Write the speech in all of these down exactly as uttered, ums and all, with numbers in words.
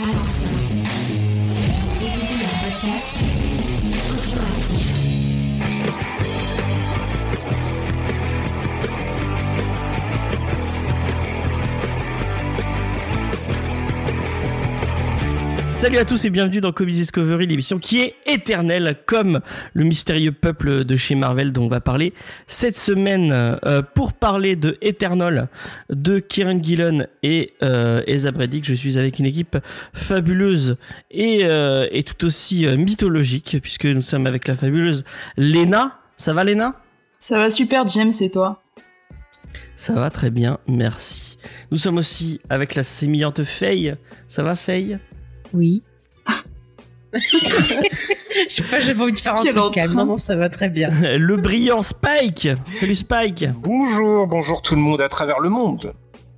Attention, vous écoutez un podcast audioactif. Salut à tous et bienvenue dans Comics Discovery, l'émission qui est éternelle comme le mystérieux peuple de chez Marvel dont on va parler cette semaine. Euh, pour parler de Eternal, de Kieran Gillen et euh, Esa Breddick, je suis avec une équipe fabuleuse et, euh, et tout aussi euh, mythologique puisque nous sommes avec la fabuleuse Léna. Ça va Léna ? Ça va super James, et toi ? Ça va très bien, merci. Nous sommes aussi avec la sémillante Faye. Ça va Faye ? Oui. Je sais pas, j'avais envie de faire un Quel truc calme. entrain. Non, non, ça va très bien. Le brillant Spike. Salut Spike. Bonjour, bonjour tout le monde à travers le monde.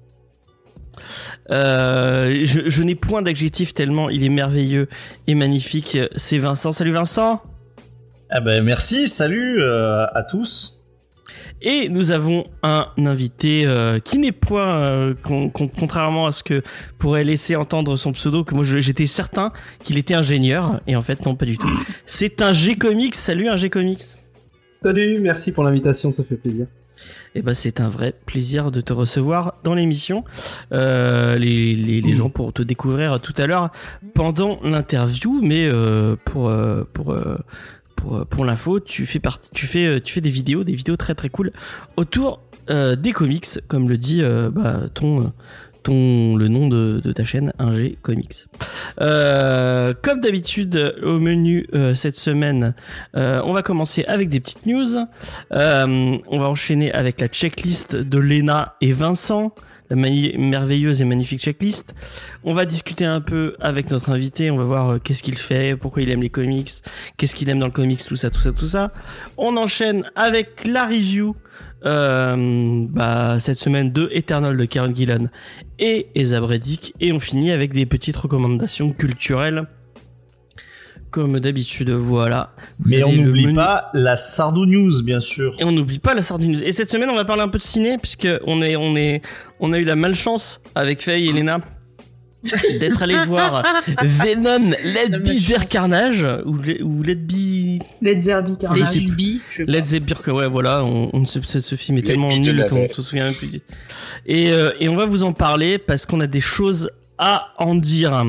Euh, je, je n'ai point d'adjectif tellement il est merveilleux et magnifique. C'est Vincent. Salut Vincent. Ah ben merci, salut euh, à tous. Et nous avons un invité euh, qui n'est point, euh, con, con, contrairement à ce que pourrait laisser entendre son pseudo, que moi je, j'étais certain qu'il était ingénieur, et en fait non, pas du tout. C'est un G-Comics. Salut un G-Comics. Salut, merci pour l'invitation, ça fait plaisir. Eh ben, c'est un vrai plaisir de te recevoir dans l'émission. Euh, les, les, les gens pourront te découvrir tout à l'heure pendant l'interview, mais euh, pour... Euh, pour euh, Pour, pour l'info, tu fais partie, tu fais, tu fais des vidéos, des vidéos très très cool autour euh, des comics, comme le dit euh, bah, ton, ton, le nom de, de ta chaîne, un G Comics. Euh, comme d'habitude, au menu euh, cette semaine, euh, on va commencer avec des petites news. Euh, on va enchaîner avec la checklist de Léna et Vincent. La mani- merveilleuse et magnifique checklist. On va discuter un peu avec notre invité, on va voir euh, qu'est-ce qu'il fait, pourquoi il aime les comics, qu'est-ce qu'il aime dans le comics, tout ça, tout ça, tout ça. On enchaîne avec la review euh, bah, cette semaine de Eternal de Kieran Gillen et Esa Breddick, et on finit avec des petites recommandations culturelles. Comme d'habitude, voilà. Vous Mais on n'oublie menu... pas la Sardou News, bien sûr. Et on n'oublie pas la Sardou News. Et cette semaine, on va parler un peu de ciné, puisque on est, on est, on a eu la malchance avec Faye et Léna d'être allés voir Venom, Let Be There Carnage, ou, ou Let Be... Let's Zerby Les Carnage. Zigby, je sais pas. Let's Be, ouais, voilà, on, on se, ce, ce film est Let tellement Be de nul la qu'on veille. se souvient même plus. du- Et, euh, et on va vous en parler parce qu'on a des choses à en dire.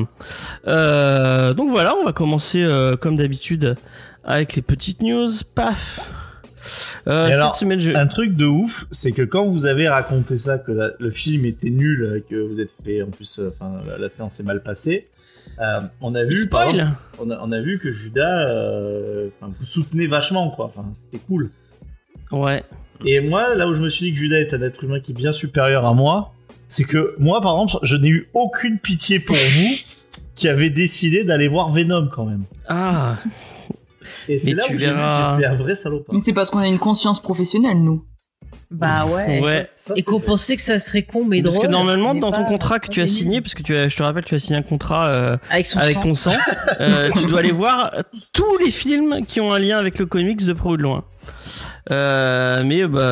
Euh, donc voilà, on va commencer euh, comme d'habitude avec les petites news. Paf. Euh, Et cette alors, semaine, je... Un truc de ouf, c'est que quand vous avez raconté ça, que la- le film était nul, que vous êtes fait, en plus, euh, enfin, la, la séance est mal passée, euh, on a vu, par spoil. exemple, on a, on a vu que Judas, euh, enfin, vous soutenez vachement, quoi. Enfin, c'était cool. Ouais. Et moi, là où je me suis dit que Judas est un être humain qui est bien supérieur à moi, c'est que moi, par exemple, je n'ai eu aucune pitié pour vous qui avez décidé d'aller voir Venom quand même. Ah. Et c'est Mais là tu où j'ai vu verras. que j'étais un vrai salopard. Mais c'est parce qu'on a une conscience professionnelle, nous. Bah ouais. Ouais. Ça, Et c'est qu'on vrai. pensait que ça serait con, mais Parce drôle. que normalement, mais dans ton pas- contrat que pas tu as génial. signé, parce que tu as, je te rappelle, tu as signé un contrat euh, Avec son avec sang. ton sang, euh, tu dois aller voir tous les films qui ont un lien avec le comics de près ou de loin. Euh, mais bah,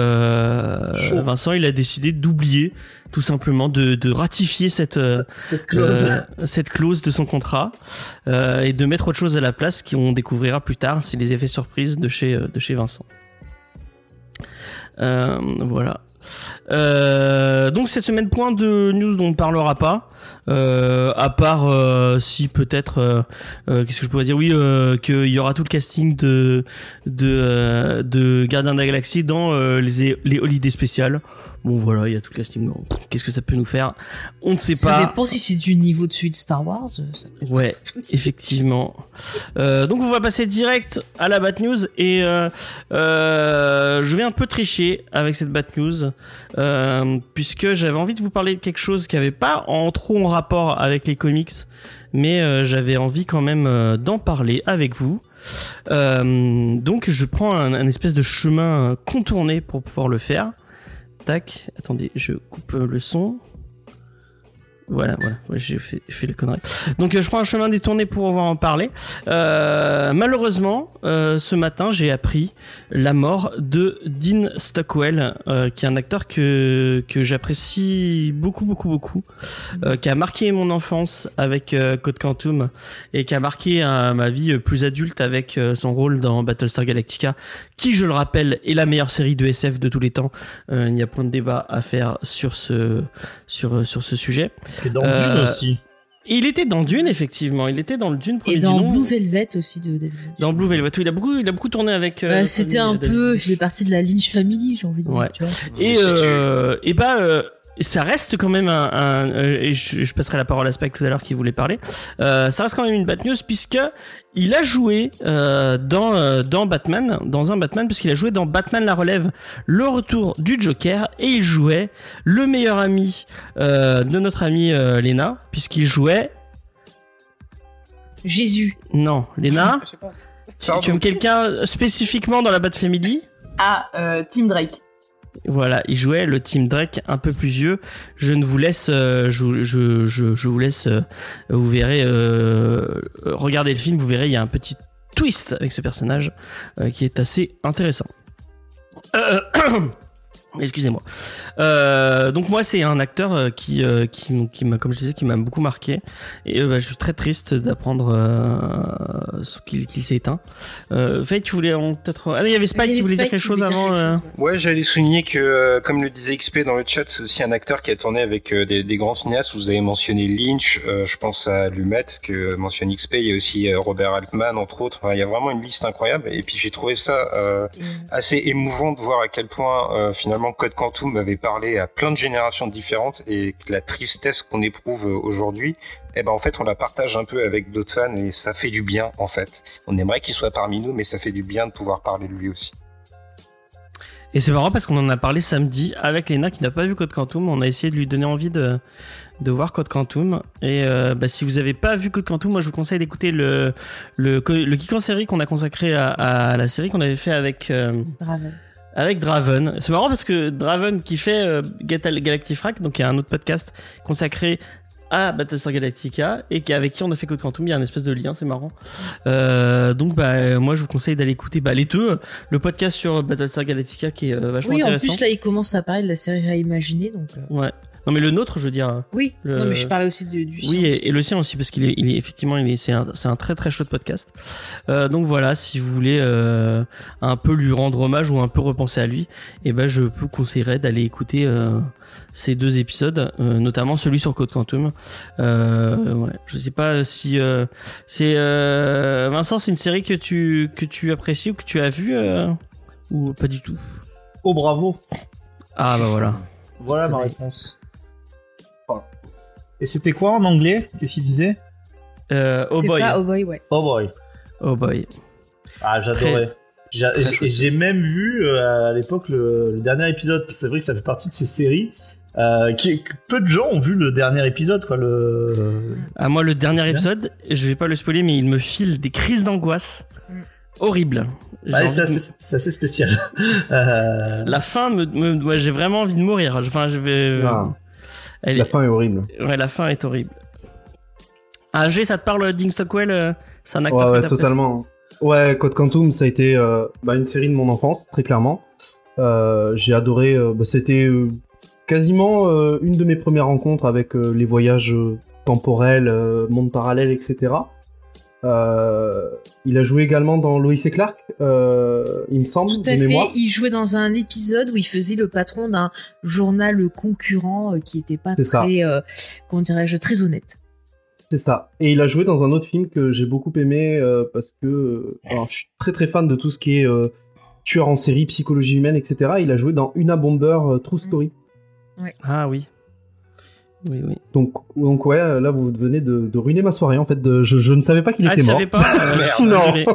euh, Chaud. Vincent, il a décidé d'oublier, tout simplement, de, de ratifier cette euh, Cette clause. euh, cette clause de son contrat euh, et de mettre autre chose à la place qu'on découvrira plus tard. C'est les effets surprises de chez euh, de chez Vincent. Euh, voilà. Euh, donc cette semaine, point de news dont on ne parlera pas, euh, à part euh, si peut-être, euh, euh, qu'est-ce que je pourrais dire, oui, euh, qu'il y aura tout le casting de de euh, de Gardiens de la Galaxie dans euh, les les holidays spéciales. Bon voilà, il y a tout le casting. Bon, qu'est-ce que ça peut nous faire? On ne sait Ça pas. dépend si c'est du niveau de suite Star Wars. ça peut- Ouais, ça peut être- effectivement. Euh, donc on va passer direct à la Bat News et euh, euh, je vais un peu tricher avec cette Bat News euh, puisque j'avais envie de vous parler de quelque chose qui avait pas en trop en rapport avec les comics, mais euh, j'avais envie quand même euh, d'en parler avec vous. Euh, donc je prends un, un espèce de chemin contourné pour pouvoir le faire. Tac, attendez, je coupe le son. Voilà, voilà, ouais, j'ai fait, fait les conneries. Donc euh, je prends un chemin détourné pour pouvoir en parler. Euh, malheureusement, euh, ce matin, j'ai appris la mort de Dean Stockwell, euh, qui est un acteur que que j'apprécie beaucoup, beaucoup, beaucoup, euh, qui a marqué mon enfance avec euh, Code Quantum et qui a marqué euh, ma vie plus adulte avec euh, son rôle dans Battlestar Galactica, qui, je le rappelle, est la meilleure série de S F de tous les temps. Euh, il n'y a point de débat à faire sur ce sur sur ce sujet. Et dans Euh, Dune aussi. Il était dans Dune, effectivement. Il était dans le Dune premier Et du dans nom. Blue Velvet aussi de David Lynch. Dans Blue Velvet, oui, il a beaucoup, il a beaucoup tourné avec. euh, Bah, c'était un David peu, il Lynch. faisait partie de la Lynch Family, j'ai envie de dire. Ouais. Tu vois. Et, Si euh, et bah, euh, ça reste quand même un. un euh, et je, je passerai la parole à Spike tout à l'heure qui voulait parler. Euh, ça reste quand même une bad news puisque il a joué euh, dans euh, dans Batman, dans un Batman, puisqu'il a joué dans Batman la relève, le retour du Joker, et il jouait le meilleur ami euh, de notre amie euh, Lena, puisqu'il jouait. Jésus. Non, Lena. Ça, Tu aimes quelqu'un spécifiquement dans la Bat Family? Ah, euh, Tim Drake. Voilà, il jouait le Team Drake un peu plus vieux. Je ne vous laisse, euh, je, je, je, je vous laisse, euh, vous verrez, euh, regardez le film, vous verrez, il y a un petit twist avec ce personnage euh, qui est assez intéressant. Euh, Excusez-moi. Euh, donc moi c'est un acteur euh, qui euh, qui qui m'a, comme je disais, qui m'a beaucoup marqué, et euh, bah, je suis très triste d'apprendre euh, ce qu'il qu'il s'est éteint. Euh, Faye, tu voulais en- peut-être. Ah non, il y avait Spike Il y avait qui voulait dire Spike quelque qui chose voulait dire avant. quelque euh, chose. Ouais, j'allais souligner que, euh, comme le disait X P dans le chat, c'est aussi un acteur qui a tourné avec euh, des, des grands cinéastes. Vous avez mentionné Lynch, euh, je pense à Lumet, que mentionne X P. Il y a aussi euh, Robert Altman, entre autres. Enfin, il y a vraiment une liste incroyable. Et puis j'ai trouvé ça euh, assez émouvant de voir à quel point euh, finalement Code Quantum avait parlé à plein de générations différentes, et que la tristesse qu'on éprouve euh, aujourd'hui, eh ben en fait on la partage un peu avec d'autres fans, et ça fait du bien en fait. On aimerait qu'il soit parmi nous, mais ça fait du bien de pouvoir parler de lui aussi. Et c'est marrant parce qu'on en a parlé samedi avec Léna qui n'a pas vu Code Quantum. On a essayé de lui donner envie de, de voir Code Quantum. Et euh, bah, si vous n'avez pas vu Code Quantum, moi je vous conseille d'écouter le, le, le Geek en série qu'on a consacré à, à la série qu'on avait fait avec, euh, Draven. avec Draven. C'est marrant parce que Draven qui fait euh, Gatal- Galactifrac, donc il y a un autre podcast consacré à Battlestar Galactica et qui, avec qui on a fait Code Quantum, il y a un espèce de lien, c'est marrant. Euh, donc bah moi je vous conseille d'aller écouter bah, les deux, le podcast sur Battlestar Galactica qui est euh, vachement Oui, en intéressant. plus là, il commence à parler de la série réimaginée, donc. euh, Ouais. Non mais le nôtre, je veux dire. Oui. Le- Non, mais je parlais aussi de, du. Oui, sien. et, et le sien aussi parce qu'il est, il est effectivement, il est, c'est un, c'est un très très chouette podcast. Euh, donc voilà, si vous voulez euh, un peu lui rendre hommage ou un peu repenser à lui, et ben je vous conseillerais d'aller écouter euh, ces deux épisodes, euh, notamment celui sur Code Quantum. Euh, ouais, je sais pas si euh, c'est euh, Vincent, c'est une série que tu que tu apprécies ou que tu as vu euh, ou pas du tout. Oh bravo. Ah bah voilà. Voilà ma réponse. Enfin. Et c'était quoi en anglais? Qu'est-ce qu'il disait? Euh, oh C'est boy. pas Oh Boy, ouais. Oh boy. Oh boy. Ah, j'adorais. J'ai, très j'ai- chouette. j'ai même vu euh, à l'époque le, le dernier épisode. C'est vrai que ça fait partie de ces séries euh, qui, que peu de gens ont vu le dernier épisode, quoi. Le. Ah, moi, le dernier Bien. épisode, je vais pas le spoiler, mais il me file des crises d'angoisse Mm. horribles. J'ai Ouais, envie c'est, de- assez, c'est assez spécial. euh... La fin, me, me- moi, j'ai vraiment envie de mourir. Enfin, je vais. Ah. Elle La est- fin est horrible. Ouais, la fin est horrible. Ah, G, ça te parle, Dean Stockwell euh, c'est un acteur Ouais, que ouais, t'apprécies. totalement. Ouais, Code Quantum, ça a été euh, bah, une série de mon enfance, très clairement. Euh, j'ai adoré. euh, bah, c'était euh, quasiment euh, une de mes premières rencontres avec euh, les voyages euh, temporels, euh, monde parallèle, et cetera. Euh, il a joué également dans Lois et Clark, euh, il me semble, Tout de à fait. mémoire. Il jouait dans un épisode où il faisait le patron d'un journal concurrent euh, qui était pas C'est ça. très, euh, comment dirais-je, très honnête. C'est ça. Et il a joué dans un autre film que j'ai beaucoup aimé euh, parce que euh, alors, je suis très très fan de tout ce qui est euh, tueur en série, psychologie humaine, et cetera. Il a joué dans Una Bomber euh, True Story. Ah oui. Oui, oui. Donc, donc ouais, là vous venez de, de ruiner ma soirée en fait. De, je, je ne savais pas qu'il Ah, était tu mort. savais pas Euh, je suis Non. désolé.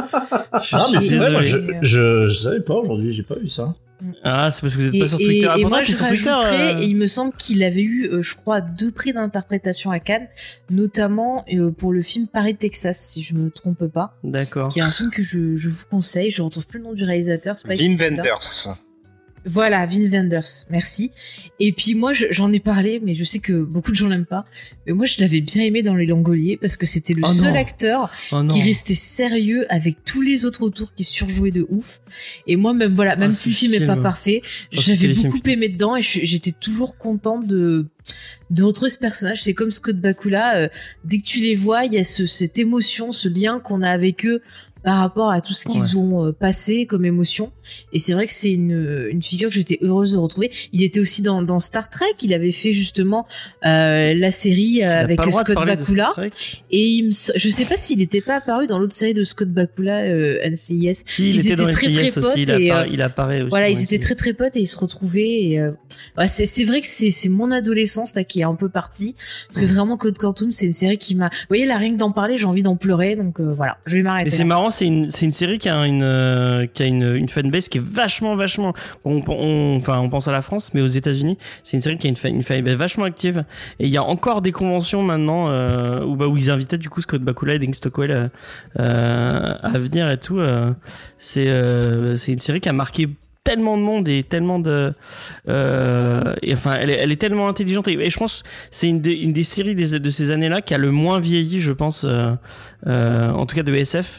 Je Ah, mais suis c'est vrai, moi, désolé. je, je, je savais pas aujourd'hui, j'ai pas vu ça. Ah, c'est parce que vous êtes Et, pas sur et- Twitter. Ah, et pourtant, moi, t'es je sur Twitter, rajouterais, euh, et il me semble qu'il avait eu, euh, je crois, deux prix d'interprétation à Cannes, notamment euh, pour le film Paris, Texas, si je me trompe pas, D'accord. qui est un film que je, je vous conseille. Je retrouve plus le nom du réalisateur, c'est pas Wim ici, celui-là. Wenders. Voilà, Wim Wenders, merci. Et puis moi, je, j'en ai parlé, mais je sais que beaucoup de gens l'aiment pas. Mais moi, je l'avais bien aimé dans Les Langoliers parce que c'était le Oh seul non. acteur Oh non. qui restait sérieux avec tous les autres autour qui surjouaient de ouf. Et moi, même voilà, même Oh, si le ce film est film. pas parfait, Oh, j'avais c'était les beaucoup films. aimé dedans et je- j'étais toujours contente de de retrouver ce personnage. C'est comme Scott Bakula, euh, dès que tu les vois, il y a ce, cette émotion, ce lien qu'on a avec eux par rapport à tout ce qu'ils ont euh, passé comme émotion. Et c'est vrai que c'est une, une figure que j'étais heureuse de retrouver. Il était aussi dans, dans Star Trek. Il avait fait justement euh, la série euh, Il a avec pas le droit de Scott parler de Bakula. Star Trek. Et il me, s- je sais pas s'il n'était pas apparu dans l'autre série de Scott Bakula, euh, N C I S. Si, il Ils était dans étaient très N C I S très potes aussi, il, et appara- euh, il apparaît aussi. voilà, dans ils étaient N C I S. très très potes et ils se retrouvaient. Et, euh, ouais, c'est, c'est vrai que c'est, c'est mon adolescence là qui est un peu partie. Parce que vraiment, Code Quantum, c'est une série qui m'a. Vous voyez, là, rien que d'en parler, j'ai envie d'en pleurer. Donc euh, voilà, je vais m'arrêter. Et c'est là. marrant, c'est une, c'est une série qui a une, euh, qui a une, une fanbase qui est vachement, vachement. On, on- enfin, on pense à la France, mais aux États-Unis, c'est une série qui a une, fa- une fanbase vachement active. Et il y a encore des conventions maintenant euh, où, bah, où ils invitaient du coup Scott Bakula et Dean Stockwell euh, euh, à venir et tout. euh. c'est, euh, c'est une série qui a marqué tellement de monde et tellement de euh, et enfin elle est, elle est tellement intelligente et, et je pense que c'est une des, une des séries des, de ces années-là qui a le moins vieilli, je pense, euh, euh, en tout cas de S F.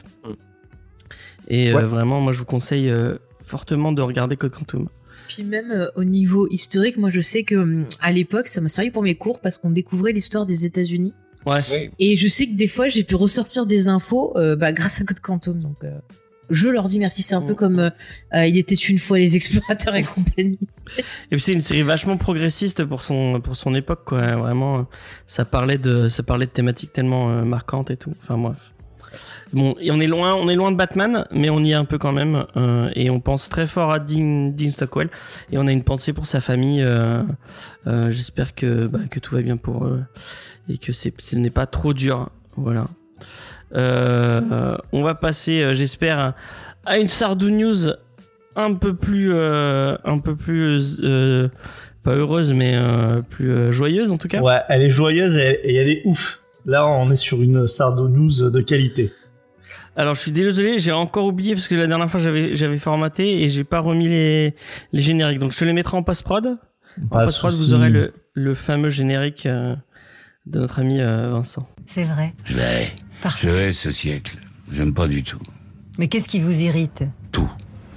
Et Ouais. euh, vraiment, moi je vous conseille euh, fortement de regarder Code Quantum. Puis même euh, au niveau historique, moi je sais que hum, à l'époque, ça m'a servi pour mes cours parce qu'on découvrait l'histoire des États-Unis. Ouais. Oui. Et je sais que des fois, j'ai pu ressortir des infos euh, bah, grâce à Code Quantum. Donc, euh, je leur dis merci. C'est un peu comme euh, euh, Il était une fois les explorateurs et compagnie. Et puis c'est une série vachement progressiste pour son pour son époque, quoi. Vraiment, euh, ça parlait de ça parlait de thématiques tellement euh, marquantes et tout. Enfin bref. Bon, et on est loin, on est loin de Batman, mais on y est un peu quand même, euh, et on pense très fort à Dean, Dean Stockwell, et on a une pensée pour sa famille. Euh, euh, j'espère que bah, que tout va bien pour eux et que c'est, ce n'est pas trop dur. Voilà. Euh, euh, on va passer, euh, j'espère, à une Sardou News un peu plus, euh, un peu plus, euh, pas heureuse, mais euh, plus euh, joyeuse en tout cas. Ouais, elle est joyeuse et, et elle est ouf. Là, on est sur une Sardo News de qualité. Alors je suis désolé, j'ai encore oublié parce que la dernière fois j'avais j'avais formaté et j'ai pas remis les les génériques. Donc je te les mettrai en post-prod. En Pas de post-prod, vous soucis. aurez le le fameux générique euh, de notre ami euh, Vincent. C'est vrai. Je l'ai. Parce... Je hais ce siècle. J'aime pas du tout. Mais qu'est-ce qui vous irrite? Tout.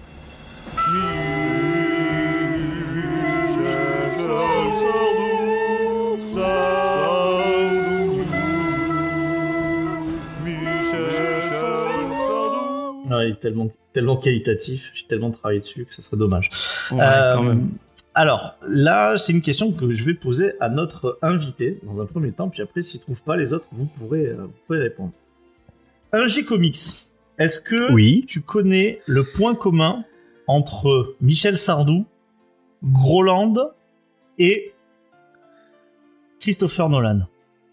Ouais, il est tellement, tellement qualitatif. J'ai tellement travaillé dessus que ce serait dommage. Ouais, Euh, quand même. Alors, là, c'est une question que je vais poser à notre invité dans un premier temps, puis après, s'il trouve pas les autres, vous pourrez, euh, vous pourrez répondre. Un G Comics, est-ce que Oui. tu connais le point commun entre Michel Sardou, Groland et Christopher Nolan?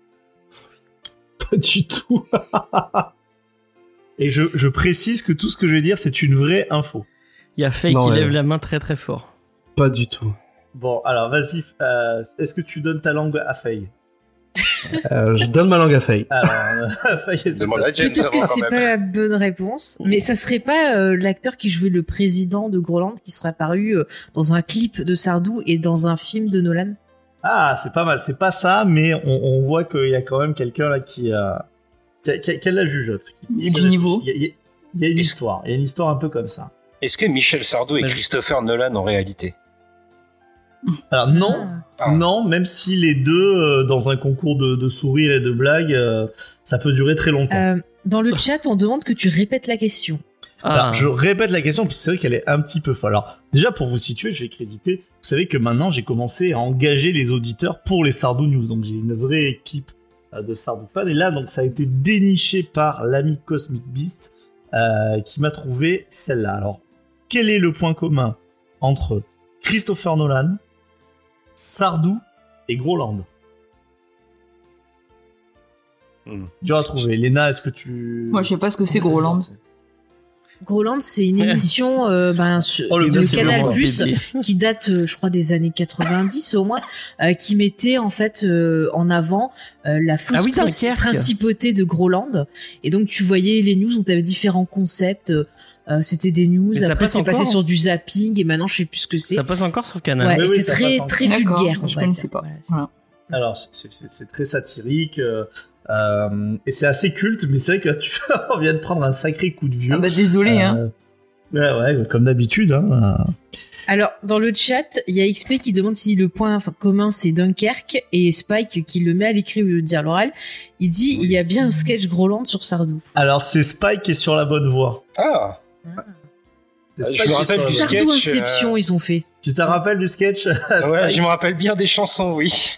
Pas du tout. Et je, je précise que tout ce que je vais dire, c'est une vraie info. Il y a Faye Non, qui ouais. lève la main très très fort. Pas du tout. Bon, alors vas-y, euh, est-ce que tu donnes ta langue à Faye? Euh, je donne ma langue à Faye. Alors, euh, Faye, c'est Demande à James Peut-être avant que quand c'est même. pas la bonne réponse, mais ça serait pas euh, l'acteur qui jouait le président de Groland qui serait apparu euh, dans un clip de Sardou et dans un film de Nolan. Ah, c'est pas mal. C'est pas ça, mais on, on voit qu'il y a quand même quelqu'un là qui a, qui, a- qui, a- qui a de la jugeote. Il y a du niveau. Il y a, il y a- il y a une Est-ce- histoire. Il y a une histoire un peu comme ça. Est-ce que Michel Sardou et Vas-y. Christopher Nolan en réalité? Alors non, Ah. non, même si les deux euh, dans un concours de, de sourires et de blagues, euh, ça peut durer très longtemps. Euh, dans le chat, on demande que tu répètes la question. Ah, Alors, je répète la question, parce que c'est vrai qu'elle est un petit peu folle. Alors, déjà, pour vous situer, je vais créditer. Vous savez que maintenant, j'ai commencé à engager les auditeurs pour les Sardou News. Donc, j'ai une vraie équipe euh, de Sardou fans. Et là, donc, ça a été déniché par l'ami Cosmic Beast, euh, qui m'a trouvé celle-là. Alors, quel est le point commun entre Christopher Nolan, Sardou et Groland? Hmm. Dur à trouver. Léna, est-ce que tu... Moi, je sais pas ce que c'est Groland. Groland, c'est une émission euh, ben, sur, Oh, le de gars, c'est Canal vraiment Plus qui date, euh, je crois, des années quatre-vingt-dix au moins, euh, qui mettait en fait euh, en avant euh, la fausse Ah oui, prin- Dunkerque. principauté de Groland. Et donc tu voyais les news où tu avais différents concepts. Euh, c'était des news, Mais ça après passe c'est passé encore, sur du zapping et maintenant je sais plus ce que c'est. Ça passe encore sur Canal. Ouais, Oui, et oui, c'est ça très passe très encore. D'accord, vulgaire. on je va connaissais dire. pas. Voilà. Voilà. Alors, c'est, c'est- c'est très satirique, euh, euh, et c'est assez culte, mais c'est vrai que là, tu on vient de prendre un sacré coup de vieux. Ah bah désolé, hein. Euh, Ouais, ouais, comme d'habitude. Hein. Alors, dans le chat, il y a X P qui demande si le point enfin, commun c'est Dunkerque et Spike qui le met à l'écrit au lieu de dire à l'oral. Il dit il y a bien un sketch Groland sur Sardou. Alors, c'est Spike qui est sur la bonne voie. Ah, C'est Euh, Spike je me qui est rappelle sur du la- sketch, Sardou euh, Inception, ils ont fait. Tu te rappelles du sketch ouais, Spike je me rappelle bien des chansons, oui.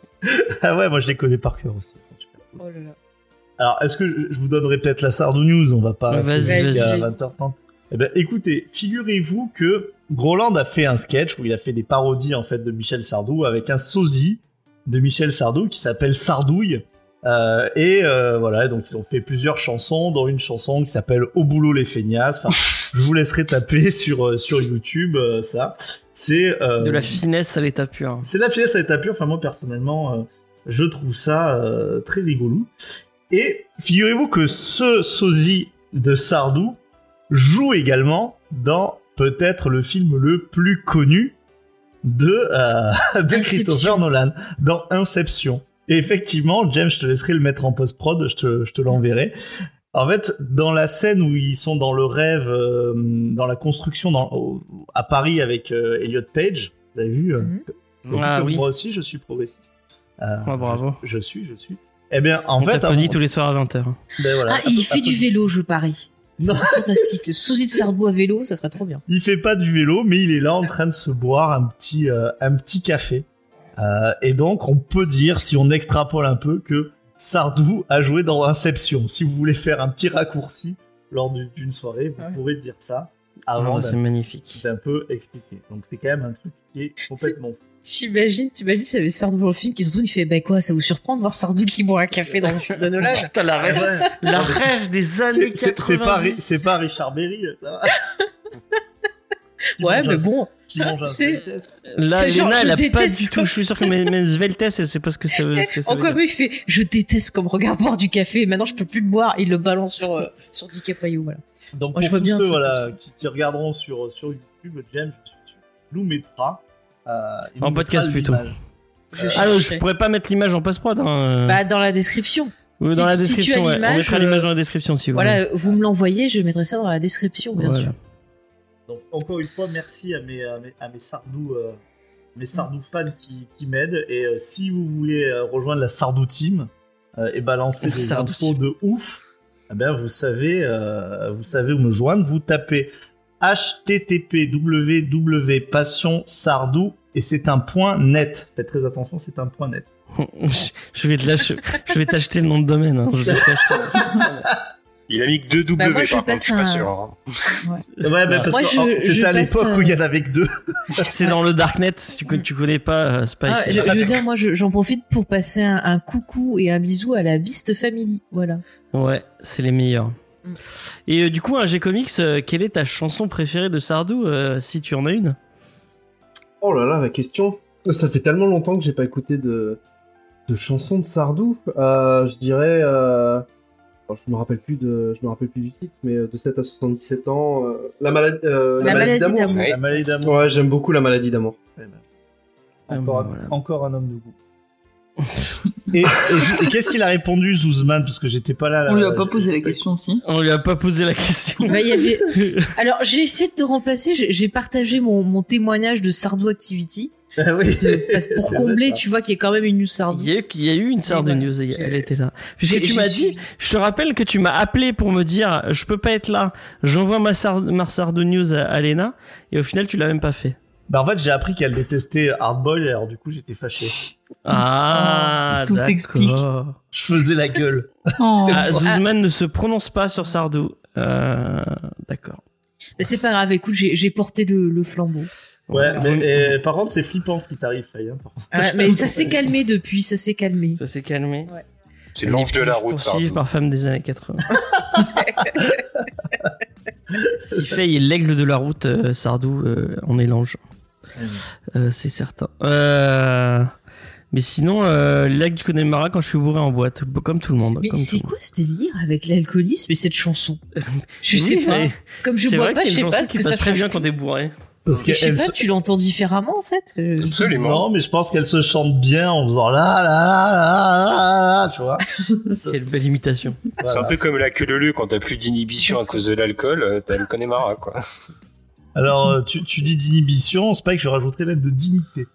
Ah ouais, moi je les connais par cœur aussi. Oh là là. Alors, est-ce que je je vous donnerai peut-être la Sardou News? On va pas Ouais, rester vas-y, jusqu'à vas-y. vingt heures trente. Eh ben, écoutez, figurez-vous que Groland a fait un sketch où il a fait des parodies en fait de Michel Sardou avec un sosie de Michel Sardou qui s'appelle Sardouille. Euh, et euh, voilà, donc ils ont fait plusieurs chansons, dont une chanson qui s'appelle Au boulot les feignasses. Enfin, je vous laisserai taper sur euh, sur YouTube euh, ça. C'est euh, De la finesse à l'état pur. c'est de la finesse à l'état pur. Enfin, moi, personnellement, euh, je trouve ça euh, très rigolo. Et figurez-vous que ce sosie de Sardou joue également dans peut-être le film le plus connu de, euh, de Christopher Nolan, dans Inception. Et effectivement, James, je te laisserai le mettre en post-prod, je te, je te l'enverrai. En fait, dans la scène où ils sont dans le rêve, euh, dans la construction dans, au- à Paris avec euh, Elliot Page, vous avez vu euh, Mhm. Ah comme oui. Moi aussi, je suis progressiste. Euh, Ah, bravo. Je, je suis, je suis. Eh bien, en On fait, t'applaudit avant- tous les soirs à vingt heures. ben voilà, Ah, et il applaudis- fait du vélo, je parie. Non. C'est fantastique. Le sosie de Sardou à vélo, ça serait trop bien. Il fait pas du vélo, mais il est là en train de se boire un petit, euh, un petit café. Euh, et donc, on peut dire, si on extrapole un peu, que Sardou a joué dans Inception. Si vous voulez faire un petit raccourci lors du- d'une soirée, vous Ouais. pourrez dire ça avant Ah, c'est d'un, magnifique. d'un peu expliquer. Donc, c'est quand même un truc qui est complètement fou. J'imagine, t'imagines s'il y avait Sardou dans le film qui se trouve, il fait, bah quoi, ça vous surprend de voir Sardou qui boit un café dans le film de Nolan? Putain, la rêve, Ouais. la Non, mais rêve des années C'est, c'est, c'est pas, Ri- quatre-vingt-dix. c'est pas Richard Berry, ça va. Qui Ouais, mange mais un- bon. Qui mange un Tu sais- Sveltes. Là, C'est genre, Léna, je elle a pas déteste du tout. comme- Je suis sûr que mes, mes Sveltes, elle sait pas ce que ça veut, ce que ça veut Encore dire. mieux, il fait, je déteste comme regarde boire du café, maintenant je peux plus le boire, il le balance sur, euh, sur DiCaprio, voilà. Donc Moi, je pour vois tous bien un ceux truc voilà, comme ça. qui, qui regarderont sur, sur YouTube, James je suis sûr, nous mettra euh, il nous En mettra podcast, plutôt. l'image. Je Ah non, je chercherai. pourrais pas mettre l'image en post-prod. Hein. Bah, dans la description. Oui, si- dans la si tu as description, ouais. On l'image, mettra euh, l'image dans la description si vous voulez. Voilà, vous me l'envoyez, je mettrai ça dans la description, bien Voilà. sûr. Donc encore une fois, merci à mes, à mes, à mes Sardou, euh, mes Sardou fans qui, qui m'aident. Et euh, si vous voulez euh, rejoindre la Sardou Team euh, et balancer des Sardou infos Team. de ouf, eh bien, vous savez, euh, vous savez où me joindre. Vous tapez H T T P W W passion sardou et c'est un point net. Faites très attention, c'est un point net. je vais te lâcher, je vais t'acheter le nom de domaine. Hein. Je vais t'acheter. Il a mis que deux W Bah, moi, je par contre, passe je suis pas un- sûr. hein. Ouais, mais parce Moi, que je- oh, je c'était à passe, l'époque euh, où il y en avait que deux. C'est dans le Darknet. Si tu, con- tu connais pas euh, Spike. Ah, je, je veux dire, moi, je- j'en profite pour passer un, un coucou et un bisou à la Beast Family, voilà. Ouais, c'est les meilleurs. Mm. Et euh, du coup, un G-Comics, euh, quelle est ta chanson préférée de Sardou, euh, si tu en as une? Oh là là, la question. Ça fait tellement longtemps que j'ai pas écouté de, de chansons de Sardou. Euh, je dirais... Euh... alors, je me rappelle plus de, je me rappelle plus du titre, mais de sept à soixante-dix-sept ans, euh, la maladie, euh, La maladie d'amour. Ouais. La maladie d'amour. Ouais, j'aime beaucoup la maladie d'amour. Ouais, bah, Ah, Encore, bon, voilà. encore un homme de goût. et et je- et qu'est-ce qu'il a répondu, Zouzman? Parce que j'étais pas là. là On lui a pas j'ai- posé la question, si. On lui a pas posé la question. Bah, il y avait... Alors, j'ai essayé de te remplacer, j'ai j'ai partagé mon, mon témoignage de Sardou Activity, Ah oui. de- parce- pour C'est combler, vrai, ça. tu vois, qu'il y a quand même une news Sardou. Il y, a, eu- il y a eu une Sardou voilà. News, et Je- elle était là. Puisque je- tu je m'as suis- dit, je te rappelle que tu m'as appelé pour me dire, je peux pas être là, j'envoie ma, Sard ma Sardou News à, à Léna, et au final, tu l'as même pas fait. Bah en fait, j'ai appris qu'elle détestait Hardboil, alors du coup, j'étais fâché. Ah, tout s'explique. d'accord. Je faisais la gueule. Oh. Ah, Zouzman ne se prononce pas sur Sardou. Euh, d'accord. Mais c'est pas grave, écoute, j'ai j'ai porté le, le flambeau. Ouais, Vous- mais et, par contre, c'est flippant ce qui t'arrive, Faye. Hein, par contre. Ouais, mais ça s'est calmé depuis, ça s'est calmé. Ça s'est calmé. C'est l'ange de la route, Poursuivi Sardou. par femme des années quatre-vingts. Si Faye est l'aigle de la route, euh, Sardou, euh, on est l'ange. Euh, c'est certain. Euh... Mais sinon, euh, l'aigle du Connemara quand je suis bourré en boîte, comme tout le monde. Mais comme c'est tout quoi ce délire avec l'alcoolisme et cette chanson? Je Oui, sais pas. mais Comme je c'est bois vrai pas, que je c'est une sais pas chanson ce qui que ça passe très change. bien tout. quand t'es bourré. Parce Et je sais qu'elle pas, se- tu l'entends différemment en fait. Euh, Absolument. Non, mais je pense qu'elle se chante bien en faisant là, là, là, là, là, là, tu vois. Quelle belle imitation. C'est Voilà. un peu comme la queue leu quand t'as plus d'inhibition à cause de l'alcool, euh, t'as le Connemara, quoi. Alors, euh, tu, tu dis d'inhibition, c'est pas que je rajouterais même de dignité.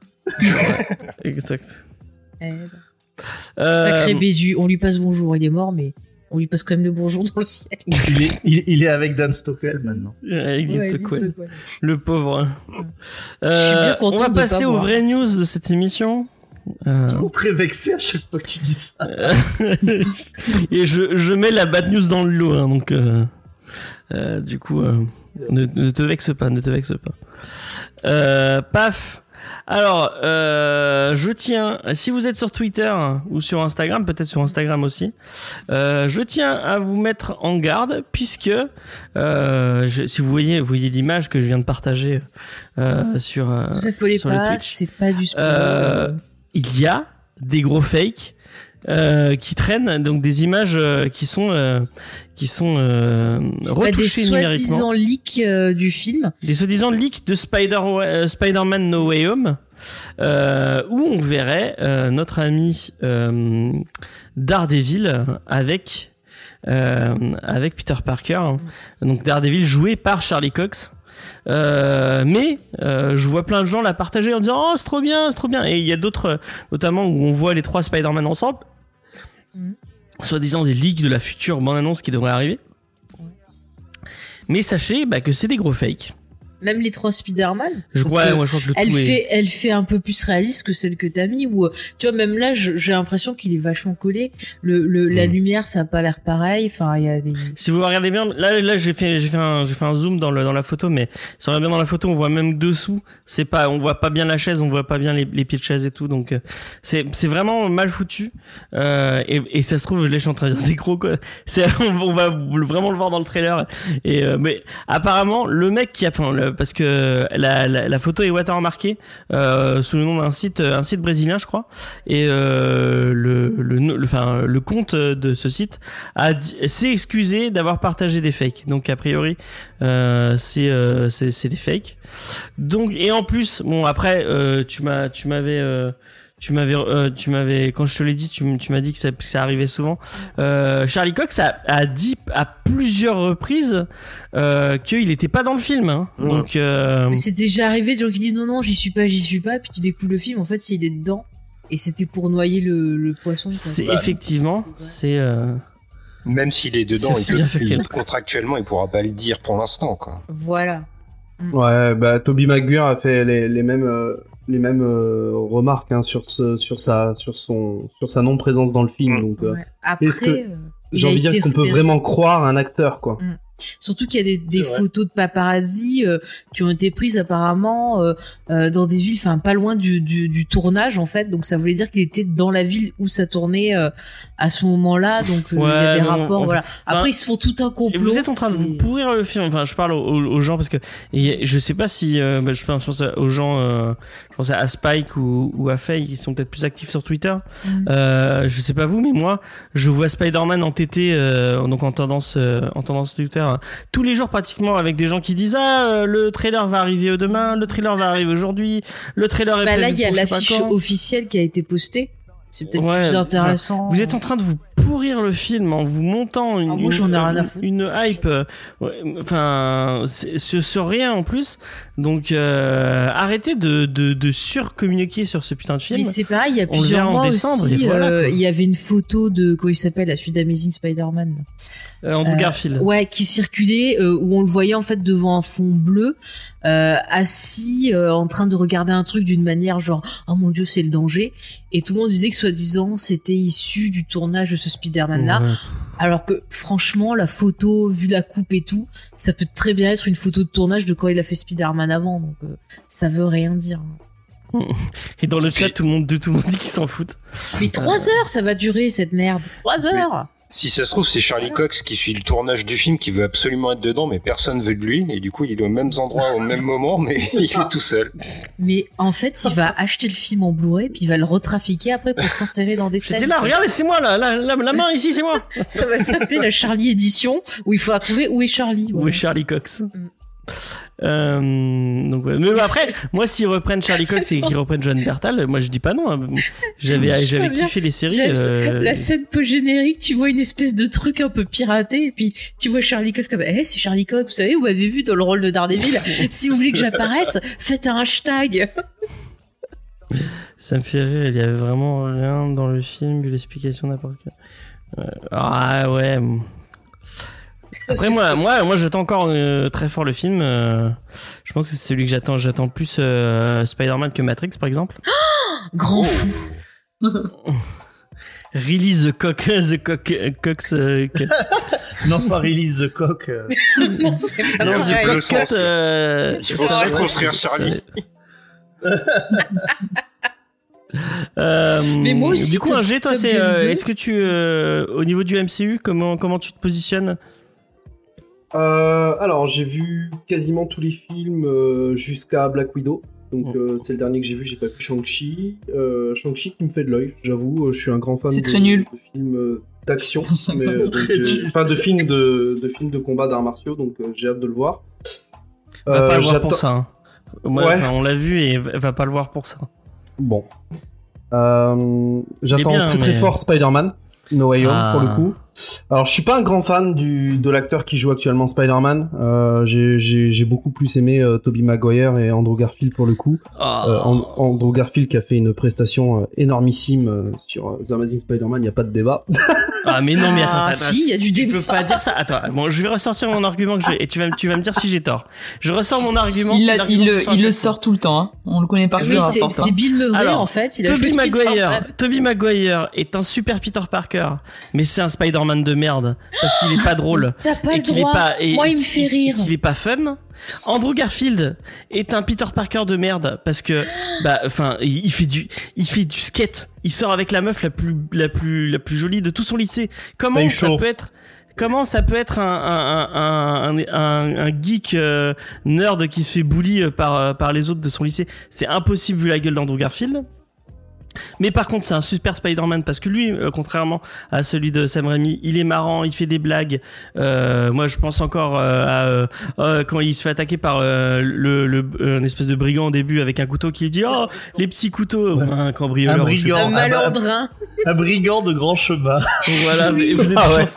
Exact. eh ben. Euh, Sacré Bézu, on lui passe bonjour, il est mort, mais on lui passe quand même le bonjour dans le ciel. Il est, il, il est avec Dan Stockwell maintenant. avec des Ouais, secouets. il se- ouais. Le pauvre. Je suis bien Euh, contente on va de pas passer aux boire. vraies news de cette émission. Euh, Toujours très vexé à chaque fois que tu dis ça. Et je, je mets la bad news dans le lot, hein, donc euh, euh, du coup, euh, ne, ne te vexe pas, ne te vexe pas. Euh, paf. Alors, euh, je tiens, si vous êtes sur Twitter hein, ou sur Instagram, peut-être sur Instagram aussi, euh, je tiens à vous mettre en garde puisque euh, je, si vous voyez, vous voyez l'image que je viens de partager euh, sur euh, Vous affolez sur le pas, Twitch. c'est pas du sport. Euh, il y a des gros fakes euh, qui traînent, donc des images euh, qui sont euh, qui sont euh, Bah, des retouchées numériquement. soi-disant leaks euh, du film. Des soi-disant leaks de Spider euh, Spider-Man No Way Home, euh, où on verrait euh, notre ami euh, Daredevil avec euh, avec Peter Parker, donc Daredevil joué par Charlie Cox. Euh, mais euh, je vois plein de gens la partager en disant oh c'est trop bien, c'est trop bien, et il y a d'autres notamment où on voit les trois Spider-Man ensemble, Mhm. soi-disant des leaks de la future bande-annonce qui devrait arriver. Mais sachez bah, que c'est des gros fakes. Même les trois Spider-Man. Je Parce crois, que moi je crois que le Elle tout est- fait, elle fait un peu plus réaliste que celle que t'as mis. Ou tu vois, même là, je- j'ai l'impression qu'il est vachement collé. Le, le la Mhm. lumière, ça a pas l'air pareil. Enfin, il y a des. Si vous regardez bien, là, là, j'ai fait, j'ai fait un, j'ai fait un zoom dans le, dans la photo, mais si on regarde bien dans la photo, on voit même dessous. C'est pas, on voit pas bien la chaise, on voit pas bien les, les pieds de chaise et tout, donc euh, c'est, c'est vraiment mal foutu. Euh, et, et ça se trouve, là, je suis en train de dire des gros, quoi. C'est, on va vraiment le voir dans le trailer. Et euh, mais apparemment, le mec qui a, enfin, le- parce que la, la, la photo est watermarkée euh, sous le nom d'un site, un site brésilien, je crois. Et euh, le, le, le, enfin, le compte de ce site a dit- s'est excusé d'avoir partagé des fakes. Donc a priori, euh, c'est, euh, c'est, c'est des fakes. Donc et en plus, bon après, euh, tu m'as, tu m'avais, euh, tu m'avais, euh, tu m'avais, quand je te l'ai dit, tu, m- tu m'as dit que ça, que ça arrivait souvent. Euh, Charlie Cox a, a dit à plusieurs reprises euh, qu'il était pas dans le film. Hein. Ouais. Donc euh, Mais c'est déjà arrivé de gens qui disent non, non, j'y suis pas, j'y suis pas. Puis tu découvres le film, en fait, s'il est dedans. Et c'était pour noyer le, le poisson. quoi. c'est Bah, effectivement, c'est- c'est. Euh, Même s'il est dedans, C'est il bien peut, fait il- qu'elle- contractuellement, il pourra pas le dire pour l'instant, quoi. Voilà. Ouais, bah Toby Maguire a fait les, les mêmes euh, les mêmes euh, remarques hein, sur ce sur sa sur son sur sa non présence dans le film. Mm. Donc euh, Ouais. Après, est-ce que- euh, il j'ai a envie de dire été est-ce qu'on peut repéré. vraiment croire un acteur quoi. Surtout qu'il y a des, des C'est vrai. photos de paparazzi euh, qui ont été prises apparemment euh, euh, dans des villes, enfin pas loin du, du, du tournage en fait. Donc ça voulait dire qu'il était dans la ville où ça tournait euh, à ce moment-là. Donc euh, il y Ouais, a des mais bon, rapports. en voilà. enfin, Après ils se font tout un Et complot. vous êtes en train de vous c'est- pourrir le film. Enfin, je parle aux, aux- aux gens parce que et je sais pas si euh, bah, je pense je pense aux gens, euh, je pense à Spike ou, ou à Faye qui sont peut-être plus actifs sur Twitter. Mhm. Euh, je sais pas vous, mais moi, je vois Spider-Man entêté, euh, donc en tendance, euh, en tendance Twitter, hein, tous les jours pratiquement avec des gens qui disent ah euh, le trailer va arriver demain, le trailer va arriver aujourd'hui, le trailer est Bah là prévu il y a pour je sais pas l'affiche quand. officielle qui a été postée. C'est peut-être Ouais, plus enfin, intéressant. Vous êtes en train de vous pourrir le film en vous montant une, Ah, moi, j'en ai une- rien à foutre. une hype, euh, ouais, enfin, c'est- sur, sur rien en plus. Donc, euh, arrêtez de, de, de surcommuniquer sur ce putain de film. Mais c'est pareil, il y a On le plusieurs verra en mois décembre, aussi. et voilà, euh, quoi. il y avait une photo de comment il s'appelle, la suite d'Amazing Spider-Man. Euh, Andrew Euh, Garfield. Ouais, qui circulait euh, où on le voyait en fait devant un fond bleu, euh, assis euh, en train de regarder un truc d'une manière genre oh mon dieu c'est le danger, et tout le monde disait que soi-disant c'était issu du tournage de ce Spider-Man là, Ouais. alors que franchement la photo, vu la coupe et tout, ça peut très bien être une photo de tournage de quand il a fait Spider-Man avant, donc euh, ça veut rien dire. Et dans le chat, tout le monde, tout le monde dit qu'ils s'en foutent. Mais trois heures ça va durer cette merde, trois heures. Si ça se trouve, c'est Charlie Cox qui suit le tournage du film, qui veut absolument être dedans, mais personne veut de lui, et du coup, il est aux mêmes endroits au même moment, mais il est tout seul. Mais en fait, il va acheter le film en Blu-ray, puis il va le retrafiquer après pour s'insérer dans des scènes. C'était là, regardez, c'est moi, là, la, la, la main ici, c'est moi. Ça va s'appeler la Charlie Edition, où il faudra trouver où est Charlie. Où est Charlie Cox. Mm. Euh, donc, mais après, moi, s'ils reprennent Charlie Cox et qu'ils reprennent John Bertal, moi, je dis pas non. J'avais, j'avais kiffé les séries. Euh... La scène post-générique, tu vois une espèce de truc un peu piraté, et puis tu vois Charlie Cox comme, eh, c'est Charlie Cox, vous savez, vous m'avez vu dans le rôle de Daredevil. Si vous voulez que j'apparaisse, faites un hashtag. Ça me fait rire, il y avait vraiment rien dans le film, vu l'explication n'importe quoi. Euh, ah ouais. Après moi, moi, moi, j'attends encore euh, très fort le film. Euh, je pense que c'est celui que j'attends. J'attends plus euh, Spider-Man que Matrix, par exemple. Oh, grand fou. Release the cock, the cock, uh, Cox. Euh, non, pas release the cock. Euh. non, c'est pas non, vrai. The cock, euh, il faut circonscrire Charlie. Euh, mais moi aussi. Du coup, un G, toi, c'est. Euh, est-ce que tu, euh, au niveau du M C U, comment comment tu te positionnes? Euh, alors, j'ai vu quasiment tous les films euh, jusqu'à Black Widow. Donc, oh. euh, c'est le dernier que j'ai vu. J'ai pas vu Shang-Chi. Euh, Shang-Chi qui me fait de l'œil, j'avoue. Je suis un grand fan c'est de, très nul. de films euh, d'action, mais euh, enfin de films de de films de combat d'arts martiaux. Donc, euh, j'ai hâte de le voir. Va euh, pas le voir pour ça. Hein. Moi, ouais. on l'a vu et va pas le voir pour ça. Bon. Euh, j'attends bien, très très mais... fort Spider-Man No Way Home ah. pour le coup. Alors je suis pas un grand fan du de l'acteur qui joue actuellement Spider-Man. Euh, j'ai j'ai j'ai beaucoup plus aimé euh, Tobey Maguire et Andrew Garfield pour le coup. Oh. Euh, And- Andrew Garfield qui a fait une prestation euh, énormissime euh, sur euh, The Amazing Spider-Man, il y a pas de débat. Ah mais non mais attends, attends, attends. Si, il y a du débat. Tu peux pas dire ça. Attends, bon, je vais ressortir mon argument que j'ai et tu vas tu vas me dire si j'ai tort. Je ressors mon argument. Il, si a, il, le, il le sort tout le temps. Hein. On le connaît par oui, cœur. c'est, à c'est Bill Murray Alors, en fait. Il a Tobey juste Maguire. Tobey Maguire est un super Peter Parker, mais c'est un Spider-Man de merde parce qu'il est pas drôle. T'as pas et le qu'il droit. Est pas, et, Moi, il me fait rire. Qu'il est pas fun. Andrew Garfield est un Peter Parker de merde parce que bah enfin il, il fait du il fait du skate. Il sort avec la meuf la plus la plus la plus jolie de tout son lycée. Comment ça chaud. peut être Comment ça peut être un un un un, un, un geek euh, nerd qui se fait bully par par les autres de son lycée? C'est impossible vu la gueule d'Andrew Garfield. Mais par contre, c'est un super Spider-Man parce que lui, euh, contrairement à celui de Sam Raimi, il est marrant, il fait des blagues. Euh, moi, je pense encore euh, à euh, euh, quand il se fait attaquer par euh, le, le euh, une espèce de brigand au début avec un couteau qui lui dit oh les petits couteaux, ouais. un cambrioleur, un brigand, un malandrin, un brigand de grand chemin. Voilà, vous êtes ah ouais.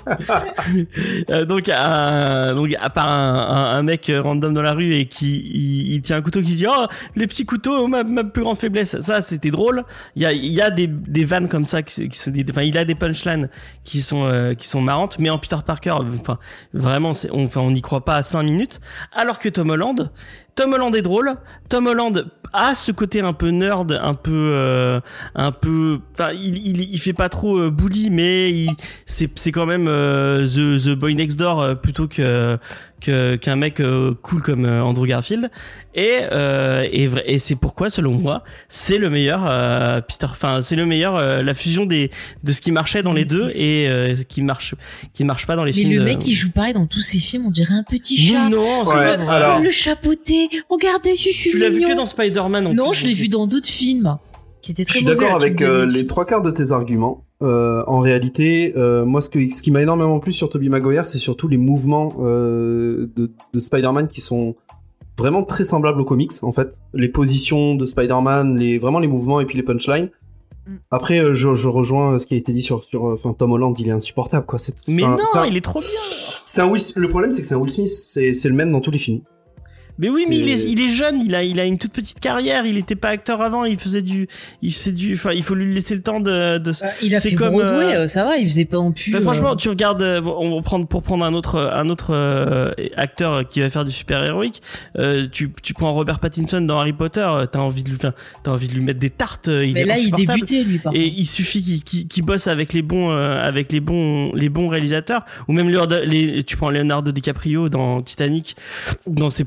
euh, donc à, donc à part un, un, un mec random dans la rue et qui il, il tient un couteau qui dit oh les petits couteaux, ma, ma plus grande faiblesse. Ça, c'était drôle. Il y a il y a des des vannes comme ça qui, qui sont des enfin il a des punchlines qui sont euh, qui sont marrantes, mais en Peter Parker enfin vraiment c'est on enfin on n'y croit pas à cinq minutes, alors que Tom Holland Tom Holland est drôle. Tom Holland a ce côté un peu nerd, un peu euh, un peu enfin il, il il fait pas trop euh, bully, mais il c'est c'est quand même euh, the the boy next door euh, plutôt que que qu'un mec euh, cool comme euh, Andrew Garfield. Et euh, et et c'est pourquoi selon moi c'est le meilleur euh, Peter enfin c'est le meilleur euh, la fusion des de ce qui marchait dans les deux et euh, qui marche qui marche pas dans les mais films. Mais le mec de... il joue pareil dans tous ses films, on dirait un petit chat. Non, non c'est ouais, pas alors... le chapeauté. Regardez, je suis Tu l'as mignon. vu que dans Spider-Man en Non, plus, je l'ai vu dans d'autres films qui étaient très Je suis mauvais, d'accord le truc avec de euh, Netflix. les trois quarts de tes arguments. Euh, en réalité, euh, moi, ce, que, ce qui m'a énormément plu sur Tobey Maguire, c'est surtout les mouvements euh, de, de Spider-Man qui sont vraiment très semblables aux comics, en fait. Les positions de Spider-Man, les, vraiment les mouvements et puis les punchlines. Mm. Après, euh, je, je rejoins ce qui a été dit sur, sur enfin, Tom Holland, il est insupportable, quoi. C'est, Mais un, non, c'est un, il est trop bien. C'est un Will, le problème, c'est que c'est un Will Smith, c'est, c'est le même dans tous les films. Mais oui, mais c'est... il est, il est jeune, il a, il a une toute petite carrière, il était pas acteur avant, il faisait du, il faisait du, enfin, il faut lui laisser le temps de, de. Bah, il a c'est fait comme, Broadway, euh... ça va, il faisait pas non plus. Bah, franchement, euh... tu regardes, on va prendre, pour prendre un autre, un autre euh, acteur qui va faire du super héroïque, euh, tu, tu prends Robert Pattinson dans Harry Potter, t'as envie de lui, t'as envie de lui mettre des tartes, il mais est là, il débutait, lui, par Et contre. il suffit qu'il, qu'il, qu'il bosse avec les bons, euh, avec les bons, les bons réalisateurs, ou même les, les, tu prends Leonardo DiCaprio dans Titanic, dans ses premiers films,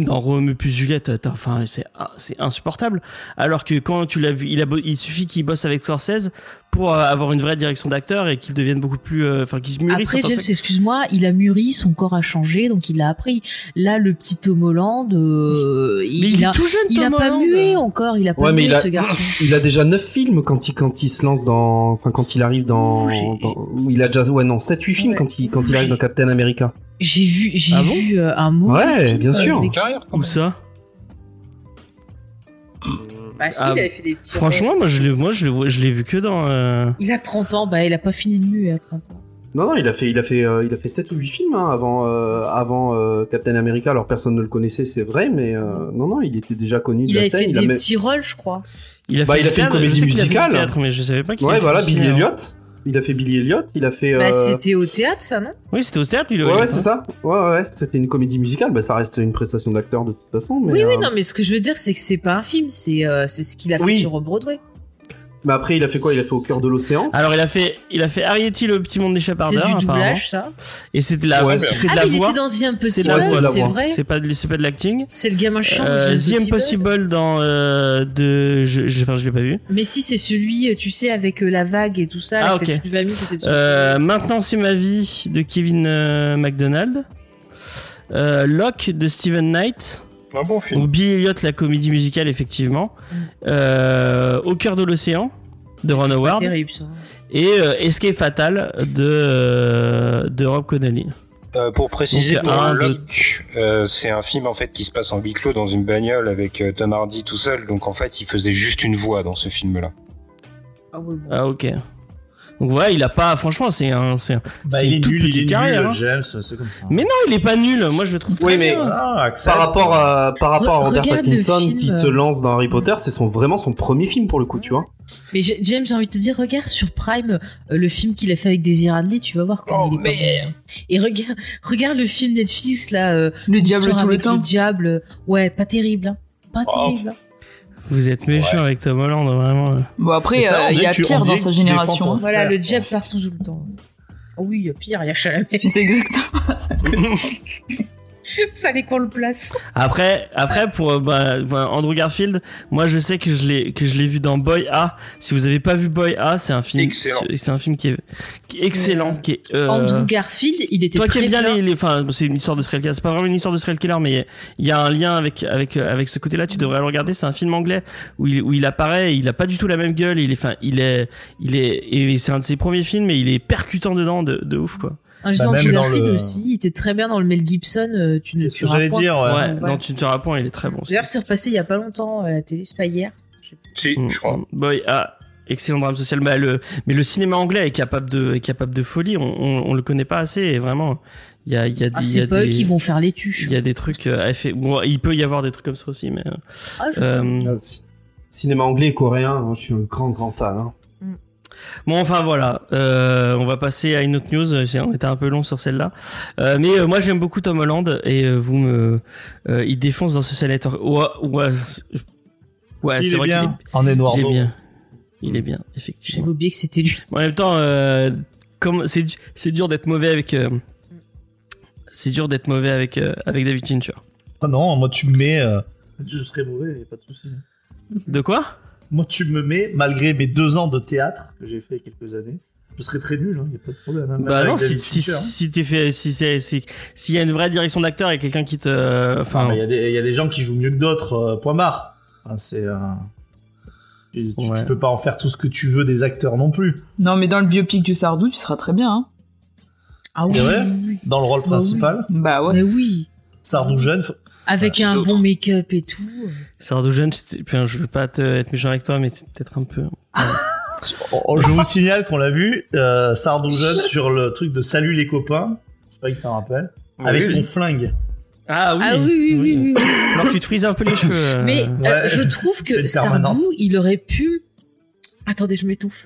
dans Roméo plus Juliette, enfin c'est c'est insupportable. Alors que quand tu l'as vu, il a il suffit qu'il bosse avec Scorsese pour avoir une vraie direction d'acteur et qu'il devienne beaucoup plus, enfin euh, qu'il se mûrisse. Après James, excuse-moi, il a mûri, son corps a changé, donc il a appris. Là, le petit Tom Holland, euh, il, il, il a, est tout jeune, il Tom a pas Holland. mué encore, il a pas ouais, mué mais il a, ce garçon. Il a déjà neuf films quand il quand il se lance dans, enfin quand il arrive dans, dans il a déjà ouais non sept huit films ouais. quand il quand il arrive dans Captain America. J'ai vu j'ai ah vu bon euh, un mauvais ouais, film. bien sûr. Avec... Où ça? Bah si, ah, il avait fait des petits. Franchement, moi je l'ai, moi je l'ai, je l'ai vu que dans. Euh... Il a trente ans, bah il a pas fini de muer à trente ans. Non non, il a fait, il a fait, euh, il a fait sept ou huit films hein, avant, euh, avant euh, Captain America. Alors personne ne le connaissait, c'est vrai, mais euh, non non, il était déjà connu de il la avait scène. fait il des a même... petits rôles, je crois. Il a bah, fait, il a fait une comédie musicale. Théâtre, mais je savais pas qu'il ouais, voilà, Billy Elliot. Elliot. Il a fait Billy Elliot. Il a fait. Bah euh... c'était au théâtre, ça, non? Oui, c'était au théâtre, lui. Ouais, ouais, c'est ça. Ouais, ouais, ouais. C'était une comédie musicale. Bah, ça reste une prestation d'acteur de toute façon. Mais, oui, euh... oui, non, mais ce que je veux dire, c'est que c'est pas un film, c'est euh, c'est ce qu'il a fait oui. sur Broadway. Mais après, il a fait quoi? Il a fait Au cœur de l'océan. Alors, il a fait, il a fait Harriet, le petit monde des chapardeurs. C'est du doublage, ça. Et c'est de la, ouais, c'est de ah, la mais voix. il était dans The Impossible, c'est, la c'est, voix, c'est vrai. C'est pas de, c'est pas de l'acting. C'est le gamin chiant euh, de The Impossible. Impossible dans, euh, de, je, je, enfin, je l'ai pas vu. Mais si, c'est celui, tu sais, avec euh, la vague et tout ça. Ah, là, ok. Tu vas mieux que c'est euh, maintenant, c'est ma vie de Kevin euh, MacDonald. Euh, Locke de Steven Knight. Un bon film. Donc, Billy Elliot, la comédie musicale, effectivement. Mm. Euh, Au cœur de l'océan. De Ron Howard. Terrible, ça. Et euh, Escape Fatal de, euh, de Rob Connelly. Euh, pour préciser, donc, pour un, Locke, euh, c'est un film en fait qui se passe en huis clos dans une bagnole avec euh, Tom Hardy tout seul. Donc en fait, il faisait juste une voix dans ce film-là. Ah, ouais, bon. Ah ok. Donc voilà, il a pas. Franchement, c'est un, c'est, un, bah, c'est il une est toute nul, petite il est carrière. nul, hein. James, c'est comme ça. Mais non, il est pas nul. Moi, je le trouve très oui, mais bien. Ah, par rapport à par rapport à Robert Regarde Pattinson film, qui euh... se lance dans Harry Potter, c'est son vraiment son premier film pour le coup, tu vois. Mais James, j'ai envie de te dire, regarde sur Prime euh, le film qu'il a fait avec Daisy Ridley, tu vas voir comment oh, il est mais... pas bon. Et regarde, regarde le film Netflix là, euh, le diable tout le temps. Le diable, ouais, pas terrible, hein. pas oh. terrible. Vous êtes méchant ouais. avec Tom Holland, vraiment. Bon après, il euh, y a pire dans sa génération. Hein. Voilà, le diable partout tout le temps. Oh oui, il y a pire, il y a Chalamet. C'est exactement ça. Fallait qu'on le place. Après, après pour bah, bah, Andrew Garfield, moi je sais que je l'ai que je l'ai vu dans Boy A. Si vous avez pas vu Boy A, c'est un film excellent. C'est un film qui est, qui est excellent, ouais. qui est. Euh... Andrew Garfield, il était Toi très qui aimes bien plein. les, les, enfin c'est une histoire de serial killer. C'est pas vraiment une histoire de serial killer, mais il y a un lien avec avec avec ce côté-là. Tu devrais le regarder. C'est un film anglais où il où il apparaît. Il a pas du tout la même gueule. Il est, enfin, il est, il est, et c'est un de ses premiers films et il est percutant dedans de de ouf quoi. Un bah Andrew Garfield le... aussi, il était très bien dans le Mel Gibson. Euh, tu c'est ne ce que j'allais point. dire. Ouais. ouais, ouais. Dans Tu ne tueras point, il est très bon. D'ailleurs, c'est repassé il y a pas longtemps à la télé, c'est pas hier. Si, mmh, je crois. Boy, ah, excellent drame social. Mais le, mais le cinéma anglais est capable de, est capable de folie. On, on, on le connaît pas assez. Et vraiment, il y a, il y a des. Ah, c'est y a pas des, eux qui vont faire les tuches. Il y a des trucs. Euh, fait, bon, il peut y avoir des trucs comme ça aussi, mais. Ah, je euh, cinéma anglais et coréen, hein, je suis un grand grand fan. Hein. Bon, enfin voilà, euh, on va passer à une autre news. On était un peu long sur celle-là, euh, mais euh, moi j'aime beaucoup Tom Holland et euh, vous me, euh, il défonce dans ce Senator. Ouais, ouais, ouais si, c'est il vrai est bien. qu'il est, en Edouard. Il est bien, il est bien, effectivement. J'avais oublié que c'était lui. En même temps, euh, comme c'est c'est dur d'être mauvais avec, euh, c'est dur d'être mauvais avec euh, avec David Fincher. Ah non, moi tu me mets, euh, je serais mauvais, pas de souci. De quoi? Moi, tu me mets, malgré mes deux ans de théâtre que j'ai fait il y a quelques années, je serais très nul, il hein, n'y a pas de problème. Hein, bah non, si, si, si, si t'es fait, si c'est, si, s'il y a une vraie direction d'acteur et quelqu'un qui te, enfin. Il y a des, il y a des gens qui jouent mieux que d'autres, euh, point barre. Enfin, c'est, euh, tu, tu, ouais. tu peux pas en faire tout ce que tu veux des acteurs non plus. Non, mais dans le biopic du Sardou, tu seras très bien, hein. Ah oui. C'est vrai? Dans le rôle principal? Bah oui. Bah ouais. Mais oui. Sardou jeune. Avec un bon make-up et tout. Sardou jeune, enfin, je veux pas te, être méchant avec toi, mais c'est peut-être un peu. Je vous signale qu'on l'a vu, euh, Sardou jeune sur le truc de Salut les copains. Je sais pas qui s'en rappelle. Oui, avec oui. son flingue. Ah oui. Ah oui, oui, oui, oui. oui. Alors tu te frises un peu les cheveux. Euh... Mais euh, ouais, je trouve que Sardou, il aurait pu. Attendez, je m'étouffe.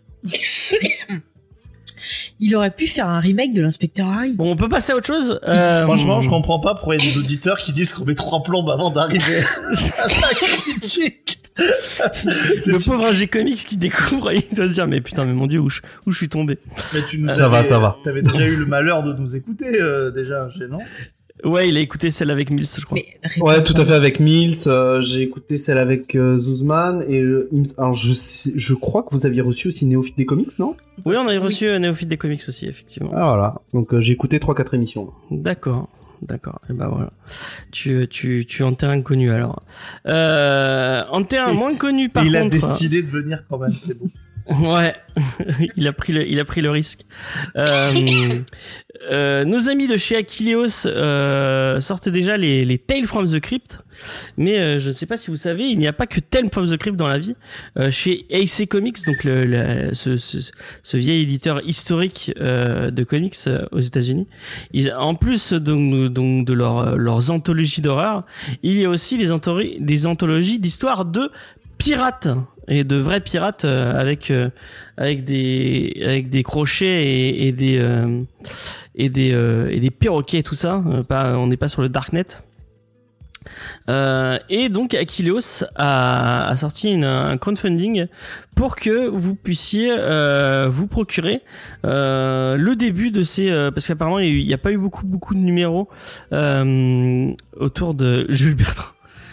Il aurait pu faire un remake de l'inspecteur Harry. Bon, on peut passer à autre chose. Euh... Franchement, je comprends pas pourquoi il y a des auditeurs qui disent qu'on met trois plombes avant d'arriver à la critique. Le pauvre A G Comics qui découvre, il doit se dire mais putain, mais mon dieu, où je, où je suis tombé. Mais tu nous ça avais, va, ça va. T'avais déjà eu le malheur de nous écouter euh, déjà, gênant. Ouais, il a écouté celle avec Mills, je crois. Mais, Ouais, tout à fait, avec Mills. euh, j'ai écouté celle avec euh, Zuzman. Et euh, il me- alors, je, sais- je crois que vous aviez reçu aussi Néophyte des comics, non? Oui, on a reçu euh, Néophyte des comics aussi, effectivement. Ah, voilà. Donc, euh, j'ai écouté trois quatre émissions. D'accord. D'accord. Et bah voilà. Tu, tu, tu es en terrain connu alors. Euh, en terrain Et- moins connu par Et il a contre. décidé de venir quand même, c'est bon. Ouais, il a pris le, il a pris le risque. Euh, euh, nos amis de chez Achilleos euh, sortent déjà les, les Tales from the Crypt, mais euh, je ne sais pas si vous savez, il n'y a pas que Tales from the Crypt dans la vie. Euh, chez A C Comics, donc le, le- ce, ce, ce vieil éditeur historique euh, de comics euh, aux États-Unis, ils, en plus donc, donc de leur, leurs anthologies d'horreur, il y a aussi des, anthori- des anthologies d'histoires de pirates et de vrais pirates euh, avec euh, avec des avec des crochets et, et des euh, et des euh, et des perroquets et tout ça. Euh, pas, on n'est pas sur le darknet. Euh, et donc Achilleos a, a sorti une, un crowdfunding pour que vous puissiez euh, vous procurer euh, le début de ces euh, parce qu'apparemment il n'y a pas eu beaucoup beaucoup de numéros euh, autour de Jules Bertrand.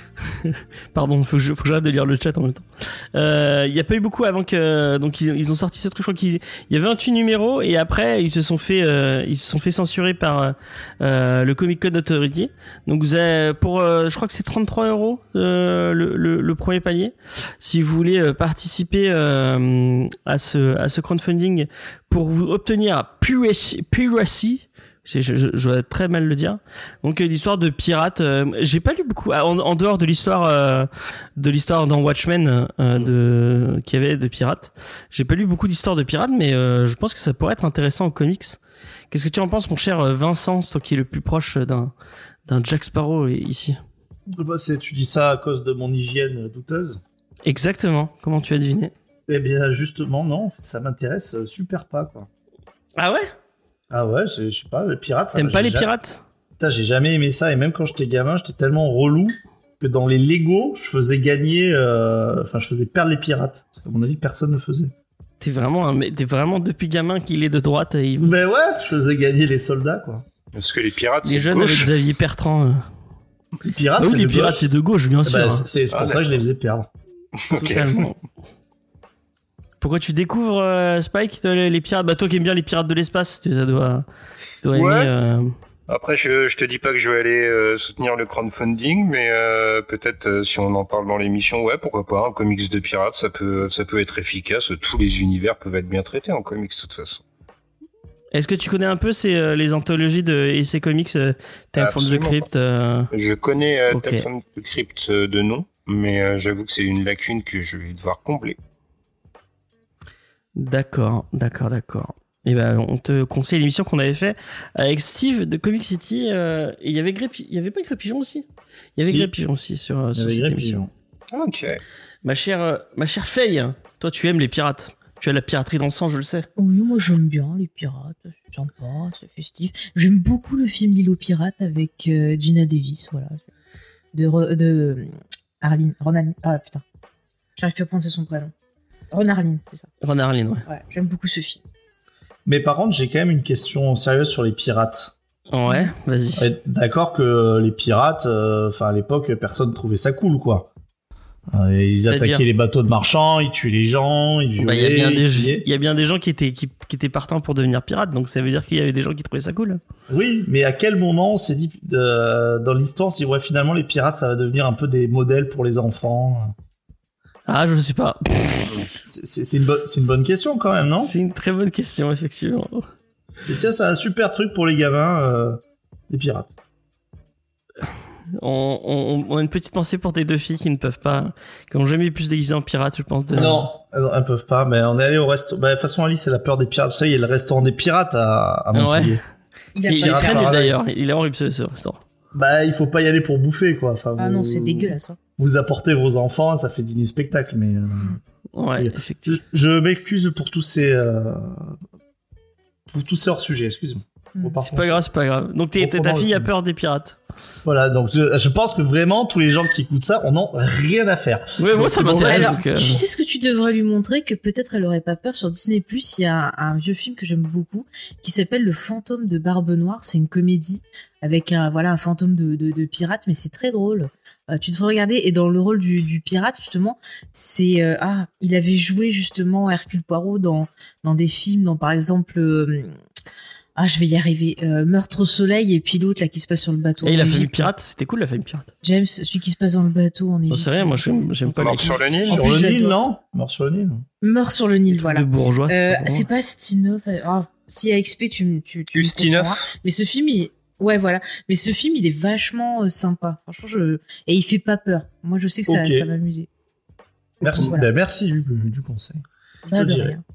Pardon, faut que, je, faut que j'arrête de lire le chat en même temps. Euh, Il y a pas eu beaucoup avant que donc ils, ils ont sorti ce truc. Je crois qu'il y avait vingt-huit numéros et après ils se sont fait euh, ils se sont fait censurer par euh, le Comic Code Authority. Donc vous avez pour euh, je crois que c'est trente-trois euros euh, le, le, le premier palier. Si vous voulez euh, participer euh, à ce à ce crowdfunding pour vous obtenir Piracy, Piracy C'est, je, je, je dois très mal le dire. Donc euh, l'histoire de pirates, euh, j'ai pas lu beaucoup en, en dehors de l'histoire euh, de l'histoire dans Watchmen euh, de qu'il y avait de pirates. J'ai pas lu beaucoup d'histoires de pirates, mais euh, je pense que ça pourrait être intéressant en comics. Qu'est-ce que tu en penses, mon cher Vincent, toi qui est le plus proche d'un d'un Jack Sparrow ici? Bah, c'est, tu dis ça à cause de mon hygiène douteuse? Exactement. Comment tu as deviné? Eh bien, justement, non. En fait, ça m'intéresse euh, super pas, quoi. Ah ouais? Ah ouais, c'est- je sais pas, les pirates. Ça, T'aimes j'ai pas les ja- pirates? Putain, j'ai jamais aimé ça. Et même quand j'étais gamin, j'étais tellement relou que dans les Lego, je faisais gagner, euh, enfin, je faisais perdre les pirates. Parce qu'à mon avis, personne ne faisait. T'es vraiment, un- mais t'es vraiment depuis gamin qu'il est de droite. Et il... Ben ouais, je faisais gagner les soldats, quoi. Parce que les pirates, c'est Les de jeunes gauche. avec Xavier Bertrand. euh. Les pirates, Ah oui, c'est les de pirates gauche. c'est de gauche, bien Eh sûr. ben, hein. c'est, c'est pour Ah, ça que je les d'accord. faisais perdre. Ok. Totalement. Pourquoi tu découvres euh, Spike toi, les, les pirates? Bah toi qui aimes bien les pirates de l'espace, tu ça doit, tu dois Ouais. aimer. euh, Après, je, je te dis pas que je vais aller euh, soutenir le crowdfunding, mais euh, peut-être euh, si on en parle dans l'émission, ouais, pourquoi pas, un comics de pirates, ça peut, ça peut être efficace. Tous les univers peuvent être bien traités en comics de toute façon. Est-ce que tu connais un peu ces, euh, les anthologies de E C Comics, euh, Time from the Absolument Crypt euh, Je connais euh, Ok. Tales from the Crypt euh, de nom, mais euh, j'avoue que c'est une lacune que je vais devoir combler. D'accord, d'accord, d'accord. Et ben, on te conseille l'émission qu'on avait fait avec Steve de Comic City. euh, et il y avait Grey, Pi- il y avait pas Grey Pigeon aussi. Il y avait Si. Grey Pigeon aussi sur, euh, Il y sur avait cette Grey émission. Pigeon. Ok. Ma chère, euh, ma chère Faye, toi tu aimes les pirates. Tu as la piraterie dans le sang, je le sais. Oui, moi j'aime bien les pirates, c'est sympa, c'est festif. J'aime beaucoup le film L'île aux pirates avec euh, Gina Davis, voilà. De, Ro- de euh, Arline, Ronan, ah putain, j'arrive plus à prononcer son prénom. Ron Arline, c'est ça. Ron Arlene, ouais. Ouais, j'aime beaucoup ce film. Mais par contre, j'ai quand même une question sérieuse sur les pirates. Ouais, vas-y. On est d'accord que les pirates, euh, enfin à l'époque, personne trouvait ça cool, quoi. Euh, ils C'est-à-dire attaquaient les bateaux de marchands, ils tuaient les gens, ils Bah, il y violaient. a bien ils des, pillaient. il y a bien des gens qui étaient, qui, qui étaient partants pour devenir pirates, donc ça veut dire qu'il y avait des gens qui trouvaient ça cool. Oui, mais à quel moment on s'est dit euh, dans l'histoire, on s'est dit ouais, finalement les pirates, ça va devenir un peu des modèles pour les enfants. Ah, je sais pas. C'est, c'est- c'est une, bonne- c'est une bonne question quand même, non? C'est une très bonne question, effectivement. Et tiens, c'est un super truc pour les gamins, euh, les pirates. On, on, on a une petite pensée pour tes deux filles qui ne peuvent pas, qui n'ont jamais pu se déguiser en pirates, je pense. De... Non, elles, elles peuvent pas, mais on est allé au resto. Bah, de toute façon, Alice, elle a peur des pirates. Vous savez, il y a le restaurant des pirates à, à Montpellier. Ouais. Il a Il, il pas est Pirates très nul Paradise. d'ailleurs. Il est horrible ce, ce restaurant. Bah, il faut pas y aller pour bouffer, quoi. Enfin, Ah vous- non, c'est dégueulasse. Hein. Vous apportez vos enfants, ça fait dîner spectacle, mais. euh, Ouais, Oui. effectivement. Je, je m'excuse pour tous ces. euh, pour tous ces hors-sujets, excuse-moi. Mm. Repartons C'est pas sur- grave, c'est pas grave. Donc t'es- t'es- ta Reprenons le fille a film. peur des pirates. Voilà, donc je, je pense que vraiment tous les gens qui écoutent ça en ont rien à faire. Ouais, moi ça m'intéresse. Alors, que... tu sais ce que tu devrais lui montrer, que peut-être elle aurait pas peur. Sur Disney plus, il y a un, un vieux film que j'aime beaucoup qui s'appelle Le Fantôme de Barbe Noire. C'est une comédie avec un voilà un fantôme de, de, de pirate, mais c'est très drôle. Euh, tu devrais regarder. Et dans le rôle du, du pirate justement, c'est euh, ah il avait joué justement Hercule Poirot dans dans des films, dans par exemple. Euh, Ah, je vais y arriver. Euh, Meurtre au soleil et puis l'autre là qui se passe sur le bateau. Et la famille pirate, c'était cool la famille pirate. James, celui qui se passe dans le bateau en Égypte. Oh, c'est rien, moi j'aime, j'aime pas. Mort sur le Nil. Sur le Nil, non? Mort sur le Nil. Mort sur le Nil, voilà. De bourgeois. Euh, C'est c'est pas Stinov. Ah, si à X P tu tu tu. Ustinov. Mais ce film, il... ouais voilà. Mais ce film, il est vachement euh, sympa. Franchement, je et il fait pas peur. Moi, je sais que ça, Ok. ça m'amusait. Merci, Voilà. bah, merci du, du conseil. Je Pas te de dirai. rien.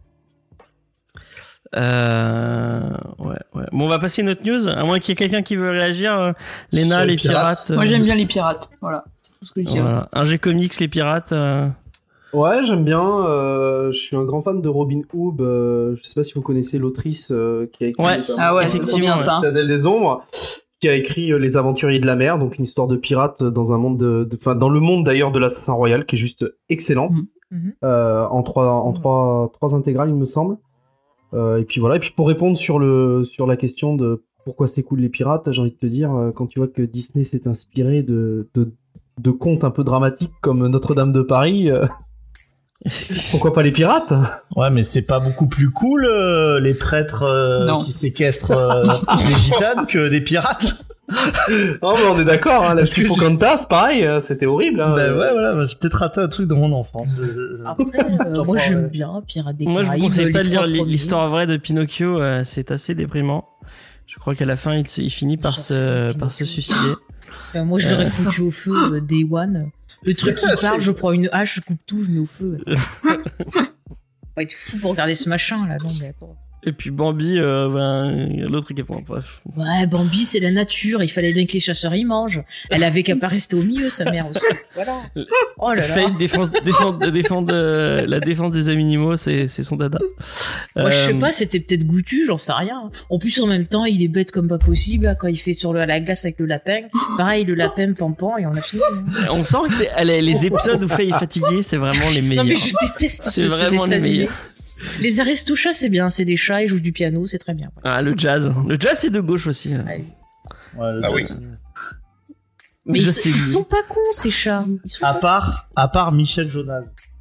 Euh... Ouais, ouais. Bon, on va passer notre news. À moins qu'il y ait quelqu'un qui veut réagir. euh, Léna, Sur les les pirates. pirates. euh, Moi, j'aime bien les pirates. Voilà, c'est tout ce que je dis. Voilà. Un G Comics, les pirates. euh, Ouais, j'aime bien. Euh, je suis un grand fan de Robin Hood. Euh, je sais pas si vous connaissez l'autrice euh, qui a écrit Ouais. notamment, Ah ouais, euh, c'est trop bien ça. Citadelle des Ombres, qui a écrit euh, Les Aventuriers de la Mer, donc une histoire de pirates dans un monde de, de- enfin dans le monde d'ailleurs de l'Assassin Royal, qui est juste excellent. Mhm. Mhm. Euh, en trois, en trois, trois intégrales, il me semble. Euh, et puis voilà. Et puis pour répondre sur le, sur la question de pourquoi c'est cool les pirates, j'ai envie de te dire, euh, quand tu vois que Disney s'est inspiré de, de, de contes un peu dramatiques comme Notre-Dame de Paris. euh, Pourquoi pas les pirates? Ouais, mais c'est pas beaucoup plus cool euh, les prêtres euh, Non. qui séquestrent euh, les gitanes que des pirates. Non, mais on est d'accord, hein, la Parce que je- Pocahontas, pareil, euh, c'était horrible. Hein. Bah ouais, voilà, bah, j'ai peut-être raté un truc dans mon enfance. Je- je- Après, euh, J'en moi parle, j'aime ouais. bien Pirates des Moi, je vous Caraïbes. conseille pas les de lire trois l'hi- premiers. l'histoire vraie de Pinocchio. euh, C'est assez déprimant. Je crois qu'à la fin, il, se- il finit par s'en se, fout, par se Pinocchio. suicider. Euh, moi, je l'aurais foutu au feu, euh, Day One. Le truc qui parle, je prends une hache, je coupe tout, je mets au feu. On va être fou pour regarder ce machin là. Non, mais attends. Et puis Bambi, euh, ben, l'autre qui est point. Bref. Ouais, Bambi, c'est la nature. Il fallait bien que les chasseurs y mangent. Elle avait qu'à pas rester au milieu, sa mère aussi. Voilà. Oh là là. Faye défense, défendre, défendre euh, la défense des animaux, c'est, c'est son dada. Moi, je sais Euh, pas, c'était peut-être goûtu, j'en sais rien. En plus, en même temps, il est bête comme pas possible, là, quand il fait sur le, la glace avec le lapin. Pareil, le lapin pampan, et on a fini. hein. On sent que c'est, les, les épisodes où Faye est fatiguée, c'est vraiment les meilleurs. Non, mais je déteste C'est ce, ce vraiment dessin les animé. meilleurs. Les Aristochats, c'est bien, c'est des chats, ils jouent du piano, c'est très bien. Ah, le jazz. Le jazz, c'est de gauche aussi. Ouais. Ouais, le Ah oui. jazz. Mais Le ils, jazz, c'est- ils sont pas cons, ces chats. Ils sont À pas- part, à part Michel Jonas.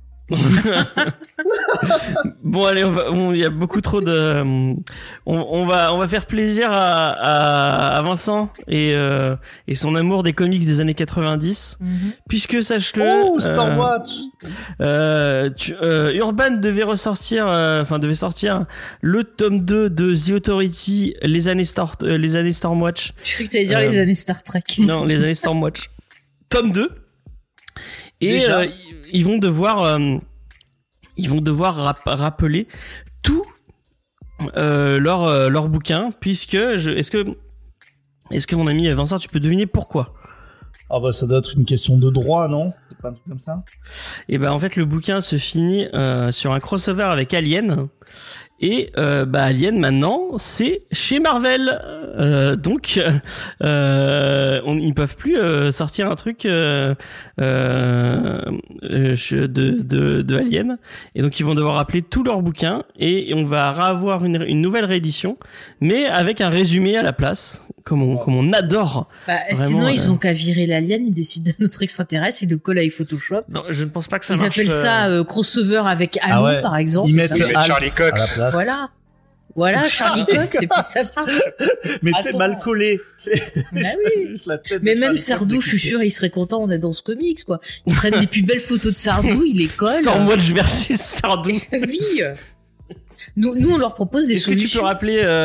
Bon, allez, on va, on- il y a beaucoup trop de, on, on va, on va faire plaisir à, à, à Vincent et, euh, et son amour des comics des années quatre-vingt-dix. Mhm. Puisque, sache-le. Oh, euh, Stormwatch. Euh, tu- euh, Urban devait ressortir, euh, enfin devait sortir le tome deux de The Authority, les années Star, euh, les années Stormwatch. Je croyais que t'allais dire Euh, les années Star Trek. Non, les années Stormwatch. Tome deux. Et Déjà euh, ils- ils vont devoir, euh, ils vont devoir rap- rappeler tout euh, leur euh, leur bouquin, puisque je, est-ce que est-ce que mon ami Vincent, tu peux deviner pourquoi? Ah bah ça doit être une question de droit, non? C'est pas un truc comme ça? Et ben en fait le bouquin se finit euh, sur un crossover avec Alien et euh, bah Alien maintenant c'est chez Marvel euh, donc euh, on, ils peuvent plus euh, sortir un truc euh, euh, euh, de, de de Alien et donc ils vont devoir rappeler tous leurs bouquins et, et on va avoir une, une nouvelle réédition mais avec un résumé à la place comme on, comme on adore. Bah, Vraiment, sinon, ils euh, ont qu'à virer l'alien, ils décident d'un autre extraterrestre, ils le collent avec Photoshop. Non, je ne pense pas que ça Ils marche. appellent ça euh, euh, crossover avec Halo, Ah ouais. par exemple. Ils mettent Ils mettent Alf Charlie à la Cox. place. Voilà. Voilà, Charlie Cox, et puis ça marche. Mais tu sais, Attends. mal collé. C'est Bah c'est oui. juste la tête de Mais même Charlie Cox Sardou, je suis découpée. sûr, il serait content d'être dans ce comics, quoi. Ils prennent les plus belles photos de Sardou, ils les collent. Stormwatch versus Sardou. Oui. Nous, nous, on leur propose des Est-ce que tu solutions. peux rappeler, euh,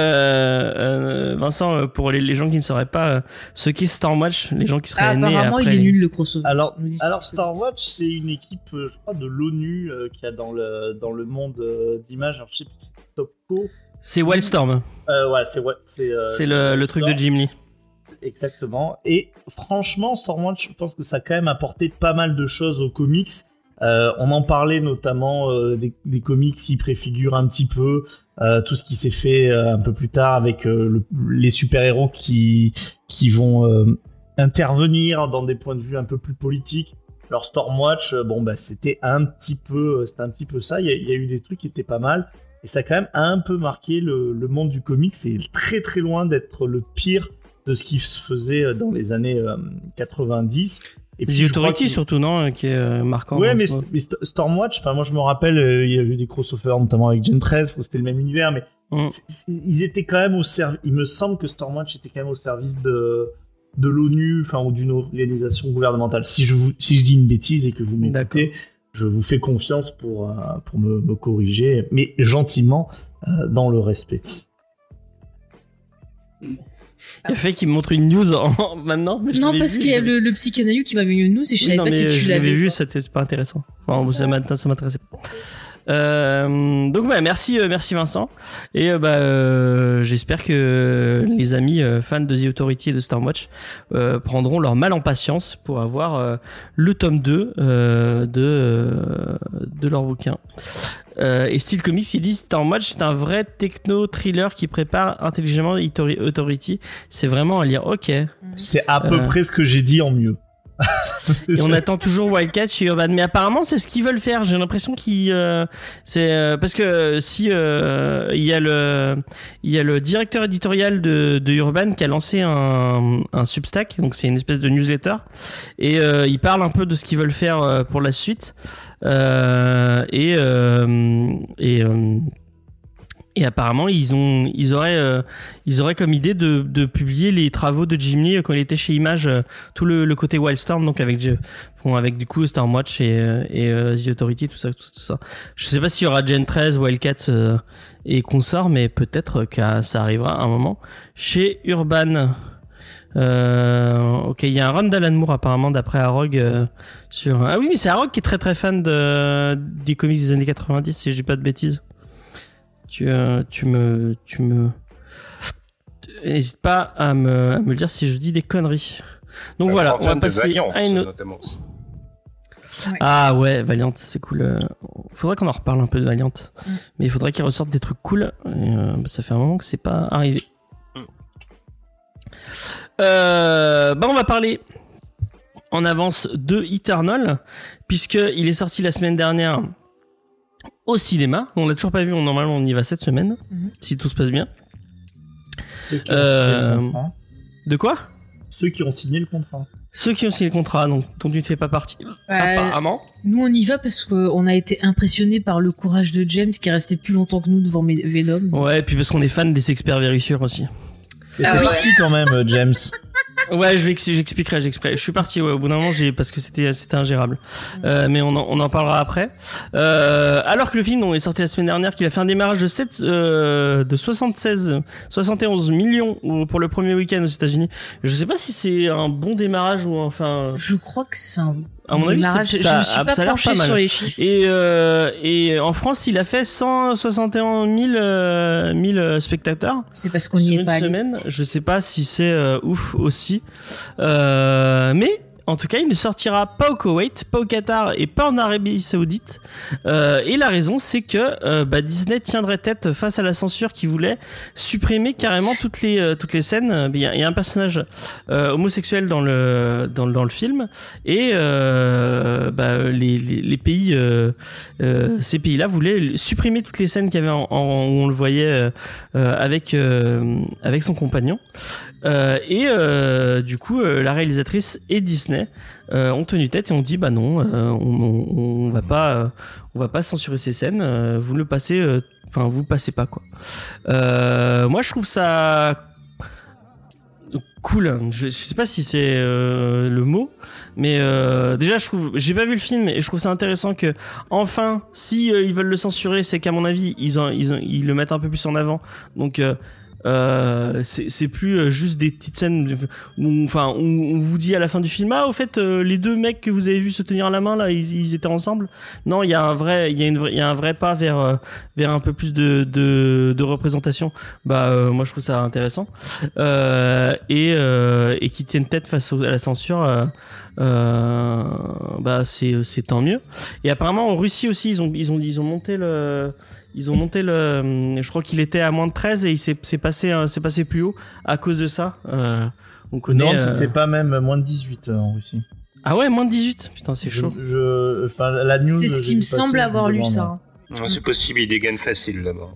euh, Vincent, euh, pour les, les gens qui ne sauraient pas euh, ce qu'est Stormwatch, les gens qui seraient Ah, nés apparemment, après il est les- nul, le crossover. Alors, Nous disent alors que c'est- Stormwatch, c'est une équipe, euh, je crois, de l'ONU euh, qu'il y a dans le dans le monde euh, d'images. Alors, je sais plus, c'est Topco. C'est Wildstorm. Euh, ouais, c'est ouais, c'est. euh, c'est le, le truc de Jim Lee. Exactement. Et franchement, Stormwatch, je pense que ça a quand même apporté pas mal de choses aux comics. Euh, on en parlait notamment euh, des, des comics qui préfigurent un petit peu euh, tout ce qui s'est fait euh, un peu plus tard avec euh, le, les super-héros qui qui vont euh, intervenir dans des points de vue un peu plus politiques. Alors Stormwatch, bon bah c'était un petit peu, c'était un petit peu ça. Il y, a, il y a eu des trucs qui étaient pas mal, et ça a quand même un peu marqué le, le monde du comics. C'est très très loin d'être le pire de ce qui se faisait dans les années euh, quatre-vingt-dix. Et puis The Authority qu'il... surtout, non, qui est euh, marquant. Ouais, mais, st- mais st- Stormwatch, enfin moi je me rappelle, euh, il y a eu des crossovers notamment avec Gen treize, où c'était le même univers, mais mm. c'est, c'est, ils étaient quand même au service. Il me semble que Stormwatch était quand même au service de de l'ONU, enfin ou d'une organisation gouvernementale. Si je vous, si je dis une bêtise et que vous m'écoutez, D'accord. je vous fais confiance pour euh, pour me, me corriger, mais gentiment, euh, dans le respect. Il a fait qu'il me montre une news en... maintenant. Mais je non, parce vu, qu'il y a le, le petit canaillou qui m'a vu une news et je savais oui, non, pas si tu je l'avais vu. vu, c'était pas intéressant. Enfin, ça m'intéressait pas. Euh, donc bah, merci euh, merci Vincent et euh, bah euh, j'espère que les amis euh, fans de The Authority et de Stormwatch euh, prendront leur mal en patience pour avoir euh, le tome deux euh, de euh, de leur bouquin. Euh, et Steel Comics, il dit Stormwatch, c'est un vrai techno-thriller qui prépare intelligemment Authority. C'est vraiment à lire. Ok. C'est à peu euh... près ce que j'ai dit en mieux. Et on attend toujours Wildcat chez Urban, mais apparemment c'est ce qu'ils veulent faire. J'ai l'impression qu'ils euh, c'est euh, parce que si euh, il y a le il y a le directeur éditorial de, de Urban qui a lancé un, un Substack, donc c'est une espèce de newsletter, et euh, il parle un peu de ce qu'ils veulent faire euh, pour la suite euh, et euh, et euh, Et apparemment, ils ont, ils auraient, euh, ils auraient comme idée de, de publier les travaux de Jim Lee quand il était chez Image, euh, tout le, le côté Wildstorm, donc avec, bon, avec du coup Stormwatch et, et euh, The Authority, tout ça, tout ça, tout ça. Je sais pas s'il y aura Gen treize, Wildcats euh, et consorts, mais peut-être que ça arrivera à un moment chez Urban. Euh, ok, il y a un run d'Alan Moore apparemment d'après Arog euh, sur. Ah oui, mais c'est Arog qui est très très fan de des comics des années quatre-vingt-dix, si je dis pas de bêtises. Tu, euh, tu me, tu me, n'hésite pas à me, à me le dire si je dis des conneries. Donc euh, voilà, on va passer Valiant, à une autre. Ouais. Ah ouais, Valiant, c'est cool. Faudrait qu'on en reparle un peu de Valiant, mm. mais il faudrait qu'il ressorte des trucs cool. Et, euh, ça fait un moment que c'est pas arrivé. Mm. Euh, bah on va parler en avance de Eternal, puisque il est sorti la semaine dernière. Au cinéma, on l'a toujours pas vu, on, normalement on y va cette semaine, mm-hmm. si tout se passe bien. Ceux qui ont euh... signé le contrat. De quoi ? Ceux qui ont signé le contrat. Ceux qui ont signé le contrat, donc, dont tu ne fais pas partie. Euh, Apparemment. Nous on y va parce qu'on a été impressionnés par le courage de James qui est resté plus longtemps que nous devant Venom. Ouais, et puis parce qu'on est fan des experts vérissures aussi. Et ah t'es ouais. parti quand même, James. Ouais, je vais j'expliquerai, j'expliquerai. Je suis parti ouais, au bout d'un moment, j'ai parce que c'était c'était ingérable. Euh, mais on en, on en parlera après. Euh, alors que le film dont est sorti la semaine dernière, qu'il a fait un démarrage de sept euh, de soixante-seize soixante et onze millions pour le premier week-end aux États-Unis. Je sais pas si c'est un bon démarrage ou enfin. Je crois que c'est un à mon avis, c'est, ça, je me suis pas ça penché sur les chiffres. Et, euh, et en France, il a fait cent soixante et onze mille euh, mille spectateurs. C'est parce qu'on y est une pas allé. Semaine. Je sais pas si c'est euh, ouf aussi. Euh, mais en tout cas, il ne sortira pas au Koweït, pas au Qatar et pas en Arabie Saoudite. Euh, et la raison, c'est que euh, bah, Disney tiendrait tête face à la censure qui voulait supprimer carrément toutes les euh, toutes les scènes. Il y a, il y a un personnage euh, homosexuel dans le dans le dans le film et euh, bah, les, les les pays euh, euh, ces pays-là voulaient supprimer toutes les scènes qu'il y avait en, en, où on le voyait euh, avec euh, avec son compagnon. Euh, et euh, du coup, euh, la réalisatrice et Disney euh, ont tenu tête et ont dit bah non, euh, on, on, on va pas, euh, on va pas censurer ces scènes. Euh, vous le passez, enfin euh, vous passez pas quoi. Euh, moi, je trouve ça cool. Je, je sais pas si c'est euh, le mot, mais euh, déjà, je trouve, j'ai pas vu le film et je trouve ça intéressant que enfin, si euh, ils veulent le censurer, c'est qu'à mon avis, ils ont, ils ont, ils le mettent un peu plus en avant. Donc euh, Euh, c'est, c'est plus juste des petites scènes où, enfin, on, on vous dit à la fin du film, ah, au fait, euh, les deux mecs que vous avez vus se tenir la main là, ils, ils étaient ensemble. Non, il y a un vrai, il y a une, il y a un vrai pas vers, euh, vers un peu plus de, de, de représentation. Bah, euh, moi, je trouve ça intéressant. Euh, et, euh, et qui tiennent tête face au, à la censure. Euh, Euh, bah c'est c'est tant mieux. Et apparemment en Russie aussi ils ont ils ont ils ont monté le ils ont monté le. Je crois qu'il était à moins de treize et il s'est, s'est passé, euh, s'est passé plus haut à cause de ça. Euh, on connaît. Non, euh... c'est pas même moins de dix-huit euh, en Russie. Ah ouais, moins de dix-huit. Putain, c'est je, chaud. Je, enfin, la news. C'est ce qui me semble passé, avoir lu ça. Ouais, c'est possible, il dégaine facile d'abord.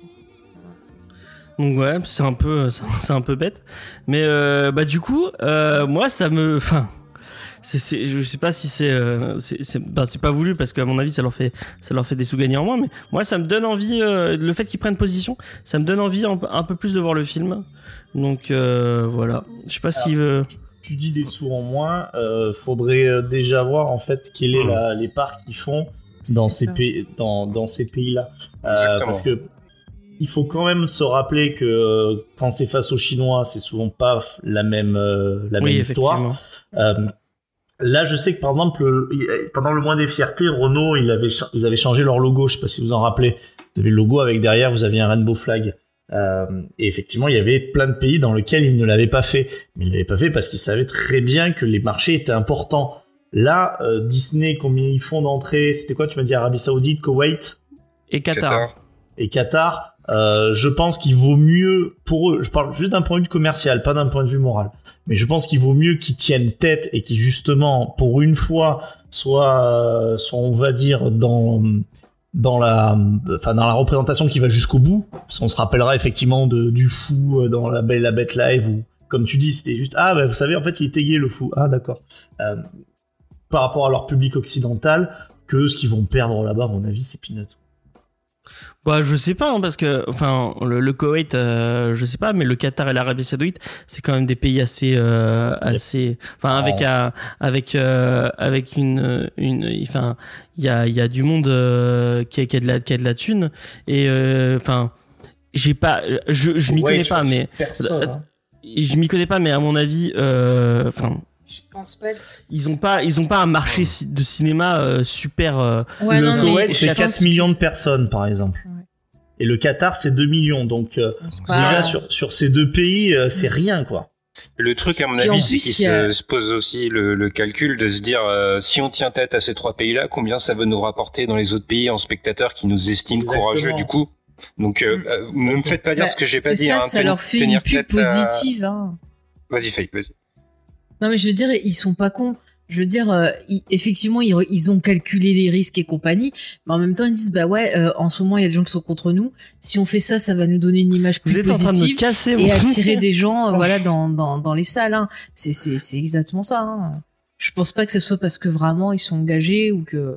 Donc ouais, c'est un peu, c'est un peu bête. Mais euh, bah du coup, euh, moi ça me, enfin, c'est, c'est, je sais pas si c'est, euh, c'est, c'est, bah, c'est pas voulu parce qu'à mon avis ça leur fait, ça leur fait des sous gagnés en moins. Mais moi ça me donne envie, euh, le fait qu'ils prennent position, ça me donne envie un, un peu plus de voir le film. Donc euh, voilà, je sais pas s'il veut. Tu dis des sous en moins, euh, faudrait déjà voir en fait quelle est la, les parts qu'ils font dans c'est ces pays, dans dans ces pays-là, euh, parce que. Il faut quand même se rappeler que euh, quand c'est face aux Chinois, c'est souvent pas la même euh, la oui, même histoire. Euh, là, je sais que par exemple, le, pendant le mois des fiertés, Renault, il avait ils avaient changé leur logo. Je sais pas si vous en rappelez. Vous avez le logo avec derrière, vous aviez un rainbow flag. Euh, et effectivement, il y avait plein de pays dans lesquels ils ne l'avaient pas fait. Mais ils ne l'avaient pas fait parce qu'ils savaient très bien que les marchés étaient importants. Là, euh, Disney, combien ils font d'entrées? C'était quoi? Tu m'as dit Arabie Saoudite, Koweït et Qatar. Qatar. Et Qatar. Euh, je pense qu'il vaut mieux pour eux, je parle juste d'un point de vue commercial, pas d'un point de vue moral, mais je pense qu'il vaut mieux qu'ils tiennent tête et qu'ils justement, pour une fois, soient, soient on va dire, dans, dans, la, enfin, dans la représentation qui va jusqu'au bout. Parce qu'on se rappellera effectivement de, du fou dans la Belle et la Bête live où, comme tu dis, c'était juste, ah bah vous savez, en fait il était gay le fou, ah d'accord. Euh, par rapport à leur public occidental, que ce qu'ils vont perdre là-bas, à mon avis, c'est peanuts. Bah je sais pas hein, parce que enfin le, le Koweït euh, je sais pas mais le Qatar et l'Arabie Saoudite c'est quand même des pays assez euh, assez enfin avec oh. un, avec euh, avec une une enfin il y a il y a du monde euh, qui a qui a de la qui a de la thune et enfin euh, j'ai pas je je m'y ouais, connais pas mais personne, hein. Je m'y connais pas mais à mon avis enfin euh, je pense pas. Ils ont pas, ils ont pas un marché de cinéma euh, super. Euh, ouais, le non, Koweït, mais c'est quatre millions de personnes, par exemple. Ouais. Et le Qatar, c'est deux millions. Donc, euh, déjà, pas... sur, sur ces deux pays, euh, c'est rien, quoi. Le truc, à mon avis, c'est qu'il a... se, se pose aussi le, le calcul de se dire, euh, si on tient tête à ces trois pays-là, combien ça va nous rapporter dans les autres pays en spectateurs qui nous estiment Exactement. Courageux, du coup. Donc, euh, mmh. ne me faites pas dire bah, ce que j'ai pas dit. Ça, hein, ça leur fait une pub positive. À... Hein. Vas-y, Faye, vas-y. Non mais je veux dire, ils sont pas cons. Je veux dire, euh, ils, effectivement, ils, ils ont calculé les risques et compagnie, mais en même temps, ils disent, bah ouais, euh, en ce moment, il y a des gens qui sont contre nous. Si on fait ça, ça va nous donner une image plus Vous êtes positive en train de me casser, et attirer des gens, euh, voilà, dans, dans, dans les salles. Hein. C'est, c'est, c'est exactement ça. Hein. Je pense pas que ce soit parce que vraiment ils sont engagés ou que.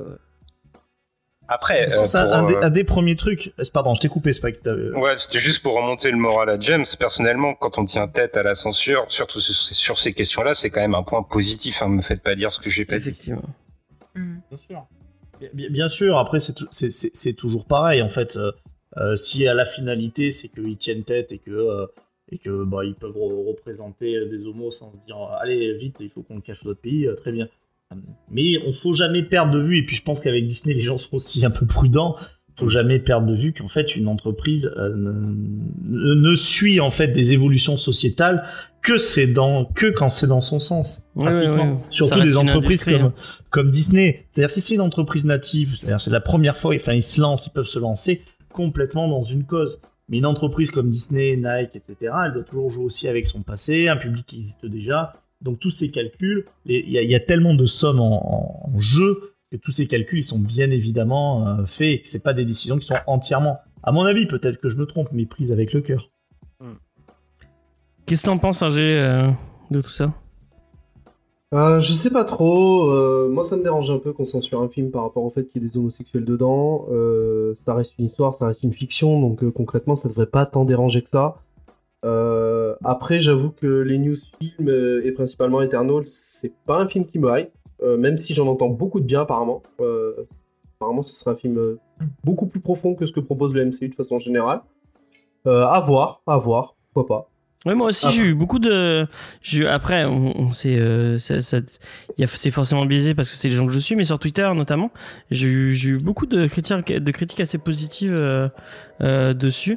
Après, euh, ça, pour, un, euh... des, un des premiers trucs. Pardon, je t'ai coupé, Spike. Ouais, c'était juste pour remonter le moral à James. Personnellement, quand on tient tête à la censure, surtout sur ces questions-là, c'est quand même un point positif. Hein. Me faites pas dire ce que j'ai pas dit. Effectivement. Mmh. Bien sûr. Bien, bien sûr. Après, c'est, c'est, c'est, c'est toujours pareil. En fait, euh, euh, si à la finalité, c'est qu'ils tiennent tête et que euh, et que bah ils peuvent re- représenter des homos sans se dire, allez vite, il faut qu'on le cache dans notre pays. Euh, très bien. Mais on faut jamais perdre de vue, et puis je pense qu'avec Disney les gens sont aussi un peu prudents, faut jamais perdre de vue qu'en fait une entreprise euh, ne, ne suit en fait des évolutions sociétales que c'est dans que quand c'est dans son sens, ouais, pratiquement. Ouais, ouais. Surtout des entreprises comme hein. comme Disney. C'est-à-dire si c'est une entreprise native, c'est-à-dire c'est la première fois, enfin ils se lancent, ils peuvent se lancer complètement dans une cause. Mais une entreprise comme Disney, Nike, et cetera, elle doit toujours jouer aussi avec son passé, un public qui existe déjà. Donc tous ces calculs, il y, y a tellement de sommes en, en, en jeu que tous ces calculs ils sont bien évidemment euh, faits et que c'est pas des décisions qui sont entièrement, à mon avis, peut-être que je me trompe, mais prises avec le cœur. Qu'est-ce que t'en penses, Ingé, euh, de tout ça? euh, Je sais pas trop. Euh, moi, ça me dérange un peu qu'on censure un film par rapport au fait qu'il y ait des homosexuels dedans. Euh, ça reste une histoire, ça reste une fiction, donc euh, concrètement, ça devrait pas tant déranger que ça. Euh, après, j'avoue que les news films euh, et principalement Eternals, c'est pas un film qui me hype, euh, même si j'en entends beaucoup de bien apparemment. Euh, apparemment, ce serait un film euh, beaucoup plus profond que ce que propose le M C U de façon générale. Euh, à voir, à voir, pourquoi pas. Ouais, moi aussi, après. J'ai eu beaucoup de. J'ai... Après, on, on sait, euh, ça, ça, y a, c'est forcément biaisé parce que c'est les gens que je suis, mais sur Twitter notamment, j'ai eu, j'ai eu beaucoup de critiques, de critiques assez positives euh, euh, dessus.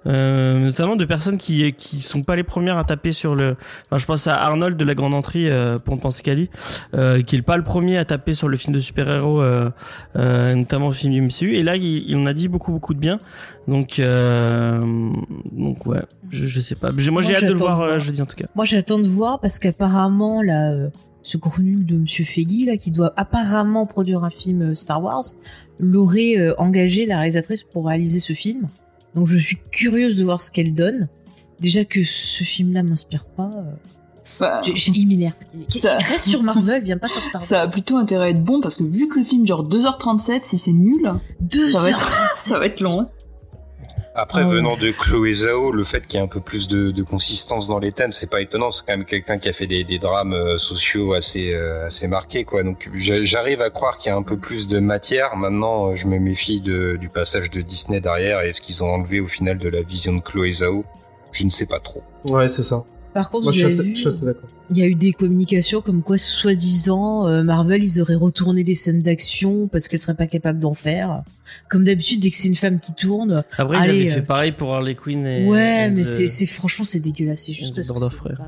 Euh, notamment de personnes qui qui sont pas les premières à taper sur le. Enfin, je pense à Arnold de la Grande Entrée euh, pour ne penser qu'à lui, euh, qui est pas le premier à taper sur le film de super-héros, euh, euh, notamment le film du M C U. Et là, il, il en a dit beaucoup beaucoup de bien. Donc euh, donc ouais, je, je sais pas. Moi, moi j'ai hâte de le voir, voir. jeudi en tout cas. Moi j'attends de voir parce qu'apparemment là, euh, ce gros nul de Monsieur Feige là, qui doit apparemment produire un film Star Wars, l'aurait euh, engagé la réalisatrice pour réaliser ce film. Donc je suis curieuse de voir ce qu'elle donne. Déjà que ce film-là m'inspire pas. Euh... Bah, j'ai, j'ai, il m'énerve. Ça... Reste sur Marvel, viens pas sur Star Wars. Ça a plutôt intérêt à être bon parce que vu que le film dure deux heures trente-sept, si c'est nul, ça va être, ça va être long. Hein. Après, oh. venant de Chloé Zhao, le fait qu'il y ait un peu plus de, de consistance dans les thèmes, c'est pas étonnant. C'est quand même quelqu'un qui a fait des, des drames euh, sociaux assez, euh, assez marqués, quoi. Donc, j'arrive à croire qu'il y a un peu plus de matière. Maintenant, je me méfie de, du passage de Disney derrière et ce qu'ils ont enlevé au final de la vision de Chloé Zhao. Je ne sais pas trop. Ouais, c'est ça. Par contre, moi, vous je, avez suis assez, vu, je suis assez d'accord. Il y a eu des communications comme quoi, soi-disant, euh, Marvel, ils auraient retourné les scènes d'action parce qu'elles seraient pas capables d'en faire. Comme d'habitude, dès que c'est une femme qui tourne. Après, allez, ils avaient euh... fait pareil pour Harley Quinn et. Ouais, et mais de... c'est, c'est franchement, c'est dégueulasse. C'est juste parce que c'est pas...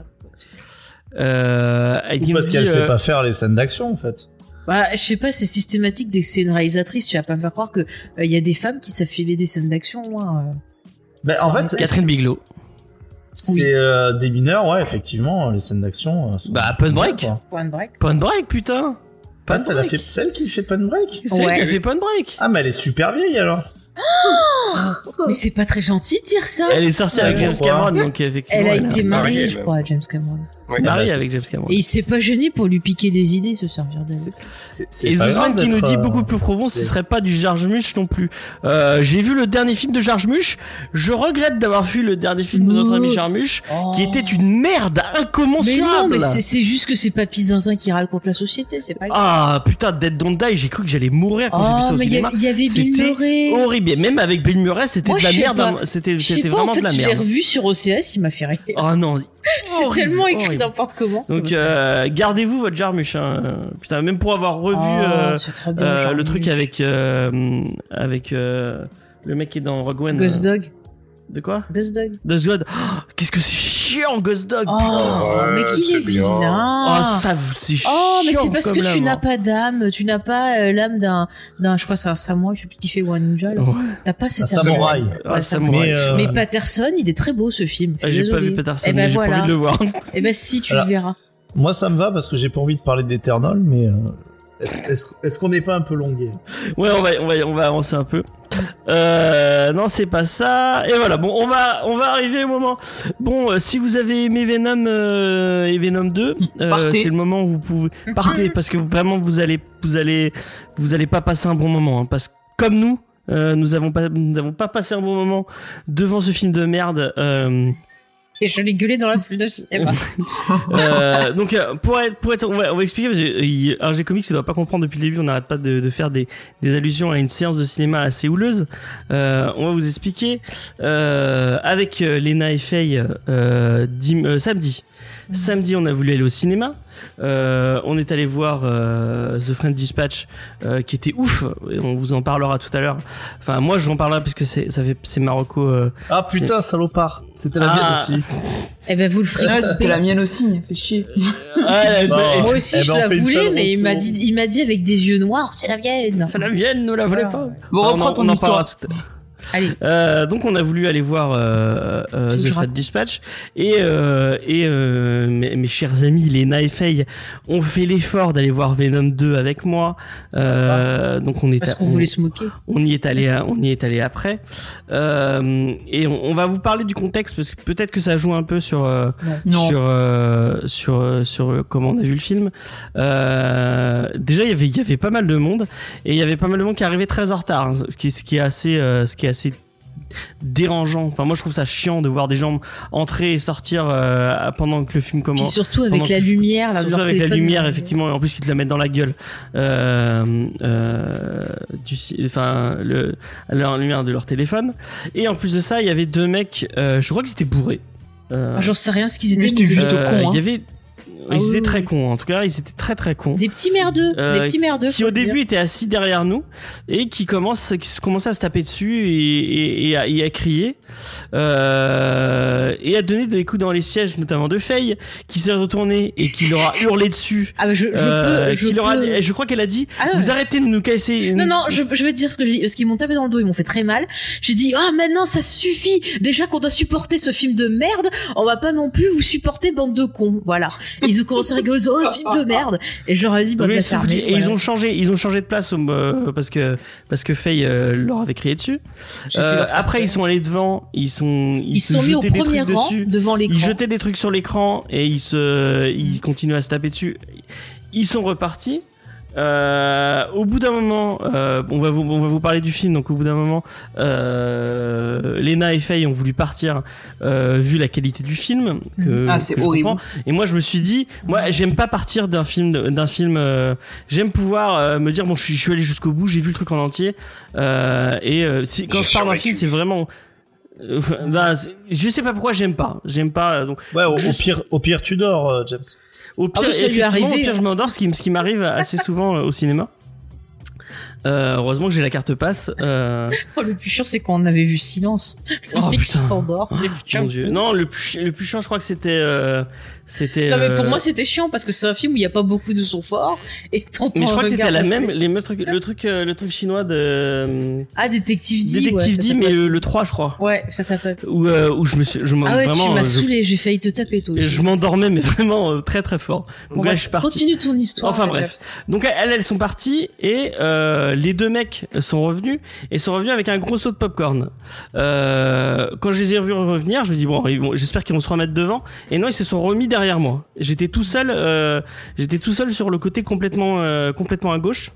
euh, Ou parce qu'elle dit, sait euh... pas faire les scènes d'action, en fait. Bah, je sais pas, c'est systématique dès que c'est une réalisatrice. Tu vas pas me faire croire que il euh, y a des femmes qui savent filmer des scènes d'action, moi. Euh... Ben, en fait, Catherine Bigelow. C'est oui. euh, des mineurs, ouais, effectivement, les scènes d'action. Euh, bah, Point Break. Point Break. Point Break, putain. Pas ah, fait, celle qui fait Point Break. C'est ouais. elle qui a fait Point Break. Ah, mais elle est super vieille alors. Oh mais c'est pas très gentil de dire ça. Elle est sortie avec James Cameron, donc effectivement. Elle a été mariée, je crois, à James Cameron. Oui, mariée avec James Cameron. Et il s'est pas gêné pour lui piquer des idées, se servir d'elle. Et Zuzman qui nous dit euh... beaucoup plus profond, ce serait pas du Jarmusch non plus. Euh, j'ai vu le dernier film de Jarmusch. Je regrette d'avoir vu le dernier film de notre ami Jarmusch, oh. qui était une merde incommensurable. Mais non, mais c'est, c'est juste que c'est Papy Zinzin qui râle contre la société, c'est pas grave. Ah putain, Dead Don't Die, j'ai cru que j'allais mourir quand oh, j'ai vu ça au cinéma. Il y avait Bill Murray. Horrible. Même avec Bill Murray, c'était Moi, de la merde. Pas. C'était, c'était pas, vraiment en fait, de la merde. Je l'ai revu sur O C S, il m'a fait rire. Oh non. C'est horrible, tellement écrit horrible. N'importe comment. Donc euh, gardez-vous votre Jarmusch. Hein. Putain, même pour avoir revu oh, euh, bien, euh, le truc avec euh, avec euh, le mec qui est dans Rogue One. Ghost Dog. De quoi? Ghost Dog. Ghost Dog. Oh, qu'est-ce que c'est chiant, Ghost Dog. Oh, putain. Mais qui est vilain. Oh, ça, c'est chiant. Oh, mais c'est parce que l'âme. tu n'as pas d'âme. Tu n'as pas euh, l'âme d'un, d'un, je crois, c'est un samouraï. Je sais plus qui fait One Ninja. Là. Ouais. T'as pas cette âme. Samouraï. Ouais, ouais, samouraï. Mais, euh... mais Patterson, il est très beau ce film. Ah, j'ai désolée. Pas vu Patterson, eh ben, mais j'ai voilà. pas envie de le voir. Eh ben, si, tu Alors, le verras. Moi, ça me va parce que j'ai pas envie de parler d'Eternal, mais. Euh... Est-ce, est-ce, est-ce qu'on n'est pas un peu longué? Ouais, on va, on va, on va avancer un peu. Euh, non, c'est pas ça. Et voilà, bon, on va, on va arriver au moment. Bon, euh, si vous avez aimé Venom euh, et Venom deux, euh, c'est le moment où vous pouvez partez parce que vraiment vous allez, vous allez, vous allez pas passer un bon moment, hein, parce que comme nous, euh, nous avons pas, nous n'avons pas passé un bon moment devant ce film de merde. Euh, Et je l'ai gueulé dans la salle de cinéma. euh, donc pour être, pour être, on va, on va expliquer. Parce que R G Comics, il doit pas comprendre depuis le début. On n'arrête pas de, de faire des, des allusions à une séance de cinéma assez houleuse. Euh, on va vous expliquer euh, avec Lena et Faye euh, dim, euh, samedi. Mmh. Samedi, on a voulu aller au cinéma. Euh, on est allé voir euh, The French Dispatch, euh, qui était ouf. On vous en parlera tout à l'heure. Enfin, moi, j'en parlerai parce que c'est, ça fait, c'est Marocco. Euh, ah putain, c'est... salopard. C'était la ah. mienne aussi. Eh ben, vous le ferez. Ouais, c'était la mienne aussi. Fait chier. Ah, bon. Moi aussi, eh je ben, la voulais, mais il m'a dit, il m'a dit avec des yeux noirs, c'est la mienne. C'est la mienne, ne la voulez voilà. pas. Bon, enfin, reprends on, ton on histoire. En tout à... Allez. Euh, donc on a voulu aller voir euh, euh, The French Dispatch et euh, et euh, mes, mes chers amis Lena et Faye ont fait l'effort d'aller voir Venom deux avec moi. Euh, donc on est parce à, qu'on on, voulait se moquer. On y est allé, on y est allé après. Euh, et on, on va vous parler du contexte parce que peut-être que ça joue un peu sur euh, non. sur euh, sur euh, sur comment on a vu le film. Euh, déjà il y avait il y avait pas mal de monde et il y avait pas mal de monde qui arrivait très en retard, hein, ce qui ce qui est assez euh, ce qui est assez dérangeant. Enfin moi je trouve ça chiant de voir des gens entrer et sortir euh, pendant que le film commence. Puis surtout avec la lumière, là, surtout leur avec téléphone, la lumière là, effectivement, et en plus qu'ils te la mettent dans la gueule. Euh, euh, du, enfin le la lumière de leur téléphone. Et en plus de ça, il y avait deux mecs. Euh, je crois qu'ils étaient bourrés. Euh, ah, j'en sais rien ce qu'ils étaient. C'était juste euh, con. Hein. Il y avait Ah ils oui, étaient oui. très cons, en tout cas, ils étaient très très cons. Des petits merdeux, Euh, des petits merdeux. Qui au début étaient assis derrière nous et qui commencent, qui se commençaient à se taper dessus et, et, et, à, et à crier. euh, et a donné des coups dans les sièges, notamment de Faye, qui s'est retournée et qui leur a hurlé dessus. Ah, mais je, je euh, peux. Je, qui leur a, peux... je crois qu'elle a dit ah, vous ouais. arrêtez de nous casser. Non, non, je, je vais te dire ce que j'ai dit. Parce qu'ils m'ont tapé dans le dos, ils m'ont fait très mal. J'ai dit, ah, oh, maintenant ça suffit. Déjà qu'on doit supporter ce film de merde, on va pas non plus vous supporter, bande de cons. Voilà. Et ils ont commencé à rigoler, oh, film de merde. Et je leur ai dit, bah, de la fermer. Et voilà. ils ont changé, ils ont changé de place euh, parce que parce que Faye euh, leur avait crié dessus. Euh, après, ils sont allés devant, ils sont ils, ils se sont mis au premier rang dessus, devant l'écran. Ils jetaient des trucs sur l'écran et ils se, ils continuaient à se taper dessus. Ils sont repartis. Euh, au bout d'un moment, euh, on va vous, on va vous parler du film. Donc au bout d'un moment, euh, Lena et Faye ont voulu partir euh, vu la qualité du film. Que, ah, c'est que horrible. Et moi, je me suis dit, moi, j'aime pas partir d'un film, d'un film. Euh, j'aime pouvoir euh, me dire, bon, je suis, je suis allé jusqu'au bout, j'ai vu le truc en entier. Euh, et euh, si, quand je pars d'un film, c'est vraiment. Euh, bah, je sais pas pourquoi j'aime pas. J'aime pas. Donc. Ouais, au, je... au pire, au pire, tu dors, euh, James. Au pire, ah oui, ça lui est effectivement, arrivé, au pire, hein. je m'endors, ce qui, ce qui m'arrive assez souvent euh, au cinéma. Euh, heureusement que j'ai la carte passe. Euh... Oh, le plus chiant, c'est quand on avait vu Silence. Le Oh, mec putain. qui s'endort. Oh, mon Dieu. Non, le plus, le plus chiant, je crois que c'était. Euh, c'était. Non, mais pour euh... moi, c'était chiant parce que c'est un film où il y a pas beaucoup de son fort et t'entends. Mais je crois que c'était la même, fait. les mêmes trucs, le truc, euh, le truc chinois de. Ah, Détective D. Détective ouais, D, mais le, le trois, je crois. Ouais, ça t'a pas. Où, euh, où je me suis, je m'en, Ah ouais, vraiment, tu m'as je... saoulé, j'ai failli te taper toi aussi. Je m'endormais, mais vraiment euh, très très fort. Donc bon, là, bref, je suis parti. Continue ton histoire. Enfin bref. Donc elles, elles sont parties et euh, les deux mecs sont revenus et sont revenus avec un gros seau de popcorn. Euh, quand je les ai revus revenir, je me dis bon, ils vont, j'espère qu'ils vont se remettre devant. Et non, ils se sont remis derrière moi. J'étais tout seul, euh, j'étais tout seul sur le côté complètement, euh, complètement à gauche.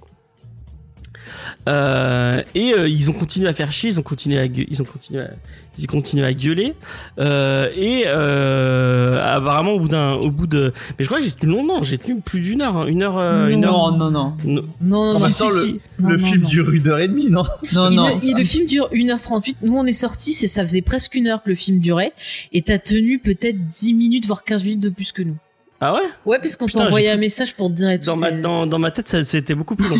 Euh, et euh, ils ont continué à faire chier, ils ont continué à, gue- ils ont continué, à, ils ont continué à gueuler. Euh, et euh, apparemment au bout d'un, au bout de, mais je crois que j'ai tenu longtemps, j'ai tenu plus d'une heure, hein, une heure, euh, une heure. Non, non, non. Non, non, En non, même si, temps, si, le, si. Non, le non, film non. dure une heure et demie, non Non, Il non. ne- il- le film dure une heure trente-huit. Nous, on est sortis, c'est, ça faisait presque une heure que le film durait. Et t'as tenu peut-être dix minutes, voire quinze minutes de plus que nous. Ah ouais? Ouais, parce qu'on Putain, t'a envoyé j'ai- un message pour te dire et tout. Dans ma, et- dans, dans ma tête, ça, c'était beaucoup plus long.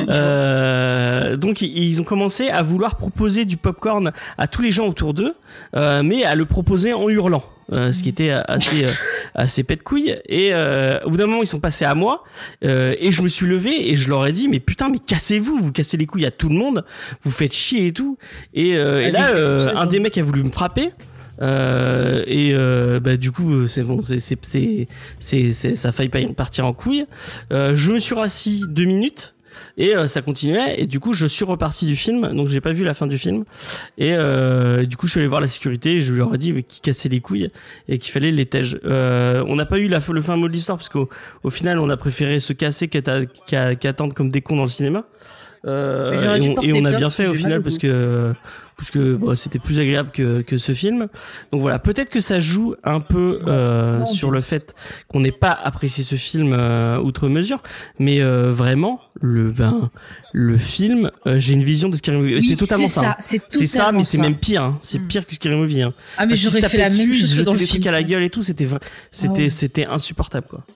euh, donc, ils, ils ont commencé à vouloir proposer du popcorn à tous les gens autour d'eux, euh, mais à le proposer en hurlant. Euh, ce qui était assez euh, assez pète couille. Et euh, au bout d'un moment, ils sont passés à moi, euh, et je me suis levé et je leur ai dit, mais putain, mais cassez-vous, vous cassez les couilles à tout le monde, vous faites chier et tout. Et, euh, et Ah, là, des- euh, c'est un des mecs a voulu me frapper. Euh, et euh, bah du coup c'est bon, c'est c'est c'est c'est, c'est ça a failli partir en couille. Euh, je me suis rassis deux minutes et euh, ça continuait et du coup je suis reparti du film, donc j'ai pas vu la fin du film et euh, du coup je suis allé voir la sécurité et je leur ai dit qui cassait les couilles et qu'il fallait les tèges. Euh, on n'a pas eu la, le fin mot de l'histoire parce qu'au au final on a préféré se casser qu'à, qu'à, qu'attendre comme des cons dans le cinéma. Euh, j'aurais dû et, on, porter et on a plainte bien parce fait que au j'ai mal final au parce dos. que parce que bon, c'était plus agréable que que ce film. Donc voilà, peut-être que ça joue un peu euh, Non, sur Dieu. le fait qu'on n'ait pas apprécié ce film euh, outre mesure, mais euh, vraiment le ben le film, euh, j'ai une vision de Scary Movie. Oui, c'est totalement c'est ça. ça. C'est C'est ça, totalement mais c'est ça. même pire. Hein. C'est Mm. pire que Scary Movie. Hein. Ah, mais Parce qu'ils j'aurais se fait la tapaient même dessus, chose ils que dans le jetaient des film. trucs à la gueule et tout. C'était vra- c'était Ah ouais. c'était insupportable quoi.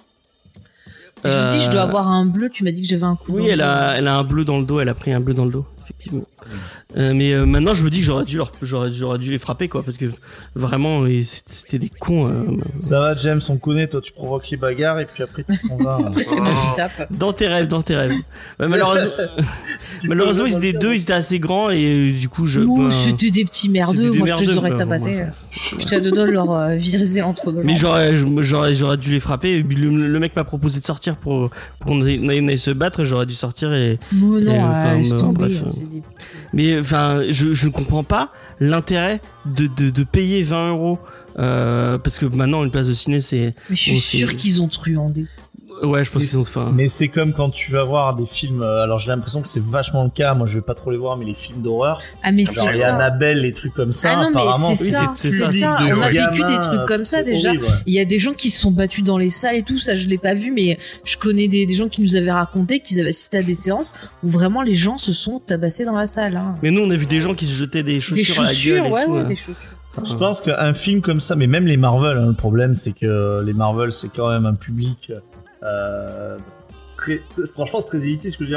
Je vous dis, je Euh, dois avoir un bleu. Tu m'as dit que j'avais un coup. Oui, dans elle le a, elle a un bleu dans le dos, elle a pris un bleu dans le dos, effectivement. Euh, mais euh, maintenant, je me dis que j'aurais dû, leur, j'aurais, j'aurais dû les frapper, quoi, parce que vraiment, ils- c'était des cons. Euh, Ça va, James, on connaît, toi tu provoques les bagarres et puis après tu t'en vas. Après, c'est moi qui tape. dans tes rêves, dans tes rêves. Ouais, malheureusement, Tu malheureusement, peux ils étaient pas deux, ils étaient assez grands et euh, du coup, je. Ouh, ben, c'était des petits merdeux. c'était des Moi, je te les merdeux, aurais bah, tabassés. bon, J'étais à deux doigts de leur euh, virer entre eux. Mais j'aurais, j'aurais, j'aurais dû les frapper. Et puis le, le mec m'a proposé de sortir pour, pour qu'on aille, on aille se battre. Et j'aurais dû sortir et. Non, et, non, enfin, euh, laisse non, tomber. bref, hein, euh, c'est des- Mais enfin, je, je ne comprends pas l'intérêt de, de, de payer vingt euros. Euh, parce que maintenant, une place de ciné, c'est. Mais je suis bon, sûr c'est- qu'ils ont truandé. Ouais, je pense Mais qu'ils ont. c'est- Enfin, Mais c'est comme quand tu vas voir des films. euh, Alors j'ai l'impression que c'est vachement le cas. Moi je vais pas trop les voir, mais les films d'horreur. Ah, mais c'est Genre les ça. Annabelle, les trucs comme ça. Ah non, mais apparemment, c'est oui, ça, c'est- c'est c'est ça. de On a vécu gamins, des trucs comme ça c'est déjà. horrible, ouais. Il y a des gens qui se sont battus dans les salles et tout, ça je l'ai pas vu, mais je connais des, des gens qui nous avaient raconté qu'ils avaient assisté à des séances où vraiment les gens se sont tabassés dans la salle. Hein. mais nous, on a vu des gens qui se jetaient des Des chaussures, à la gueule chaussures, et ouais, tout, ouais, hein. des chaussures. Je pense qu'un film comme ça, mais même les Marvel, hein, le problème c'est que les Marvel c'est quand même un public euh, très, très- franchement c'est très élitiste ce que je veux dire, mais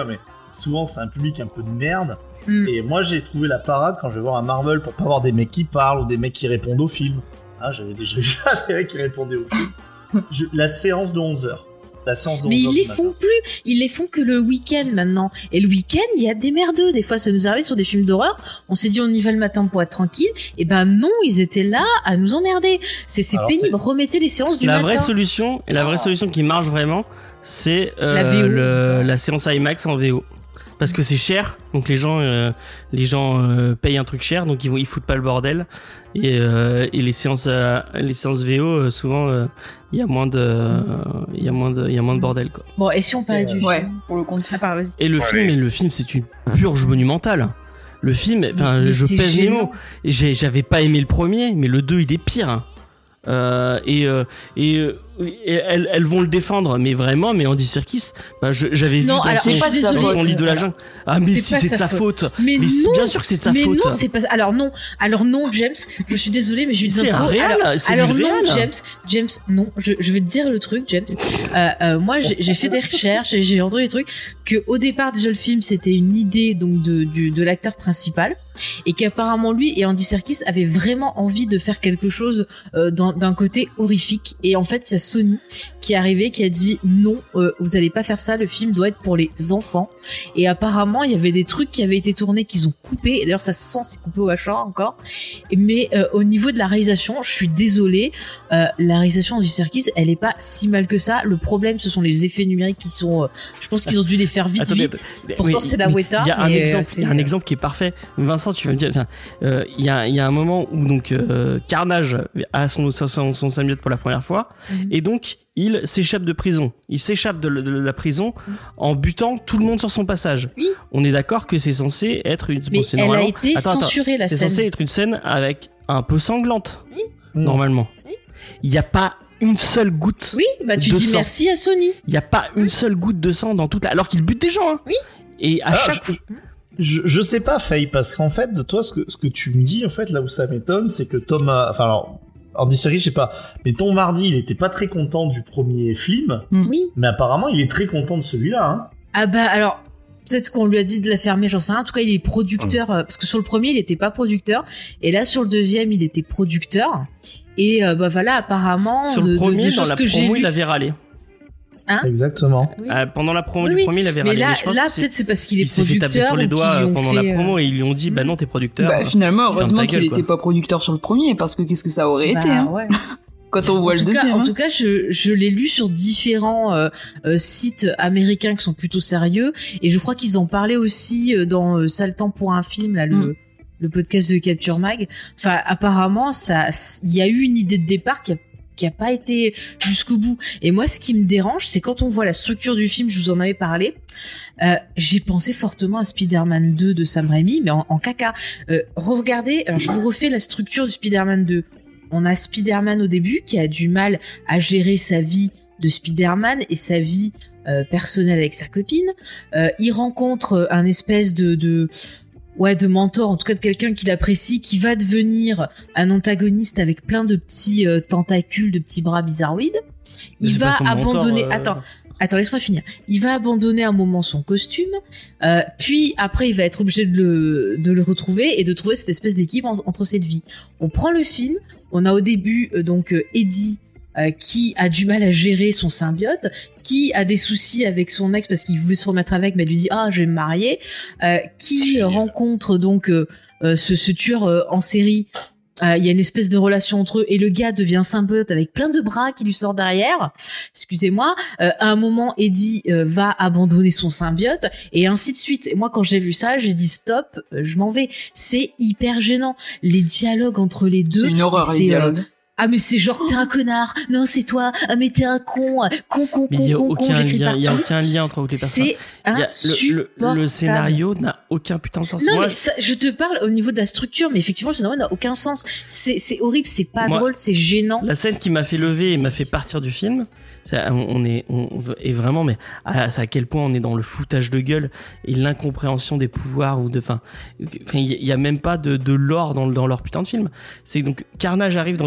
souvent c'est un public un peu de merde. Mm. Et moi j'ai trouvé la parade quand je vais voir un Marvel pour pas voir des mecs qui parlent ou des mecs qui répondent au film. Hein, j'avais déjà vu des mecs qui répondaient au film. Je, la séance de onze heures. La séance de Mais onze ils heures les du matin. font plus, ils les font que le week-end maintenant. Et le week-end, il y a des merdeux. Des fois, ça nous arrivait sur des films d'horreur. On s'est dit on y va le matin pour être tranquille. Et ben non, ils étaient là à nous emmerder. C'est, c'est Alors, pénible. c'est- Remettez les séances du La matin. vraie solution, et la vraie solution qui marche vraiment, c'est euh, La V O. le- la séance IMAX en V O. Parce que c'est cher, donc les gens, euh, les gens euh, payent un truc cher, donc ils vont, ils foutent pas le bordel. Et, euh, et les séances, euh, les séances V O, euh, souvent, euh, il y a moins de, il y a moins de, il y a moins de bordel quoi. Bon, et si on parlait du Ouais, film pour le compte. Ah, pardon, vas-y. Et le Ouais. film, et le film, c'est une purge monumentale. Le film, enfin, Mais je c'est pèse mes gênant. mots. J'ai, j'avais pas aimé le premier, mais le deux, il est pire. Euh, et euh, et, euh, et elles, elles vont le défendre, mais vraiment, mais Andy Serkis, bah, je- j'avais vu Non, dans alors, son, je suis dans désolée. son livre de la jungle. Ah, mais C'est si pas c'est de sa sa faute. faute. Mais, Mais c'est- non, bien sûr que c'est de sa mais faute. non, c'est pas. Alors non, alors non, James. Je suis désolée, mais j'ai une C'est info. un réal, alors, c'est alors du non, réal. James, James, non. Je, je vais te dire le truc, James. Euh, euh, moi, j'ai, j'ai fait des recherches et j'ai entendu des trucs que au départ déjà le film c'était une idée donc de du, de l'acteur principal et qu'apparemment lui et Andy Serkis avaient vraiment envie de faire quelque chose euh, dans, d'un côté horrifique et en fait il y a Sony qui est arrivé qui a dit non, euh, vous allez pas faire ça, le film doit être pour les enfants. Et apparemment il y avait des trucs qui avaient été tournés qu'ils ont coupés et d'ailleurs ça se sent, c'est coupé au hachard encore. Mais euh, au niveau de la réalisation, je suis désolée, euh, la réalisation d'Andy Serkis elle est pas si mal que ça. Le problème ce sont les effets numériques qui sont euh, je pense qu'ils ont dû les faire vite Attendez, vite. attendez. Pourtant, Oui, c'est la oui, Weta, Il y a un mais, euh, exemple, c'est- il y a un exemple qui est parfait. Vincent, tu vas me dire, enfin, euh, il y a, il y a un moment où donc euh, Carnage a son son, son symbiote pour la première fois, Mhm. et donc il s'échappe de prison. Il s'échappe de, de la prison en butant tout le monde sur son passage. Oui. On est d'accord que c'est censé être une. Mais bon, c'est elle a normalement- été Attends, attends. censurée la C'est scène. censé être une scène avec un peu sanglante. Oui. Normalement. Oui. Il n'y a pas une seule goutte. Oui, bah tu de dis sang. merci à Sony. Il n'y a pas une seule goutte de sang dans toute la. Alors qu'il bute des gens. Hein. Oui. Et à Alors, chaque. je, je, je sais pas, Faye, parce qu'en fait, de toi, ce que, ce que tu me dis, en fait, là où ça m'étonne, c'est que Tom, a- enfin alors, Andy Serkis, je sais pas, mais Tom Hardy, il était pas très content du premier film, Oui. mais apparemment, il est très content de celui-là. Hein. Ah bah alors peut-être qu'on lui a dit de la fermer, j'en sais rien. En tout cas, il est producteur euh, parce que sur le premier, il était pas producteur et là sur le deuxième, il était producteur. Et euh, bah voilà, apparemment Sur de, le de- premier, de dans choses la que j'ai promo, lues- il avait râlé. Hein Exactement. Oui. Euh, pendant la promo Oui, du oui. premier, il avait Mais râlé. là, je pense là que c'est- peut-être c'est parce qu'il est il s'est fait producteur taper sur les ou doigts qu'ils euh, ont pendant fait, la promo euh, et ils lui ont dit bah non t'es producteur. Bah, finalement, Ferme heureusement ta qu'il gueule, quoi. était pas producteur sur le premier, parce que qu'est-ce que ça aurait bah, été, hein, ouais. quand on voit En le tout, cas, deuxième. en hein. tout cas, je, je l'ai lu sur différents euh, euh, sites américains qui sont plutôt sérieux, et je crois qu'ils en parlaient aussi euh, dans euh, Sale temps pour un film, là, le, Mm. le podcast de Capture Mag. Enfin, apparemment, ça, il y a eu une idée de départ qui a qui a pas été jusqu'au bout. Et moi, ce qui me dérange, c'est quand on voit la structure du film, je vous en avais parlé, euh, j'ai pensé fortement à Spider-Man deux de Sam Raimi, mais en, en caca. Euh, regardez, alors je vous refais la structure du Spider-Man deux. On a Spider-Man au début qui a du mal à gérer sa vie de Spider-Man et sa vie euh, personnelle avec sa copine. Euh, il rencontre un espèce de, de ouais de mentor, en tout cas de quelqu'un qu'il apprécie, qui va devenir un antagoniste avec plein de petits euh, tentacules, de petits bras bizarroïdes. Il C'est va pas son mentor, abandonner. euh, Attends. Attends, laisse-moi finir. Il va abandonner un moment son costume, euh, puis après il va être obligé de le, de le retrouver et de trouver cette espèce d'équipe en- entre cette vie. On prend le film, on a au début euh, donc euh, Eddie euh, qui a du mal à gérer son symbiote, qui a des soucis avec son ex parce qu'il veut se remettre avec, mais elle lui dit ah je vais me marier, euh, qui euh, rencontre donc euh, euh, ce, ce tueur euh, en série. Euh, Il y a une espèce de relation entre eux et le gars devient symbiote avec plein de bras qui lui sortent derrière. Excusez-moi. Euh, à un moment, Eddie euh, va abandonner son symbiote et ainsi de suite. Et moi, quand j'ai vu ça, j'ai dit stop, euh, je m'en vais. C'est hyper gênant. Les dialogues entre les deux. C'est une horreur, les c'est, euh, dialogues. ah mais c'est genre t'es un connard, non c'est toi, ah mais t'es un con, con con Mais il y a con con con, aucun j'écris lien, il y a partout. aucun lien entre toutes les personnes. C'est Il y a le, insupportable. le, le scénario n'a aucun putain de sens. Non Moi, mais ça, je te parle au niveau de la structure, mais effectivement le scénario n'a aucun sens. C'est c'est horrible, c'est pas Moi, drôle, c'est gênant. la scène qui m'a fait Si, lever et si, m'a si. fait partir du film, c'est, on, on est, on, on est vraiment, mais à, à quel point on est dans le foutage de gueule et l'incompréhension des pouvoirs ou de, enfin, il y, y a même pas de, de lore dans, dans leur putain de film. C'est donc Carnage arrive dans une station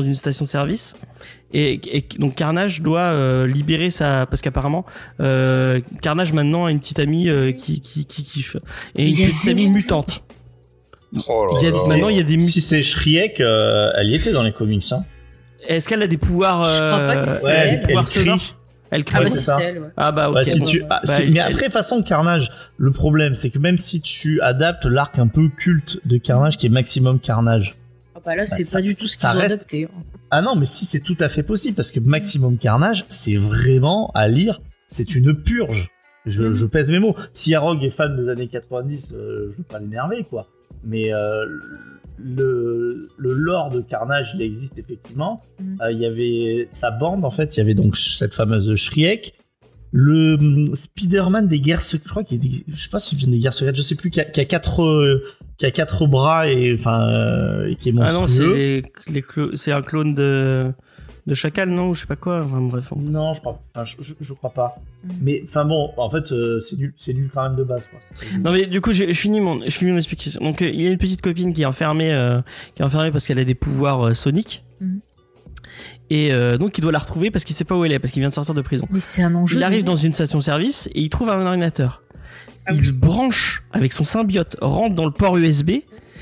station-service. Et, et donc Carnage doit euh, libérer sa... Parce qu'apparemment, euh, Carnage maintenant a une petite amie euh, qui, qui, qui kiffe. Et une petite amie mutante. Oh là il y a, là. maintenant, il y a des... Si c'est Shriek, euh, elle y était dans les comics. Hein. Est-ce qu'elle a des pouvoirs... Je crois pas que euh, c'est Ouais, elle. elle, elle pouvoirs crie. sonores Elle crie. Ah bah Ouais, c'est c'est ça. celle, ouais. Ah bah ok. Ouais, si bon. tu... ah, Bah, si- elle- Mais après, façon Carnage, le problème, c'est que même si tu adaptes l'arc un peu culte de Carnage, qui est Maximum Carnage, Ah bah là, c'est ça- pas du tout ce ça qu'ils ont reste- adapté. ah non, mais si, c'est tout à fait possible, parce que Maximum Carnage, c'est vraiment, à lire, c'est une purge. Je, Mm. je pèse mes mots. Si Arog est fan des années quatre-vingt-dix, euh, je veux pas l'énerver, quoi. Mais euh, le, le lore de Carnage, il existe effectivement. Mm. Euh, Il y avait sa bande, en fait, il y avait donc cette fameuse Shriek. Le hum, Spider-Man des guerres secrètes, je crois qu'il est, je sais pas s'il vient des guerres secrètes, je sais plus, qui a, qui a quatre, euh, qui a quatre bras et enfin, euh, et qui est Ah monstrueux. non, c'est les, les clo- c'est un clone de de Chacal, non, ou je sais pas quoi. Enfin, bref. on- Non, je crois, enfin, je, je, je crois pas. Mm. Mais enfin bon, en fait, euh, c'est nul, c'est nul quand même de base, quoi. C'est- Non mais du coup, j'ai- je finis mon, je finis mon explication. Donc euh, il y a une petite copine qui est enfermée, euh, qui est enfermée parce qu'elle a des pouvoirs euh, soniques. Mhm. Et euh, donc il doit la retrouver parce qu'il sait pas où elle est, parce qu'il vient de sortir de prison. Mais c'est un enjeu. Il de arrive merde. dans une station-service et il trouve un ordinateur. Ah il oui. branche avec son symbiote, rentre dans le port U S B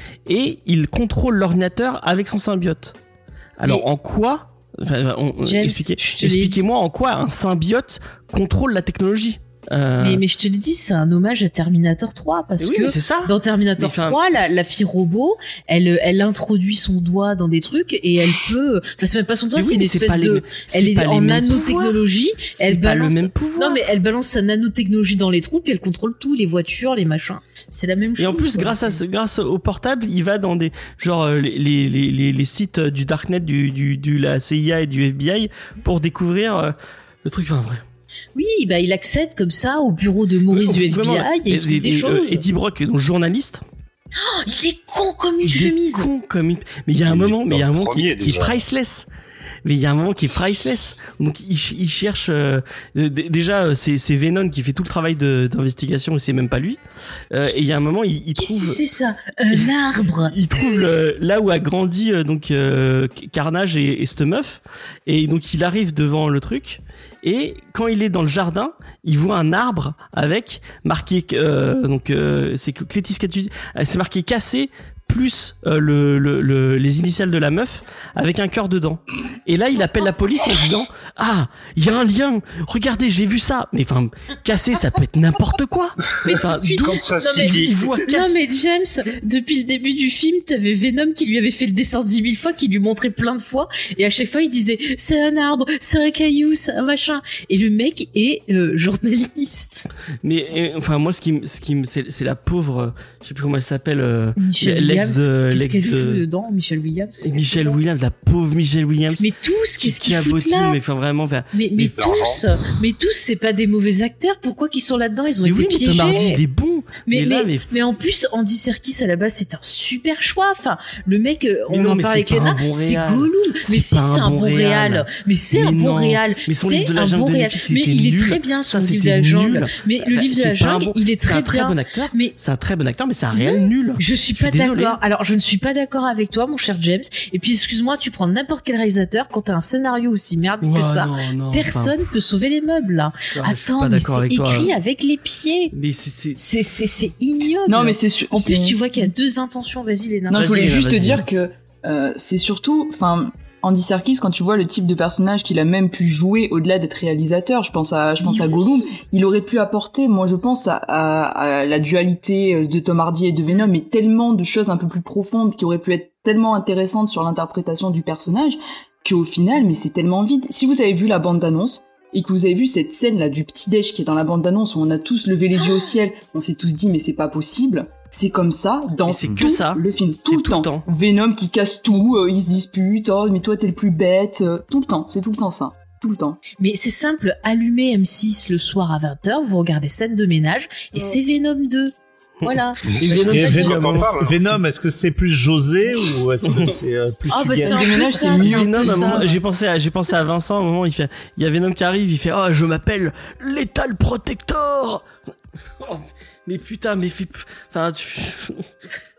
et il contrôle l'ordinateur avec son symbiote. Alors Mais- en quoi enfin, on- James, expliquez, je te l'ai expliquez-moi en quoi un symbiote contrôle la technologie. Euh, Mais, mais je te l'ai dit, c'est un hommage à Terminator trois parce oui, que mais c'est ça. dans Terminator Mais enfin- trois, la, la fille robot, elle, elle introduit son doigt dans des trucs et elle peut. Enfin, c'est même pas son doigt, Mais c'est oui, une mais c'est espèce pas les de. mêmes- Elle c'est est pas les en mêmes nanotechnologie. C'est Elle pas le balance. même pouvoir. Non, mais elle balance sa nanotechnologie dans les trous puis elle contrôle tout, les voitures, les machins. C'est la même chose. Et en plus, quoi. grâce à ce- grâce au portable, il va dans des genre euh, les, les, les, les, les sites du darknet du du du la C I A et du F B I pour découvrir euh, le truc. Enfin vrai. Oui, bah il accède comme ça au bureau de Maurice du F B Vraiment, I et il trouve et- des et- choses. euh, Eddie Brock, donc journaliste. Oh, il est con comme une Il chemise. est con comme une... Mais il y a un Il est moment, mais il y a un dans le moment qui, premier, qui est déjà. priceless. Mais il y a un moment qui est priceless. Donc il, ch- il cherche euh, d- déjà euh, c'est c'est Venom qui fait tout le travail de d'investigation et c'est même pas lui. Euh, et il y a un moment il, il Qu'est-ce trouve que c'est ça? Un arbre. il trouve le- là où a grandi euh, donc euh, Carnage et, et cette meuf et donc il arrive devant le truc et quand il est dans le jardin il voit un arbre avec marqué euh, donc euh, c'est que Clétis Catu- euh, c'est marqué cassé plus euh, le, le, le- les initiales de la meuf avec un cœur dedans. Et là, il appelle la police en disant ah, il y a un lien. Regardez, j'ai vu ça. Mais enfin, cassé, ça peut être n'importe quoi. Mais Enfin, depuis- d'où- Quand ça Non, mais- s'y il voit Non cassé. mais James, depuis le début du film, t'avais Venom qui lui avait fait le dessin dix mille fois, qui lui montrait plein de fois, et à chaque fois il disait c'est un arbre, c'est un caillou, c'est un machin. Et le mec est euh, journaliste. Mais euh, enfin, moi, ce qui, me- ce qui, me- c'est, c'est la pauvre, euh, je sais plus comment elle s'appelle, euh, Michel l'ex Williams, de, qu'est-ce l'ex qu'elle de- fout dedans, Michel Williams qu'est-ce qu'elle Michel fout dedans Williams, la pauvre Michel Williams. Mais tous, qui, qu'est-ce qui qu'ils a foutent botti, là mais enfin vraiment, enfin, Mais, mais mais tous, mais tous, c'est pas des mauvais acteurs. Pourquoi qu'ils sont là-dedans? Ils ont mais été oui, mais Tom Hardy, piégés. il est bon. Mais, mais mais, là, mais- mais en plus, Andy Serkis à la base c'est un super choix. Enfin, le mec, euh, Mais on non, en mais parle c'est avec pas Lena, un bon c'est réal. Gollum. Mais C'est si pas c'est un un bon bon réal. réal, mais c'est Mais un bon non. réal, Mais son c'est livre de la un jungle bon de réal. Netflix, Mais c'était il est nul. très bien son Ça, livre de c'était la jungle. nul. Mais le Bah, livre de c'est la pas un jungle, bon- il est c'est très un très bien. bon acteur. Mais C'est un très bon acteur, mais c'est un réel nul. je suis Je pas suis désolé. d'accord. Alors, je ne suis pas d'accord avec toi, mon cher James. Et puis, excuse-moi, tu prends n'importe quel réalisateur quand t'as un scénario aussi merdique que Ouais, ça. non, non, Personne peut sauver les meubles là. enfin, je suis Attends, pas mais d'accord c'est avec toi. écrit avec les pieds. Mais c'est, c'est, C'est c'est c'est ignoble. Non, mais c'est sûr. En plus, c'est- tu vois qu'il y a deux intentions. Vas-y, Léna. Non, je Vas-y, voulais Léna, juste te vas-y. dire que euh, c'est surtout, enfin, Andy Serkis, quand tu vois le type de personnage qu'il a même pu jouer au-delà d'être réalisateur, je pense à, je pense à Gollum, il aurait pu apporter, moi je pense à, à, à la dualité de Tom Hardy et de Venom, mais tellement de choses un peu plus profondes qui auraient pu être tellement intéressantes sur l'interprétation du personnage, qu'au final, mais c'est tellement vide. Si vous avez vu la bande-annonce, et que vous avez vu cette scène là du petit déj qui est dans la bande-annonce où on a tous levé les yeux au ciel, on s'est tous dit mais c'est pas possible. C'est comme ça dans Mais c'est que tout ça. le film, C'est tout le, temps. temps. Venom qui casse tout, euh, ils se disputent, oh mais toi t'es le plus bête, euh, tout le temps, c'est tout le temps ça, tout le temps. Mais c'est simple. Allumez M six le soir à vingt heures. Vous regardez scène de ménage et c'est Venom deux. Voilà. Et Venom, Et pas dit, Venom, à un moment. Venom, est-ce que c'est plus José ou est-ce que c'est euh, plus Ah, bah, Sugar c'est un Le peu ménage, ça, c'est c'est un mieux. peu Venom, à un ça. moment, j'ai pensé à, j'ai pensé à Vincent, à un moment, il fait, il y a Venom qui arrive, il fait, oh, je m'appelle Lethal Protector. Oh, mais putain, mais fait, enfin, tu...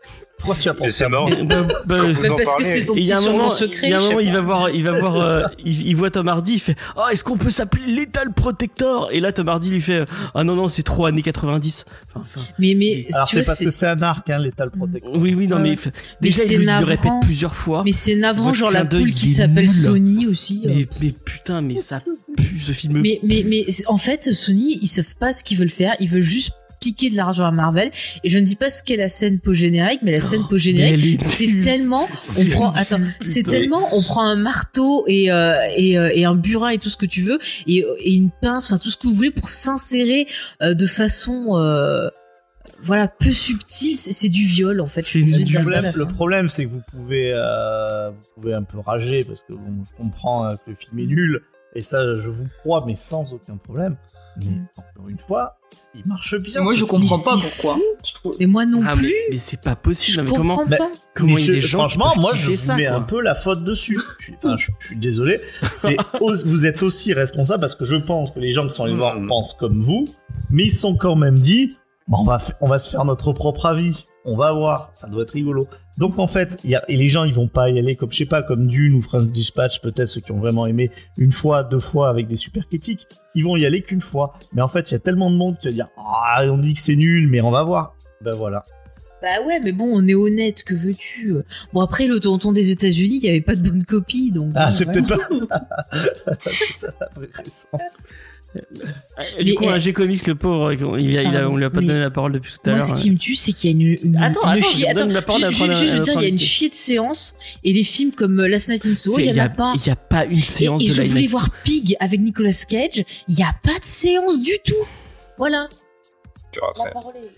Pourquoi tu as Mais pensé c'est à marrant. moi Bah, bah, Quand vous Mais en parce que parlez. c'est ton Et il petit y a un surnom moment, secret. il y a un je sais moment, il pas. va voir, il va voir, euh, il, il voit Tom Hardy, il fait, ah, est-ce qu'on peut s'appeler Lethal Protector? Et là, Tom Hardy lui fait, ah non non, c'est trop années quatre-vingt-dix. Enfin, enfin, Mais, mais, Alors tu c'est vois, parce que c'est un arc, hein, Lethal Protector. oui oui non Ouais. mais Mais déjà c'est il lui le navrant. répète plusieurs fois. mais c'est navrant, Votre genre la clin d'œil, poule qui il est s'appelle nul. Sony aussi. euh. Mais, mais putain, mais ça pue ce film. Mais, mais, mais en fait, Sony, ils savent pas ce qu'ils veulent faire. Ils veulent juste piquer de l'argent à Marvel. Et je ne dis pas ce qu'est la scène post-générique, mais la scène mais elle post-générique, est c'est nulle. tellement, on C'est prend, nul, attends, c'est putain. tellement, on prend un marteau et, euh, et, euh, et un burin et tout ce que tu veux, et, et une pince, enfin tout ce que vous voulez pour s'insérer euh, de façon, euh, voilà, peu subtile. C'est, c'est du viol, en fait. Je suis C'est désolée de du dire Le ça, problème, la le fin. problème, c'est que vous pouvez, euh, vous pouvez un peu rager parce que bon, je comprends euh, que le film est nul et ça, je vous crois, mais sans aucun problème. Mais encore une fois, il marche bien. Moi, ce je film. comprends Mais pas c'est pourquoi. fou. Je trouve- Mais moi non Ah, plus. mais, mais c'est pas possible. Je mais comment, comprends Mais- pas. comment Mais il y a des je- gens qui franchement, peuvent moi, je kiffer vous ça, mets quoi. un peu la faute dessus. Je suis, enfin, je, je suis désolé. C'est, au- vous êtes aussi responsable parce que je pense que les gens qui sont allés voir Mm. pensent comme vous, mais ils se sont quand même dit, bah, on va, fa- on va se faire notre propre avis. On va voir, ça doit être rigolo. Donc en fait, il y a, et les gens ils vont pas y aller comme je sais pas comme Dune ou France Dispatch, peut-être ceux qui ont vraiment aimé une fois, deux fois avec des super critiques, ils vont y aller qu'une fois. Mais en fait, il y a tellement de monde qui va dire ah on dit que c'est nul, mais on va voir. Ben voilà. Bah ouais, mais bon, on est honnête, que veux-tu? Bon, après, le tonton des États-Unis, il y avait pas de bonne copie, donc. Ah bon, c'est voilà. peut-être pas. c'est ça la vraie raison. Du Mais, coup, euh, un G-Comics, le pauvre, il a, il a, on lui a pas Mais- donné la parole depuis tout à Moi, l'heure. ce qui me tue, c'est qu'il y a une, une, Attends, une attends, chier- je vous donne attends, la parole ju- à ju- prendre- juste, je veux à dire, il y a une prendre- chier de séance, et des films comme euh, Last Night in Soho, il y en a pas. Il y a pas une Et, séance et de je voulais l'IMAX. voir Pig avec Nicolas Cage, il y a pas de séance du tout. Voilà. Tu vois, après. parole est...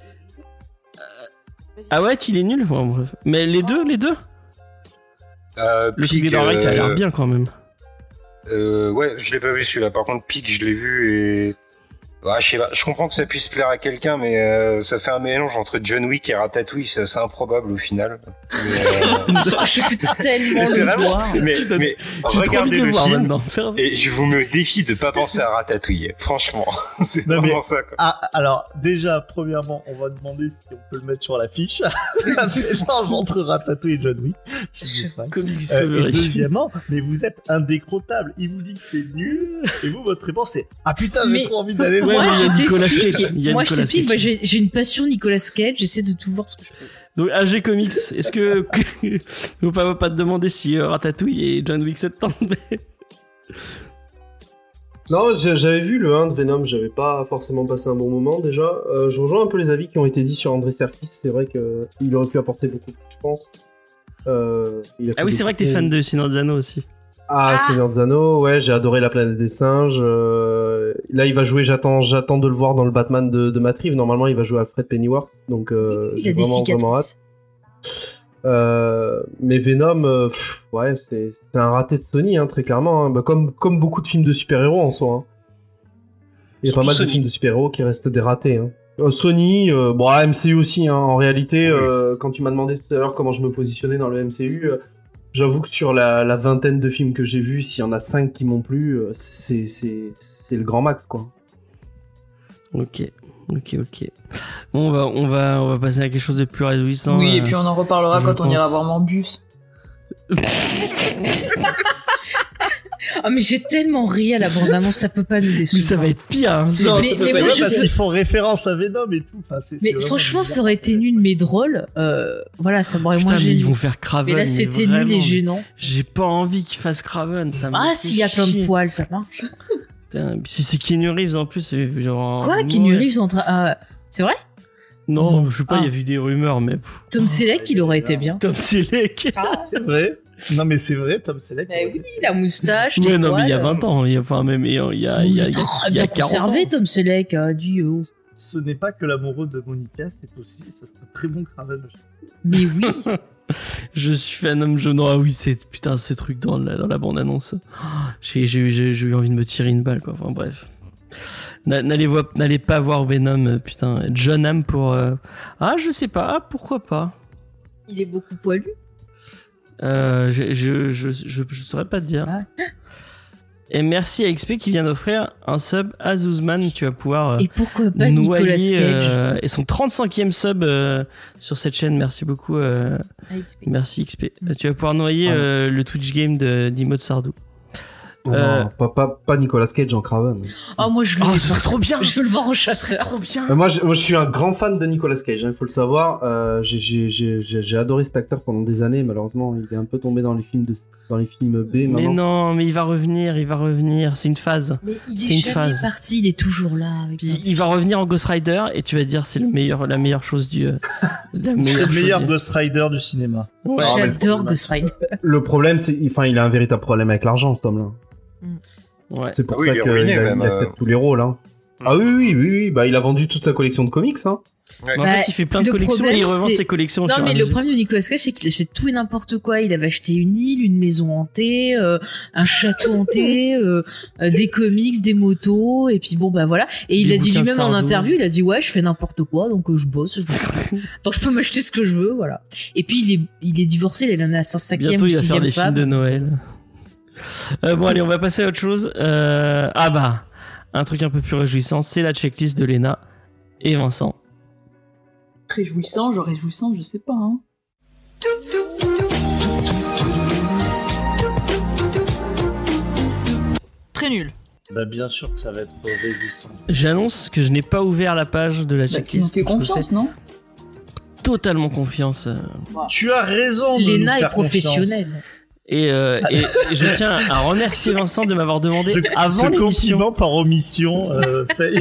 Ah ouais, qu'il est nul. Bon, bref. Mais les deux, les deux. Euh, Le Pig, Together Right a l'air euh, bien quand même. Euh, ouais, je l'ai pas vu celui-là. Par contre, Pig, je l'ai vu et. Ouais, je sais pas. Je comprends que ça puisse plaire à quelqu'un, mais euh, ça fait un mélange entre John Wick et Ratatouille. C'est assez improbable au final. Mais, euh, Je veux tellement mais c'est le vraiment. voir. Mais, J'ai mais trop envie regardez de le le voir film maintenant. Faire- et je vous me défie de pas penser à Ratatouille. Franchement, c'est Non, mais- vraiment ça. Quoi. Ah, alors, déjà, premièrement, on va demander si on peut le mettre sur l'affiche. Un mélange entre Ratatouille et John Wick. Si je dis pas. Comics Euh, Discovery. et deuxièmement, mais vous êtes indécrottable. Il vous dit que c'est nul, et vous, votre réponse, c'est ah putain, j'ai Mais- trop envie d'aller le Ouais, Moi, mais il y a je Nicolas t'explique. Cage. Il y a Moi, je Nicolas t'explique. Cage. Moi, j'ai j'ai une passion Nicolas Cage. J'essaie de tout voir ce que je peux. Donc, A G Comics, est-ce que. Faut pas, pas te demander si euh, Ratatouille et John Wick se tentent, mais. Non, j'ai- j'avais vu le un de Venom, j'avais pas forcément passé un bon moment déjà. Euh, je rejoins un peu les avis qui ont été dits sur André Serkis, c'est vrai qu'il aurait pu apporter beaucoup plus, je pense. Euh, il a fait Ah oui, des c'est vrai que t'es trucs- fan de Seigneur des Anneaux aussi. Ah, Seigneur des Anneaux, ouais, j'ai adoré La Planète des Singes. Euh, là, il va jouer, j'attends j'attends de le voir dans le Batman de, de Matt Reeves. Normalement, il va jouer Alfred Pennyworth, donc euh, Il j'ai a des vraiment, vraiment hâte. cicatrices. Euh, mais Venom, euh, pff, ouais, c'est c'est un raté de Sony, hein, très clairement. Hein. Bah, comme, comme beaucoup de films de super-héros en soi. Hein. Il y a Surtout pas mal Sony. de films de super-héros qui restent des ratés. Hein. Euh, Sony, euh, bon, M C U aussi. Hein. En réalité, euh, quand tu m'as demandé tout à l'heure comment je me positionnais dans le M C U, euh, j'avoue que sur la, la vingtaine de films que j'ai vus, s'il y en a cinq qui m'ont plu, euh, c'est c'est c'est le grand max, quoi. Ok, ok, ok. Bon, on va, on va, on va passer à quelque chose de plus réjouissant. Oui, et euh, puis on en reparlera je quand on ira pense. voir Morbius. Ah, mais j'ai tellement ri à la bande-annonce, ça peut pas nous Mais décevoir. ça va être pire. Hein. Non, Mais- ça peut mais pas moi, être je parce veux- qu'ils font référence à Venom et tout. Enfin, c'est- c'est Mais vraiment franchement, bizarre. ça aurait été nul mais drôle. Euh, voilà, ça m'aurait Putain, moins mais gêné. ils vont faire Craven. Mais là, c'était nul vraiment, et gênant. J'ai pas envie qu'ils fassent Craven. Ça me Ah, fait s'il y a plein de chier. poils, ça marche. Putain, si c'est Keanu Reeves en plus, c'est genre. Quoi, ouais. Keanu Reeves en train... ah, c'est vrai? Non, je sais pas, il Ah. y a vu des rumeurs, mais. pff, Tom Selleck, il aurait été bien. Tom Selleck. C'est vrai. Non, mais c'est vrai, Tom Selleck. Mais oui, la moustache, les Ouais, non, mais il y a poils. vingt ans. Il y a, enfin, même, il y a, il y a, Il il y a, est il y a- très il y a bien quarante conservé, ans. Tom Selleck, a dit. oh. Ce n'est pas que l'amoureux de Monica, c'est aussi, ça serait un très bon Craven. Mais oui. Je suis fan homme jaune. Ah oui, c'est putain, ce truc dans la, dans la bande annonce. J'ai, j'ai, j'ai, j'ai eu envie de me tirer une balle, quoi. Enfin, bref. N'a- N'allez, voir, n'allez pas voir Venom, euh, putain. John Hamm pour. euh, Ah, je sais pas, ah, pourquoi pas. Il est beaucoup poilu. Euh, je, je, je, je, je saurais pas te dire. Ouais. Et merci à X P qui vient d'offrir un sub à Zuzman. Tu vas pouvoir euh, Et pourquoi pas noyer, Nicolas Cage euh, et son trente-cinquième sub euh, sur cette chaîne. Merci beaucoup. Euh, à X P. merci X P. Euh, tu vas pouvoir noyer Ouais. euh, le Twitch game de d'Imo de Sardou. Non, Euh, pas, pas, pas Nicolas Cage en Craven. Oh, moi, je le Oh, veux ce serait pas. trop bien. Je veux le voir en chasseur. Trop bien. Euh, moi, je, moi, je suis un grand fan de Nicolas Cage, il faut le savoir. Euh, j'ai, j'ai, j'ai, j'ai j'ai adoré cet acteur pendant des années. Malheureusement, il est un peu tombé dans les films, de, dans les films B Mais maintenant. non, mais il va revenir, il va revenir. C'est une phase. Mais il C'est est une jamais phase. parti, il est toujours là. Avec Puis un- il va revenir en Ghost Rider et tu vas te dire c'est le meilleur, la meilleure chose du. euh, la C'est meilleure le meilleur chose du- Ghost Rider du cinéma. Ouais. Ah, mais le J'adore problème- Ghost Rider. Le problème, c'est, enfin, il a un véritable problème avec l'argent, cet homme-là. Ouais. C'est pour Ah oui, ça il est qu'il ruiné, a- même, il accepte euh. tous les rôles. Hein. Ah oui, oui, oui, oui. Bah, il a vendu toute sa collection de comics. Hein. Mais en Bah, fait, il fait plein de le collections problème, et il revend c'est- ses collections. au Non, fur et mais à le mesure. problème de Nicolas Cage, c'est qu'il achète tout et n'importe quoi. Il avait acheté une île, une maison hantée, euh, un château hanté, euh, euh, des comics, des motos, et puis bon, bah voilà. Et il Des a dit bouquins de lui-même en Sardou. interview, il a dit ouais, je fais n'importe quoi, donc euh, je bosse, je m'en fous. Donc je peux m'acheter ce que je veux, voilà. Et puis il est, il est divorcé, il en a sa cinquième Bientôt, ou il va faire sixième des films femme. de Noël. Euh, bon, allez, on va passer à autre chose. Euh, ah bah, un truc un peu plus réjouissant, c'est la checklist de Léna et Vincent. Réjouissant, je réjouissant, je sais pas. Hein. Très nul. Bah bien sûr que ça va être réjouissant. J'annonce que je n'ai pas ouvert la page de la Bah, tu nous checklist. fais Je me confiance, fais non totalement confiance. euh, Tu as raison de nous Léna est faire professionnelle. Et, euh, et, et je tiens à remercier Vincent de m'avoir demandé Ce, avant ce l'émission. compliment par omission euh, fait...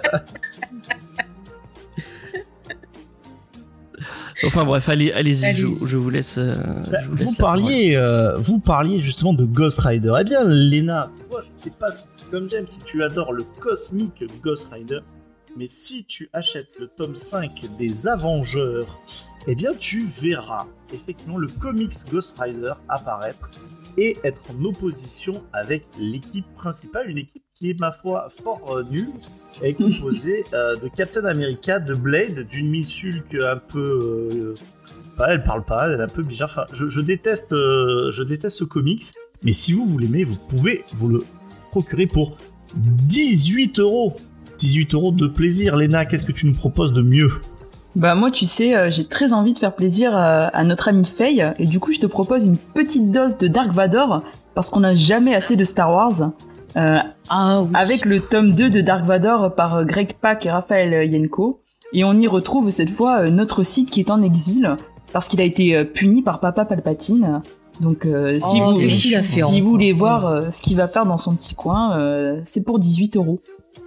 Enfin bref, allez, allez-y, je, Allez-y. je vous laisse. euh, Bah, je vous laisse vous la parliez, euh, vous parliez justement de Ghost Rider. Eh bien, Léna, toi, je sais pas si tu, comme j'aime, si tu adores le cosmique Ghost Rider, mais si tu achètes le tome cinq des Avengeurs, eh bien, tu verras effectivement le comics Ghost Rider apparaître et être en opposition avec l'équipe principale, une équipe qui est, ma foi, fort euh, nulle. Elle est composée euh, de Captain America, de Blade, d'une Miss-Hulk un peu... Euh, pas, elle parle pas, elle est un peu bizarre. Enfin, je, je déteste, euh, je déteste ce comics, mais si vous vous l'aimez, vous pouvez vous le procurer pour dix-huit euros. dix-huit euros de plaisir. Léna, qu'est-ce que tu nous proposes de mieux? Bah moi tu sais, euh, j'ai très envie de faire plaisir à, à notre ami Faye, et du coup je te propose une petite dose de Dark Vador, parce qu'on n'a jamais assez de Star Wars, euh, Ah oui. avec le tome deux de Dark Vador par euh, Greg Pak et Raphaël Yenko, et on y retrouve cette fois euh, notre Sith qui est en exil, parce qu'il a été euh, puni par Papa Palpatine. Donc euh, si Oh, vous, qu'est-ce qu'il a fait si encore vous voulez voir euh, ce qu'il va faire dans son petit coin, euh, c'est pour dix-huit euros.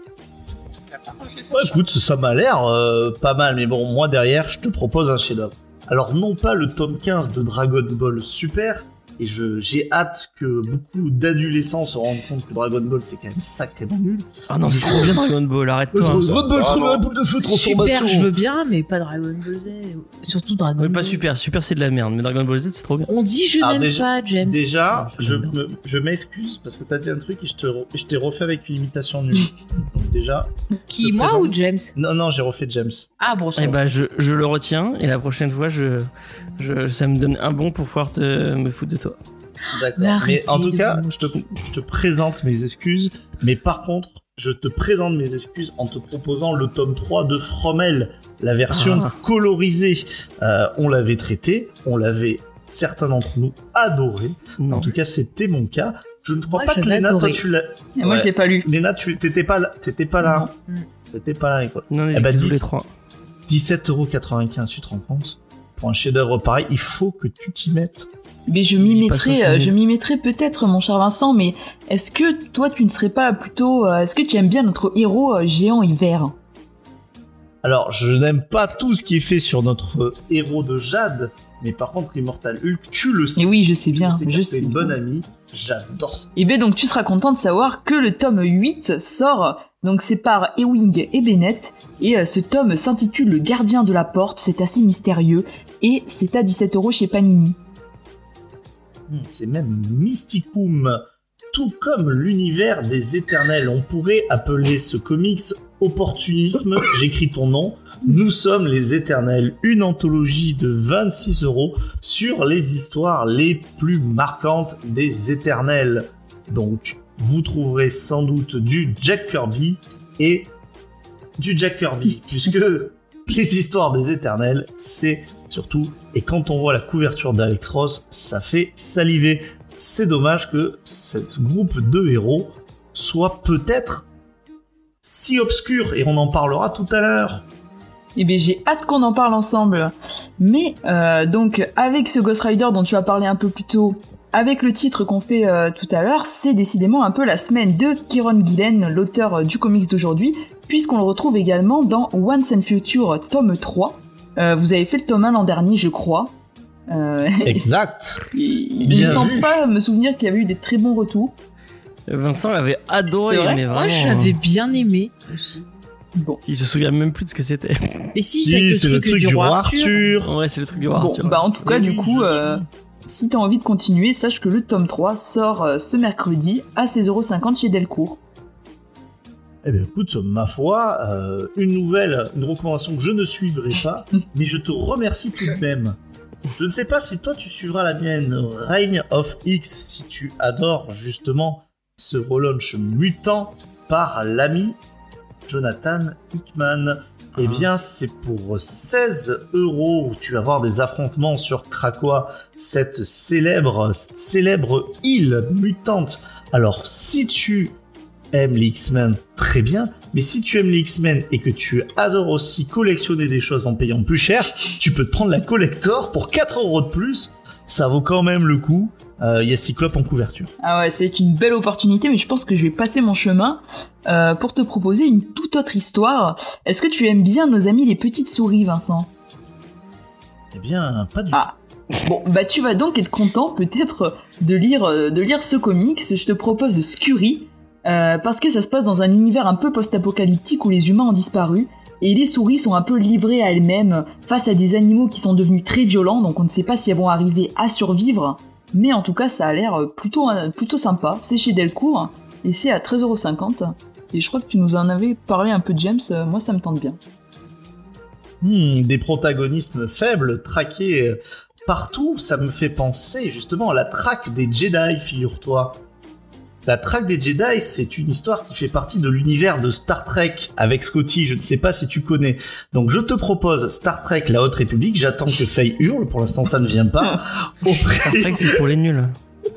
Ouais, écoute, ça m'a l'air euh, pas mal, mais bon, moi derrière, je te propose un chef-d'œuvre. Alors, non pas le tome quinze de Dragon Ball Super, et je, j'ai hâte que beaucoup d'adolescents se rendent compte que Dragon Ball c'est quand même sacrément nul. Ah non, c'est trop bien Dragon Ball, arrête-toi. hein. Dragon Ball, Ah, trop non. bien, boule de feu, transformation. Super, je veux bien, mais pas Dragon Ball Z. Surtout Dragon Ouais, Ball. pas super, super c'est de la merde, mais Dragon Ball Z c'est trop bien. On dit je Ah, n'aime déjà- pas, James. Déjà, Je je, l'aime me, je m'excuse parce que t'as dit un truc et je, te, re- je t'ai refait avec une imitation nulle. Donc déjà... Qui, je moi présente- ou James? Non, non, j'ai refait James. Ah bon, ça Et va. bah je, je le retiens et la prochaine fois je, je ça me donne un bon pour pouvoir te me foutre de toi. D'accord. Mais Mais, arrêtez en tout de cas, vous je te, je te présente mes excuses. Mais par contre, je te présente mes excuses en te proposant le tome trois de Fromel, la version Ah. colorisée. Euh, on l'avait traité, on l'avait, certains d'entre nous, adoré. Non. En tout cas, c'était mon cas. Je ne crois Moi, pas je que l'ai Léna, toi, adoré. tu l'as... Et moi Ouais. je l'ai pas lu. Léna, tu t'étais pas là. T'étais pas là. Mm. T'étais pas là, quoi. Non, on est Eh bah, tous dix- les trois. dix-sept euros quatre-vingt-quinze, tu te rends compte? Pour un chef-d'œuvre pareil, il faut que tu t'y mettes. Mais je Il m'y dit pas mettrais, soixante euh, mille. je m'y mettrais peut-être, mon cher Vincent, mais est-ce que toi, tu ne serais pas plutôt, euh, est-ce que tu aimes bien notre héros euh, géant et vert? Alors, je n'aime pas tout ce qui est fait sur notre héros de Jade, mais par contre, Immortal Hulk, tu le sais. Et oui, je sais bien, Tu sais je que sais t'es une bien. bonne amie. J'adore ça. Et bien donc tu seras content de savoir que le tome huit sort, donc c'est par Ewing et Bennett, et euh, ce tome s'intitule Le Gardien de la Porte, c'est assez mystérieux, et c'est à dix-sept euros chez Panini. Hmm, C'est même Mysticum. Tout comme l'univers des éternels. On pourrait appeler ce comics opportunisme. J'écris ton nom. Nous sommes les éternels. Une anthologie de vingt-six euros sur les histoires les plus marquantes des éternels. Donc, vous trouverez sans doute du Jack Kirby et du Jack Kirby, puisque les histoires des éternels, c'est surtout, et quand on voit la couverture d'Alex Ross, ça fait saliver. C'est dommage que ce groupe de héros soit peut-être si obscur, et on en parlera tout à l'heure. Eh bien, j'ai hâte qu'on en parle ensemble. Mais, euh, donc, avec ce Ghost Rider dont tu as parlé un peu plus tôt, avec le titre qu'on fait euh, tout à l'heure, c'est décidément un peu la semaine de Kieron Gillen, l'auteur euh, du comics d'aujourd'hui, puisqu'on le retrouve également dans Once and Future tome trois. Euh, vous avez fait le tome un l'an dernier, je crois. Euh, exact. Il ne semble pas me souvenir qu'il y avait eu des très bons retours. Vincent l'avait adoré, mais vraiment. Moi, j'avais bien aimé aussi. Bon. Il se souvient même plus de ce que c'était. Mais si, si c'est, le, c'est truc le truc du, du roi roi Arthur. Arthur. Ouais, c'est le truc du roi Bon, Arthur. bah en tout cas, Oui, du coup, je euh, si t'as envie de continuer, sache que le tome trois sort euh, ce mercredi à seize euros cinquante chez Delcourt. Eh bien, écoute, ma foi, euh, une nouvelle, une recommandation que je ne suivrai pas, mais je te remercie tout de même. Je ne sais pas si toi tu suivras la mienne, Reign of X, si tu adores justement ce relaunch mutant par l'ami Jonathan Hickman. Eh bien, c'est pour seize euros où tu vas voir des affrontements sur Krakoa, cette célèbre, célèbre île mutante. Alors, si tu aimes les X-Men, très bien. Mais si tu aimes les X-Men et que tu adores aussi collectionner des choses en payant plus cher, tu peux te prendre la collector pour quatre euros de plus. Ça vaut quand même le coup. Il euh, y a Cyclope en couverture. Ah ouais, c'est une belle opportunité, mais je pense que je vais passer mon chemin euh, pour te proposer une toute autre histoire. Est-ce que tu aimes bien nos amis les petites souris, Vincent ? Eh bien, pas du tout. Ah. Bon, bah tu vas donc être content peut-être de lire, de lire ce comics. Je te propose Scurry. Euh, parce que ça se passe dans un univers un peu post-apocalyptique où les humains ont disparu et les souris sont un peu livrées à elles-mêmes face à des animaux qui sont devenus très violents, donc on ne sait pas si elles vont arriver à survivre, mais en tout cas ça a l'air plutôt, plutôt sympa. C'est chez Delcourt et c'est à treize euros cinquante et je crois que tu nous en avais parlé un peu, James. Moi ça me tente bien. Hmm, des protagonismes faibles traqués partout, ça me fait penser justement à la traque des Jedi, figure-toi. La traque des Jedi, c'est une histoire qui fait partie de l'univers de Star Trek avec Scotty, je ne sais pas si tu connais. Donc je te propose Star Trek, la Haute République, j'attends que Faye hurle, pour l'instant ça ne vient pas. Star Trek c'est pour les nuls.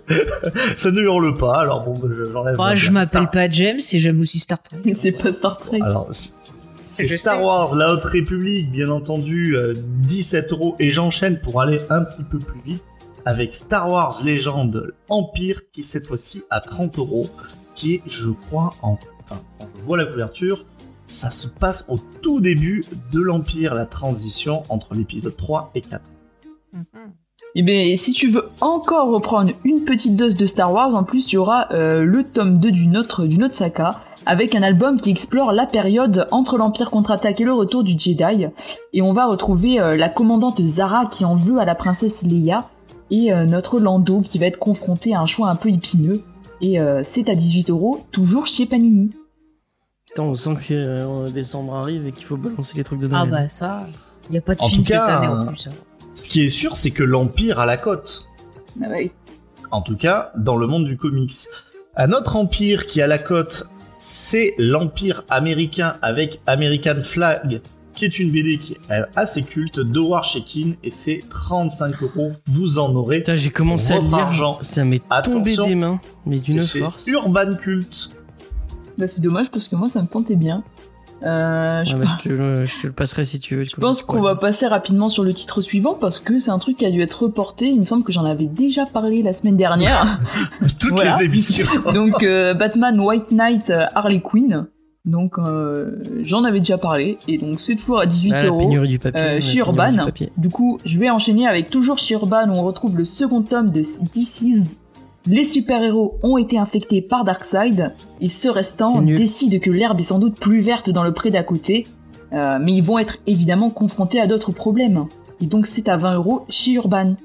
Ça ne hurle pas, alors bon, j'enlève... Oh, je m'appelle Star... pas James et j'aime aussi Star Trek. C'est pas Star Trek. Alors, c'est je Star sais. Wars, la Haute République, bien entendu, euh, dix-sept euros, et j'enchaîne pour aller un petit peu plus vite. Avec Star Wars Légende Empire, qui est cette fois-ci à trente euros, qui est, je crois, en... enfin, quand je vois la couverture, ça se passe au tout début de l'Empire, la transition entre l'épisode trois et quatre. Mm-hmm. Et bien, si tu veux encore reprendre une petite dose de Star Wars, en plus, tu auras euh, le tome deux d'une autre, d'une autre saga, avec un album qui explore la période entre l'Empire contre-attaque et le retour du Jedi. Et on va retrouver euh, la commandante Zara qui en veut à la princesse Leia, et euh, notre Lando qui va être confronté à un choix un peu épineux. Et euh, c'est à dix-huit euros, toujours chez Panini. Putain, on sent que euh, décembre arrive et qu'il faut balancer les trucs de Noël. Ah bah ça, il n'y a pas de en film cas, cette année en plus. Hein. Ce qui est sûr, c'est que l'Empire a la cote. Ah oui. En tout cas, dans le monde du comics. Un autre empire qui a la cote, c'est l'Empire américain avec American Flag, qui est une B D qui est assez culte, de Howard Chaykin, et c'est trente-cinq euros. Vous en aurez. Putain, j'ai commencé à lire, argent. Ça m'est tombé Attention, des mains, mais d'une c'est force. C'est Urban Cult. Bah c'est dommage parce que moi ça me tentait bien. Euh, je, ouais, bah, je, te le, je te le passerai si tu veux. Je pense qu'on va passer rapidement sur le titre suivant parce que c'est un truc qui a dû être reporté. Il me semble que j'en avais déjà parlé la semaine dernière. Toutes voilà. les émissions. Donc euh, Batman White Knight Harley Quinn. Donc euh, j'en avais déjà parlé et donc c'est toujours à dix-huit euros ah, du papier, euh, chez Urban. Du, du coup, je vais enchaîner avec toujours chez Urban où on retrouve le second tome de D C's. Les super-héros ont été infectés par Darkseid et ce restant décide que l'herbe est sans doute plus verte dans le pré d'à côté, euh, mais ils vont être évidemment confrontés à d'autres problèmes. Et donc c'est à vingt euros chez Urban.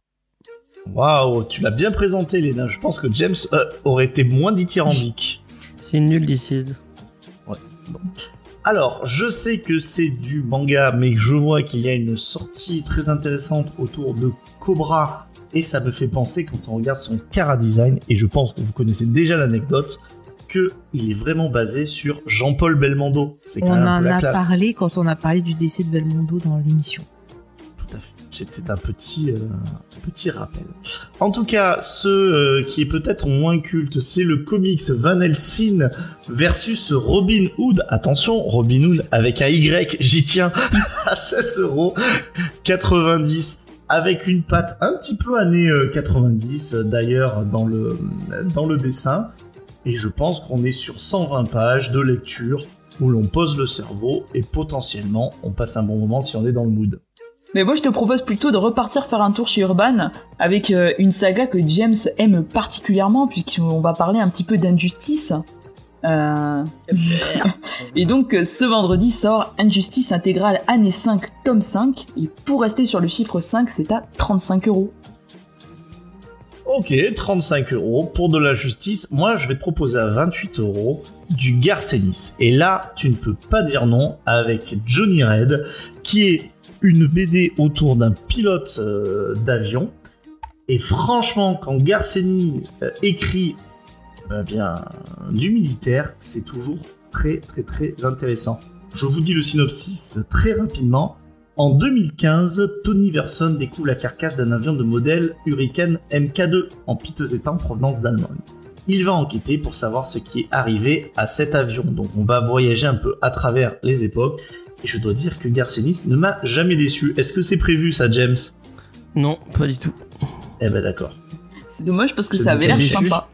Waouh, tu l'as bien présenté, Léna. Je pense que James euh, aurait été moins dithyrambique. C'est nul d'ici. Ouais. Bon. Alors, je sais que c'est du manga, mais je vois qu'il y a une sortie très intéressante autour de Cobra Et ça me fait penser quand on regarde son chara-design, et je pense que vous connaissez déjà l'anecdote, qu'il est vraiment basé sur Jean-Paul Belmondo. C'est quand on même un en peu la a classe. parlé quand on a parlé du décès de Belmondo dans l'émission. Tout à fait. C'était un petit, euh, un petit rappel. En tout cas, ce euh, qui est peut-être moins culte, c'est le comics Van Helsing versus Robin Hood. Attention, Robin Hood avec un Y, j'y tiens, à seize euros quatre-vingt-dix, avec une patte un petit peu années quatre-vingt-dix, d'ailleurs, dans le, dans le dessin. Et je pense qu'on est sur cent vingt pages de lecture où l'on pose le cerveau et potentiellement on passe un bon moment si on est dans le mood. Mais moi je te propose plutôt de repartir faire un tour chez Urban avec euh, une saga que James aime particulièrement puisqu'on va parler un petit peu d'Injustice. Euh... et donc euh, ce vendredi sort Injustice intégrale année cinq tome cinq et pour rester sur le chiffre cinq c'est à trente-cinq euros. Ok, trente-cinq euros pour de la justice. Moi, je vais te proposer à vingt-huit euros du Garcenis. Et là, tu ne peux pas dire non avec Johnny Red, qui est une B D autour d'un pilote euh, d'avion. Et franchement, quand Garcenis euh, écrit euh, bien du militaire, c'est toujours très très très intéressant. Je vous dis le synopsis très rapidement. En deux mille quinze, Tony Verson découvre la carcasse d'un avion de modèle Hurricane M K deux en piteux état en provenance d'Allemagne. Il va enquêter pour savoir ce qui est arrivé à cet avion. Donc on va voyager un peu à travers les époques. Et je dois dire que Garcenis ne m'a jamais déçu. Est-ce que c'est prévu ça, James ? Non, pas du tout. Eh ben d'accord. C'est dommage parce que C'est ça avait l'air déçu. sympa.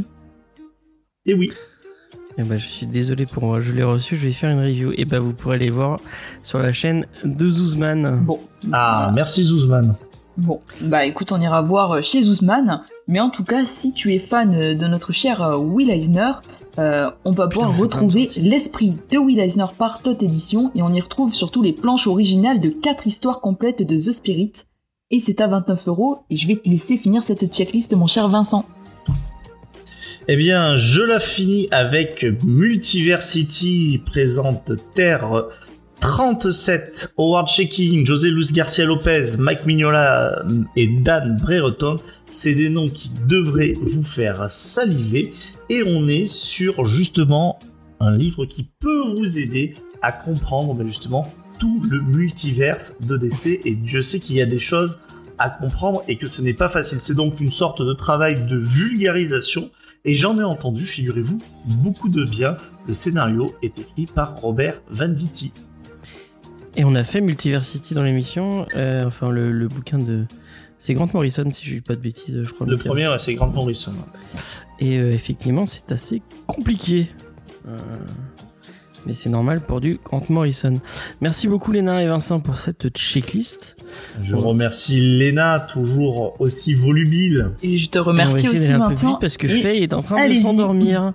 Et oui. Eh ben, je suis désolé pour je l'ai reçu, je vais faire une review. Et ben vous pourrez aller voir sur la chaîne de Zouzman. Bon. Ah, merci Zouzman. Bon, bah écoute, on ira voir chez Zouzman. Mais en tout cas, si tu es fan de notre cher Will Eisner, euh, on va pouvoir Putain, retrouver putain, l'esprit de Will Eisner par Tot Edition. Et on y retrouve surtout les planches originales de quatre histoires complètes de The Spirit. Et c'est à vingt-neuf euros. Et je vais te laisser finir cette checklist, mon cher Vincent. Eh bien, je la finis avec Multiversity présente Terre trente-sept, Howard Checking, José Luis Garcia Lopez, Mike Mignola et Dan Brereton. C'est des noms qui devraient vous faire saliver. Et on est sur justement un livre qui peut vous aider à comprendre mais justement tout le multiverse de D C. Et Dieu sait qu'il y a des choses à comprendre et que ce n'est pas facile. C'est donc une sorte de travail de vulgarisation. Et j'en ai entendu, figurez-vous, beaucoup de bien. Le scénario est écrit par Robert Venditti. Et on a fait Multiversity dans l'émission, euh, enfin le, le bouquin de... C'est Grant Morrison, si je dis pas de bêtises, je crois. Le premier, ouais, c'est Grant Morrison. Et euh, effectivement, c'est assez compliqué. Euh, mais c'est normal pour du Grant Morrison. Merci beaucoup Léna et Vincent pour cette checklist. Je remercie Léna, toujours aussi volubile. Et je te Et on va remercie essayer aussi d'aller un peu Vincent. vite parce que Et Faye est en train allez-y. de s'endormir.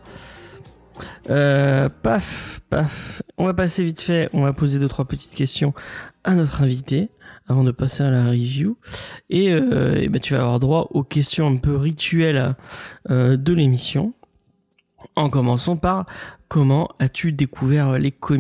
Euh, paf, paf. On va passer vite fait. On va poser deux trois petites questions à notre invité avant de passer à la review. Et, euh, et ben tu vas avoir droit aux questions un peu rituelles euh, de l'émission. En commençant par comment as-tu découvert les comics ?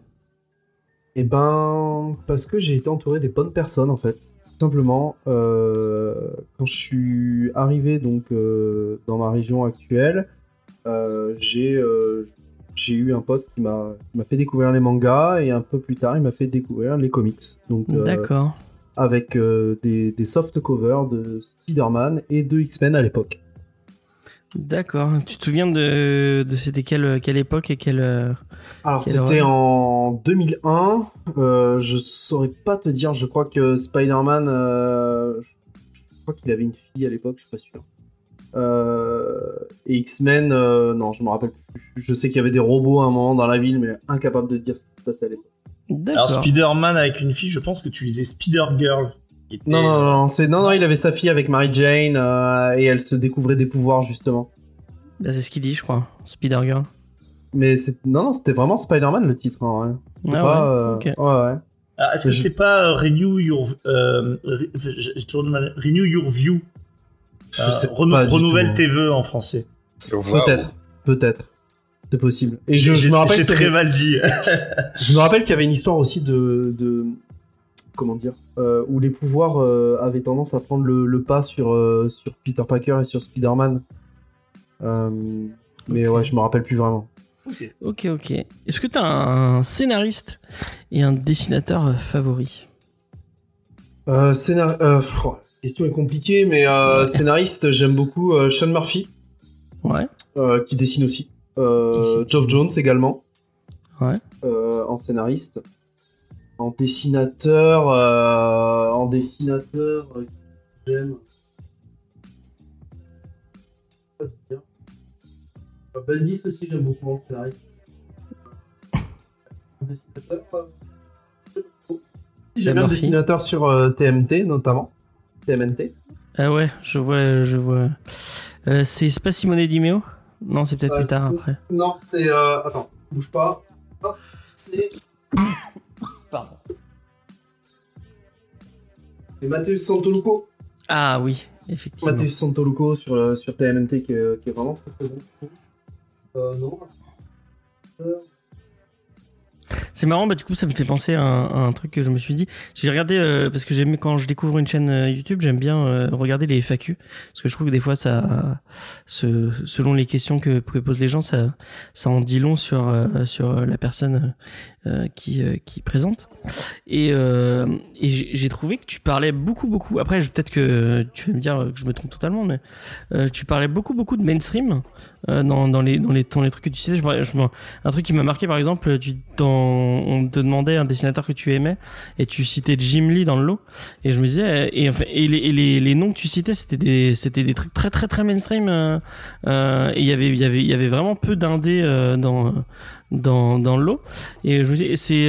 Eh ben, parce que j'ai été entouré des bonnes personnes en fait. Tout simplement, euh, quand je suis arrivé donc euh, dans ma région actuelle, euh, j'ai euh, j'ai eu un pote qui m'a qui m'a fait découvrir les mangas et un peu plus tard il m'a fait découvrir les comics. Donc euh, D'accord. avec euh, des des soft covers de Spider-Man et de X-Men à l'époque. D'accord. Tu te souviens de, de c'était quelle, quelle époque et quelle... euh, Alors quelle c'était horreur. en deux mille un, euh, je saurais pas te dire, je crois que Spider-Man, euh, je crois qu'il avait une fille à l'époque, je suis pas sûr. Euh, et X-Men, euh, non, je me rappelle plus. Je sais qu'il y avait des robots à un moment dans la ville, mais incapable de dire ce qui se passait à l'époque. D'accord. Alors Spider-Man avec une fille, je pense que tu lisais Spider-Girl. qui était- Non, non, non, c'est... non, non, il avait sa fille avec Mary Jane, euh, et elle se découvrait des pouvoirs justement. Bah, c'est ce qu'il dit, je crois. Spider-Girl. Mais c'est... non, non, c'était vraiment Spider-Man le titre, hein, ouais. C'était Ah pas, ouais, euh, ok. ouais, ouais. Ah, est-ce que Je- c'est pas euh, Renew Your... Euh, re- j'ai toujours du mal- Renew Your View. Je Euh, sais renou- pas du Renouvelle tout. tes vœux en français. Peut-être, peut-être. C'est possible. Et je, J'ai- je me rappelle J'ai qu'il y très avait- mal dit. je me rappelle qu'il y avait une histoire aussi de, de comment dire, euh, où les pouvoirs euh, avaient tendance à prendre le, le pas sur, euh, sur Peter Parker et sur Spider-Man. Euh, mais Ok. ouais, je me rappelle plus vraiment. Ok, ok. Est-ce que t'as un scénariste et un dessinateur euh, favori? Euh, scénar... euh, pff, la question est compliquée, mais euh, Ouais. scénariste, j'aime beaucoup euh, Sean Murphy, Ouais. euh, qui dessine aussi. Euh, Effectivement. Geoff Jones également, Ouais. euh, en scénariste. En dessinateur, euh, en dessinateur, euh, j'aime. Pas te dire. Euh, Bendis aussi, j'aime beaucoup en scénariste. En dessinateur, euh, j'aime beaucoup. J'aime bien le Murphy. dessinateur sur euh, T M T notamment. T M N T. Ah ouais, je vois, je vois. Euh, c'est c'est pas Simone Di Meo? Non, c'est peut-être Euh, plus tard après. Non, c'est. Euh... Attends, bouge pas. Hop, c'est. Pardon. C'est Matteus Santoluco. Ah oui, effectivement. Matteus Santoluco sur, euh, sur T M N T qui est, qui est vraiment très très bon. Euh, non. Euh, C'est marrant, bah du coup ça me fait penser à un, à un truc que je me suis dit. J'ai regardé euh, parce que j'aime quand je découvre une chaîne euh, YouTube, j'aime bien euh, regarder les F A Q parce que je trouve que des fois ça, ce, selon les questions que, que posent les gens, ça, ça en dit long sur euh, sur la personne euh, qui euh, qui présente. Et euh, et j'ai j'ai trouvé que tu parlais beaucoup beaucoup. Après, je- peut-être que tu vas me dire que je me trompe totalement, mais euh, tu parlais beaucoup beaucoup de mainstream euh, dans dans les dans les dans les trucs que tu citais. Je, me- je, me- un truc qui m'a marqué, par exemple, tu, dans, on te demandait un dessinateur que tu aimais et tu citais Jim Lee dans le lot. Et je me disais, et, enfin, et, les, et les, les noms que tu citais, c'était des, c'était des trucs très très très mainstream. Euh, euh, et il y avait, il y avait, il y avait vraiment peu d'indés euh, dans, dans, dans le lot. Et je me dis, c'est,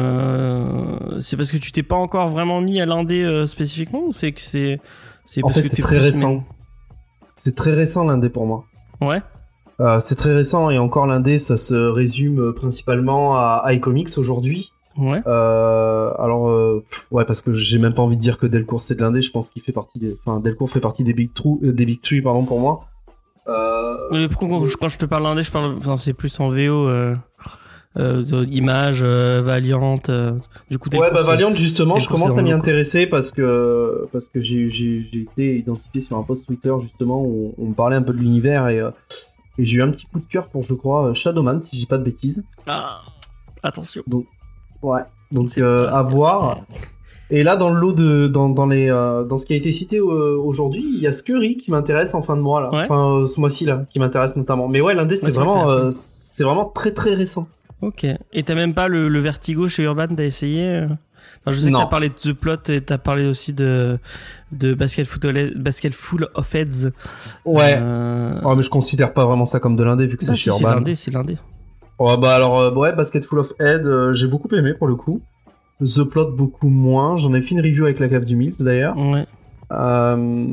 euh, c'est parce que tu t'es pas encore vraiment mis à l'indé euh, spécifiquement ou c'est que c'est, c'est En parce fait, que c'est t'es très plus récent. C'est très récent l'indé pour moi. main- Ouais. Euh, c'est très récent et encore l'indé, ça se résume euh, principalement à iComics aujourd'hui. Ouais. Euh, alors, euh, pff, ouais, parce que j'ai même pas envie de dire que Delcourt c'est de l'indé. Je pense qu'il fait partie des, enfin, Delcourt fait partie des big trou, euh, des big three, pardon, pour moi. Euh, Mais pourquoi quand, quand je te parle d'indé, je parle, enfin, c'est plus en V O, euh, euh, de- Image, euh, Valiant, euh, du coup. ouais, Delcourt, bah c'est- Valiant justement, je Delcourt, commence c'est à dans m'y le lot, intéresser parce que parce que j'ai j'ai j'ai été identifié sur un post Twitter justement où on, on me parlait un peu de l'univers et euh, et j'ai eu un petit coup de cœur pour, je crois, Shadowman, si j'ai pas de bêtises. Ah, attention. Ouais. Donc C'est euh, pas- à voir. Et là, dans le lot de, dans, dans les, euh, dans ce qui a été cité euh, aujourd'hui, il y a Scurry qui m'intéresse en fin de mois là, Ouais. enfin euh, ce mois-ci là, qui m'intéresse notamment. Mais ouais, l'indé c'est Ouais, c'est vrai vraiment, que ça a l'air euh, c'est vraiment très très récent. Ok. Et t'as même pas le, le Vertigo chez Urban, t'as essayé euh Enfin, je sais Non. que t'as parlé de The Plot et t'as parlé aussi de, de Basket, Foot- Basket Full of Heads. Ouais. Euh... Oh, mais je considère pas vraiment ça comme de l'indé vu que ah, c'est si, chez c'est Urban. l'indé, c'est l'indé. Oh, bah alors euh, ouais, Basket Full of Head, euh, j'ai beaucoup aimé pour le coup. The Plot beaucoup moins. J'en ai fait une review avec la cave du Mills d'ailleurs. Ouais. Euh,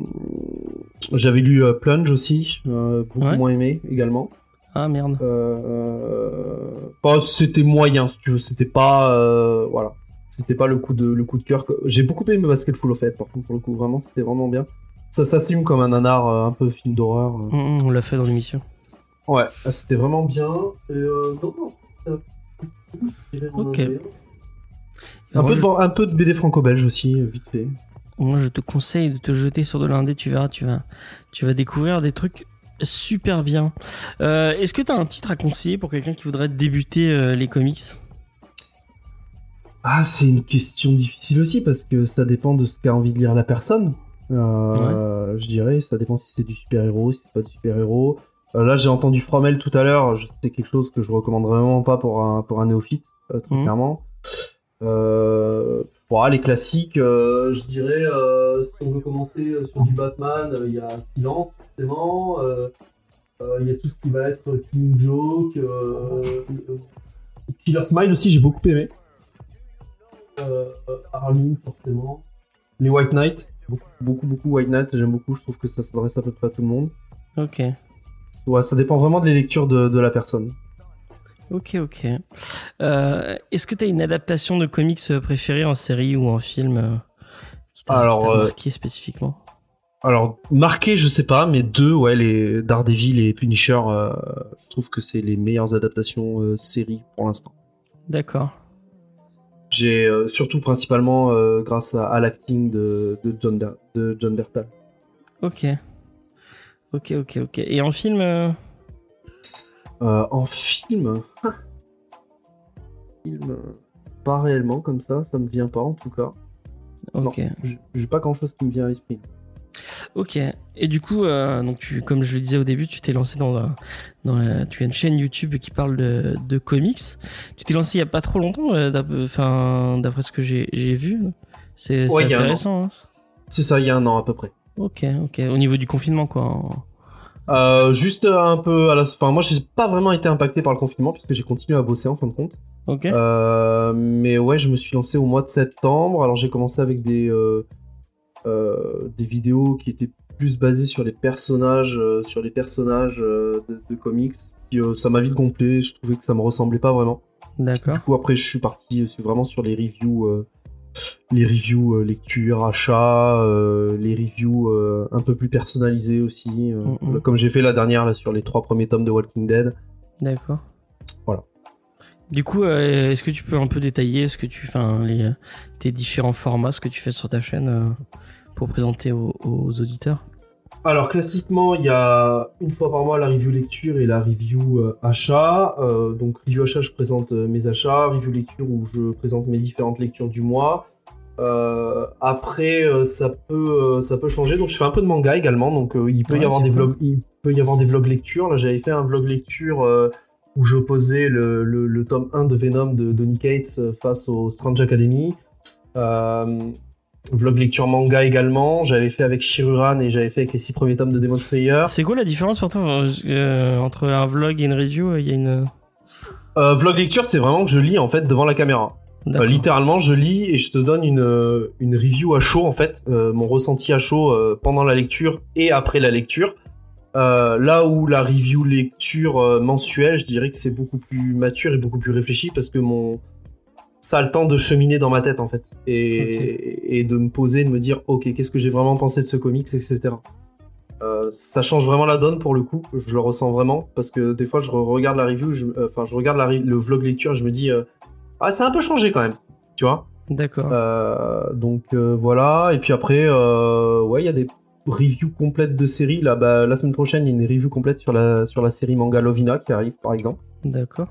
J'avais lu euh, Plunge aussi, euh, beaucoup Ouais. moins aimé également. Ah merde. Euh... Enfin, c'était moyen, si tu veux. C'était pas, euh, voilà, c'était pas le coup de le coup de cœur. que- J'ai beaucoup aimé Basket Full of Head, par contre, pour le coup, vraiment, c'était vraiment bien. Ça s'assume comme un nanar euh, un peu film d'horreur. euh. Hum, hum, on l'a fait dans l'émission. Ouais, ah, c'était vraiment bien. Et euh, non, non, ça- je dirais en Ok. indé. Et Un moi, peu, je- de, un peu de B D franco-belge aussi, euh, vite fait. Moi, je te conseille de te jeter sur de l'indé, tu verras, tu vas, tu vas découvrir des trucs super bien. Euh, Est-ce que tu as un titre à conseiller pour quelqu'un qui voudrait débuter euh, les comics? Ah, c'est une question difficile aussi parce que ça dépend de ce qu'a envie de lire la personne. Euh, Je dirais, ça dépend si c'est du super-héros, si c'est pas du super-héros. Euh, là, j'ai entendu Fromel tout à l'heure. je- C'est quelque chose que je recommande vraiment pas pour un pour un néophyte, euh, très Mhm. clairement. Euh, voilà, les classiques. euh, je dirais, euh, si on veut commencer euh, sur du Batman, euh, il y a Silence forcément. euh, euh, Il y a tout ce qui va être Killing Joke, euh, euh, Killer Smile aussi, j'ai beaucoup aimé. Euh, euh, Harleen forcément. Les White Knight, beaucoup, beaucoup, beaucoup White Knight, j'aime beaucoup, je trouve que ça s'adresse à peu près à tout le monde. Ok. Ouais, ça dépend vraiment des lectures de, de la personne. Ok, ok. Euh, Est-ce que tu as une adaptation de comics euh, préférée en série ou en film euh, qui t'a Alors, qui t'a euh, marqué spécifiquement? Alors, marqué, je sais pas, mais deux, ouais, les Daredevil et Punisher, euh, je trouve que c'est les meilleures adaptations euh, séries pour l'instant. D'accord. J'ai euh, surtout principalement euh, grâce à, à l'acting de, de, John Ber- de John Bertal. Ok. Ok, ok, ok. Et en film euh... Euh, en film, film, euh, pas réellement comme ça, ça me vient pas en tout cas. Ok. Non, j'ai- j'ai pas grand chose qui me vient à l'esprit. Ok. Et du coup, euh, donc tu, comme je le disais au début, tu t'es lancé dans la, dans la, tu as une chaîne YouTube qui parle de, de comics. Tu t'es lancé il y a pas trop longtemps, euh, d'ap- enfin, d'après ce que j'ai, j'ai vu. C'est, Ouais, c'est il y a assez un an. récent. Hein. C'est ça, il y a un an à peu près. Ok, ok. Au niveau du confinement, quoi. Euh, juste un peu à la... Enfin, moi, j'ai pas vraiment été impacté par le confinement puisque j'ai continué à bosser en fin de compte. Ok. Euh, mais ouais, je me suis lancé au mois de septembre. Alors, j'ai commencé avec des, euh, euh, des vidéos qui étaient plus basées sur les personnages, euh, sur les personnages euh, de, de comics. Puis, euh, ça m'a vite gonflé. Je trouvais que ça me ressemblait pas vraiment. D'accord. Du coup, après, je suis parti je suis vraiment sur les reviews, euh, les reviews euh, lecture, achat, euh, les reviews euh, un peu plus personnalisées aussi, euh, Mm-mm. comme j'ai fait la dernière là sur les trois premiers tomes de Walking Dead. D'accord. Voilà. Du coup, euh, est-ce que tu peux un peu détailler ce que tu, enfin, les, tes différents formats, ce que tu fais sur ta chaîne euh, pour présenter aux, aux auditeurs? Alors classiquement, il y a une fois par mois la review lecture et la review euh, achat. Euh, donc review achat, je présente euh, mes achats. Review lecture où je présente mes différentes lectures du mois. Euh, après, euh, ça peut, euh, ça peut changer. Donc je fais un peu de manga également. Donc euh, il peut Ouais, y avoir c'est des cool. vlogs, il peut y avoir des vlogs lecture. Là, j'avais fait un vlog lecture euh, où j'opposais le, le, le tome un de Venom de Donny Cates euh, face au Strange Academy. Euh, Vlog lecture manga également, j'avais fait avec Shiruran et j'avais fait avec les six premiers tomes de Demon Slayer. C'est quoi la différence pour toi euh, entre un vlog et une review? Il y a une. Euh, vlog lecture, c'est vraiment que je lis en fait devant la caméra. Euh, littéralement, je lis et je te donne une, euh, une review à chaud en fait, euh, mon ressenti à chaud euh, pendant la lecture et après la lecture. Euh, là où la review lecture euh, mensuelle, je dirais que c'est beaucoup plus mature et beaucoup plus réfléchi parce que mon ça a le temps de cheminer dans ma tête en fait et, okay. et de me poser, de me dire ok, qu'est-ce que j'ai vraiment pensé de ce comics, et cetera. Euh, ça change vraiment la donne pour le coup, je le ressens vraiment parce que des fois je regarde la review, je, euh, enfin je regarde la, le vlog lecture et je me dis euh, ah ça a un peu changé quand même, tu vois. D'accord. Euh, donc euh, voilà, et puis après euh, ouais il y a des reviews complètes de séries là, bah, la semaine prochaine il y a une review complète sur la sur la série manga Lovina qui arrive par exemple. D'accord.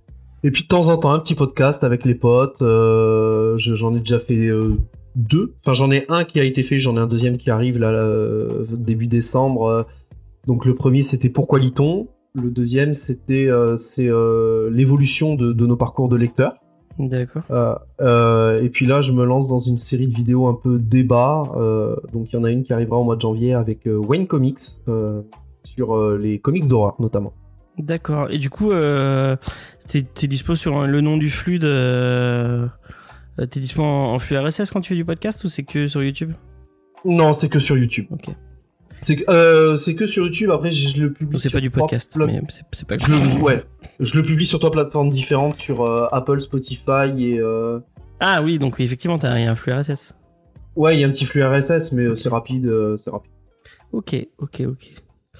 Et puis de temps en temps un petit podcast avec les potes. Euh, je, j'en ai déjà fait euh, deux. Enfin j'en ai un qui a été fait, j'en ai un deuxième qui arrive là, là début décembre. Donc le premier c'était Pourquoi lit-on. Le deuxième c'était euh, c'est euh, l'évolution de, de nos parcours de lecteurs. D'accord. Euh, euh, et puis là je me lance dans une série de vidéos un peu débat. Euh, donc il y en a une qui arrivera au mois de janvier avec euh, Wayne Comics euh, sur euh, les comics d'horreur notamment. D'accord. Et du coup, euh, t'es, t'es dispo sur le nom du flux de... Euh, t'es dispo en, en flux R S S quand tu fais du podcast ou c'est que sur YouTube? Non, c'est que sur YouTube. Ok. C'est, euh, c'est que sur YouTube, après je le publie donc, c'est sur pas du podcast, pla- mais c'est, c'est pas je le, ouais. Je le publie sur trois plateformes différentes, sur euh, Apple, Spotify et... Euh... Ah oui, donc effectivement, t'as un flux R S S. Ouais, il y a un petit flux R S S, mais okay. c'est rapide, euh, c'est rapide. Ok, ok, ok.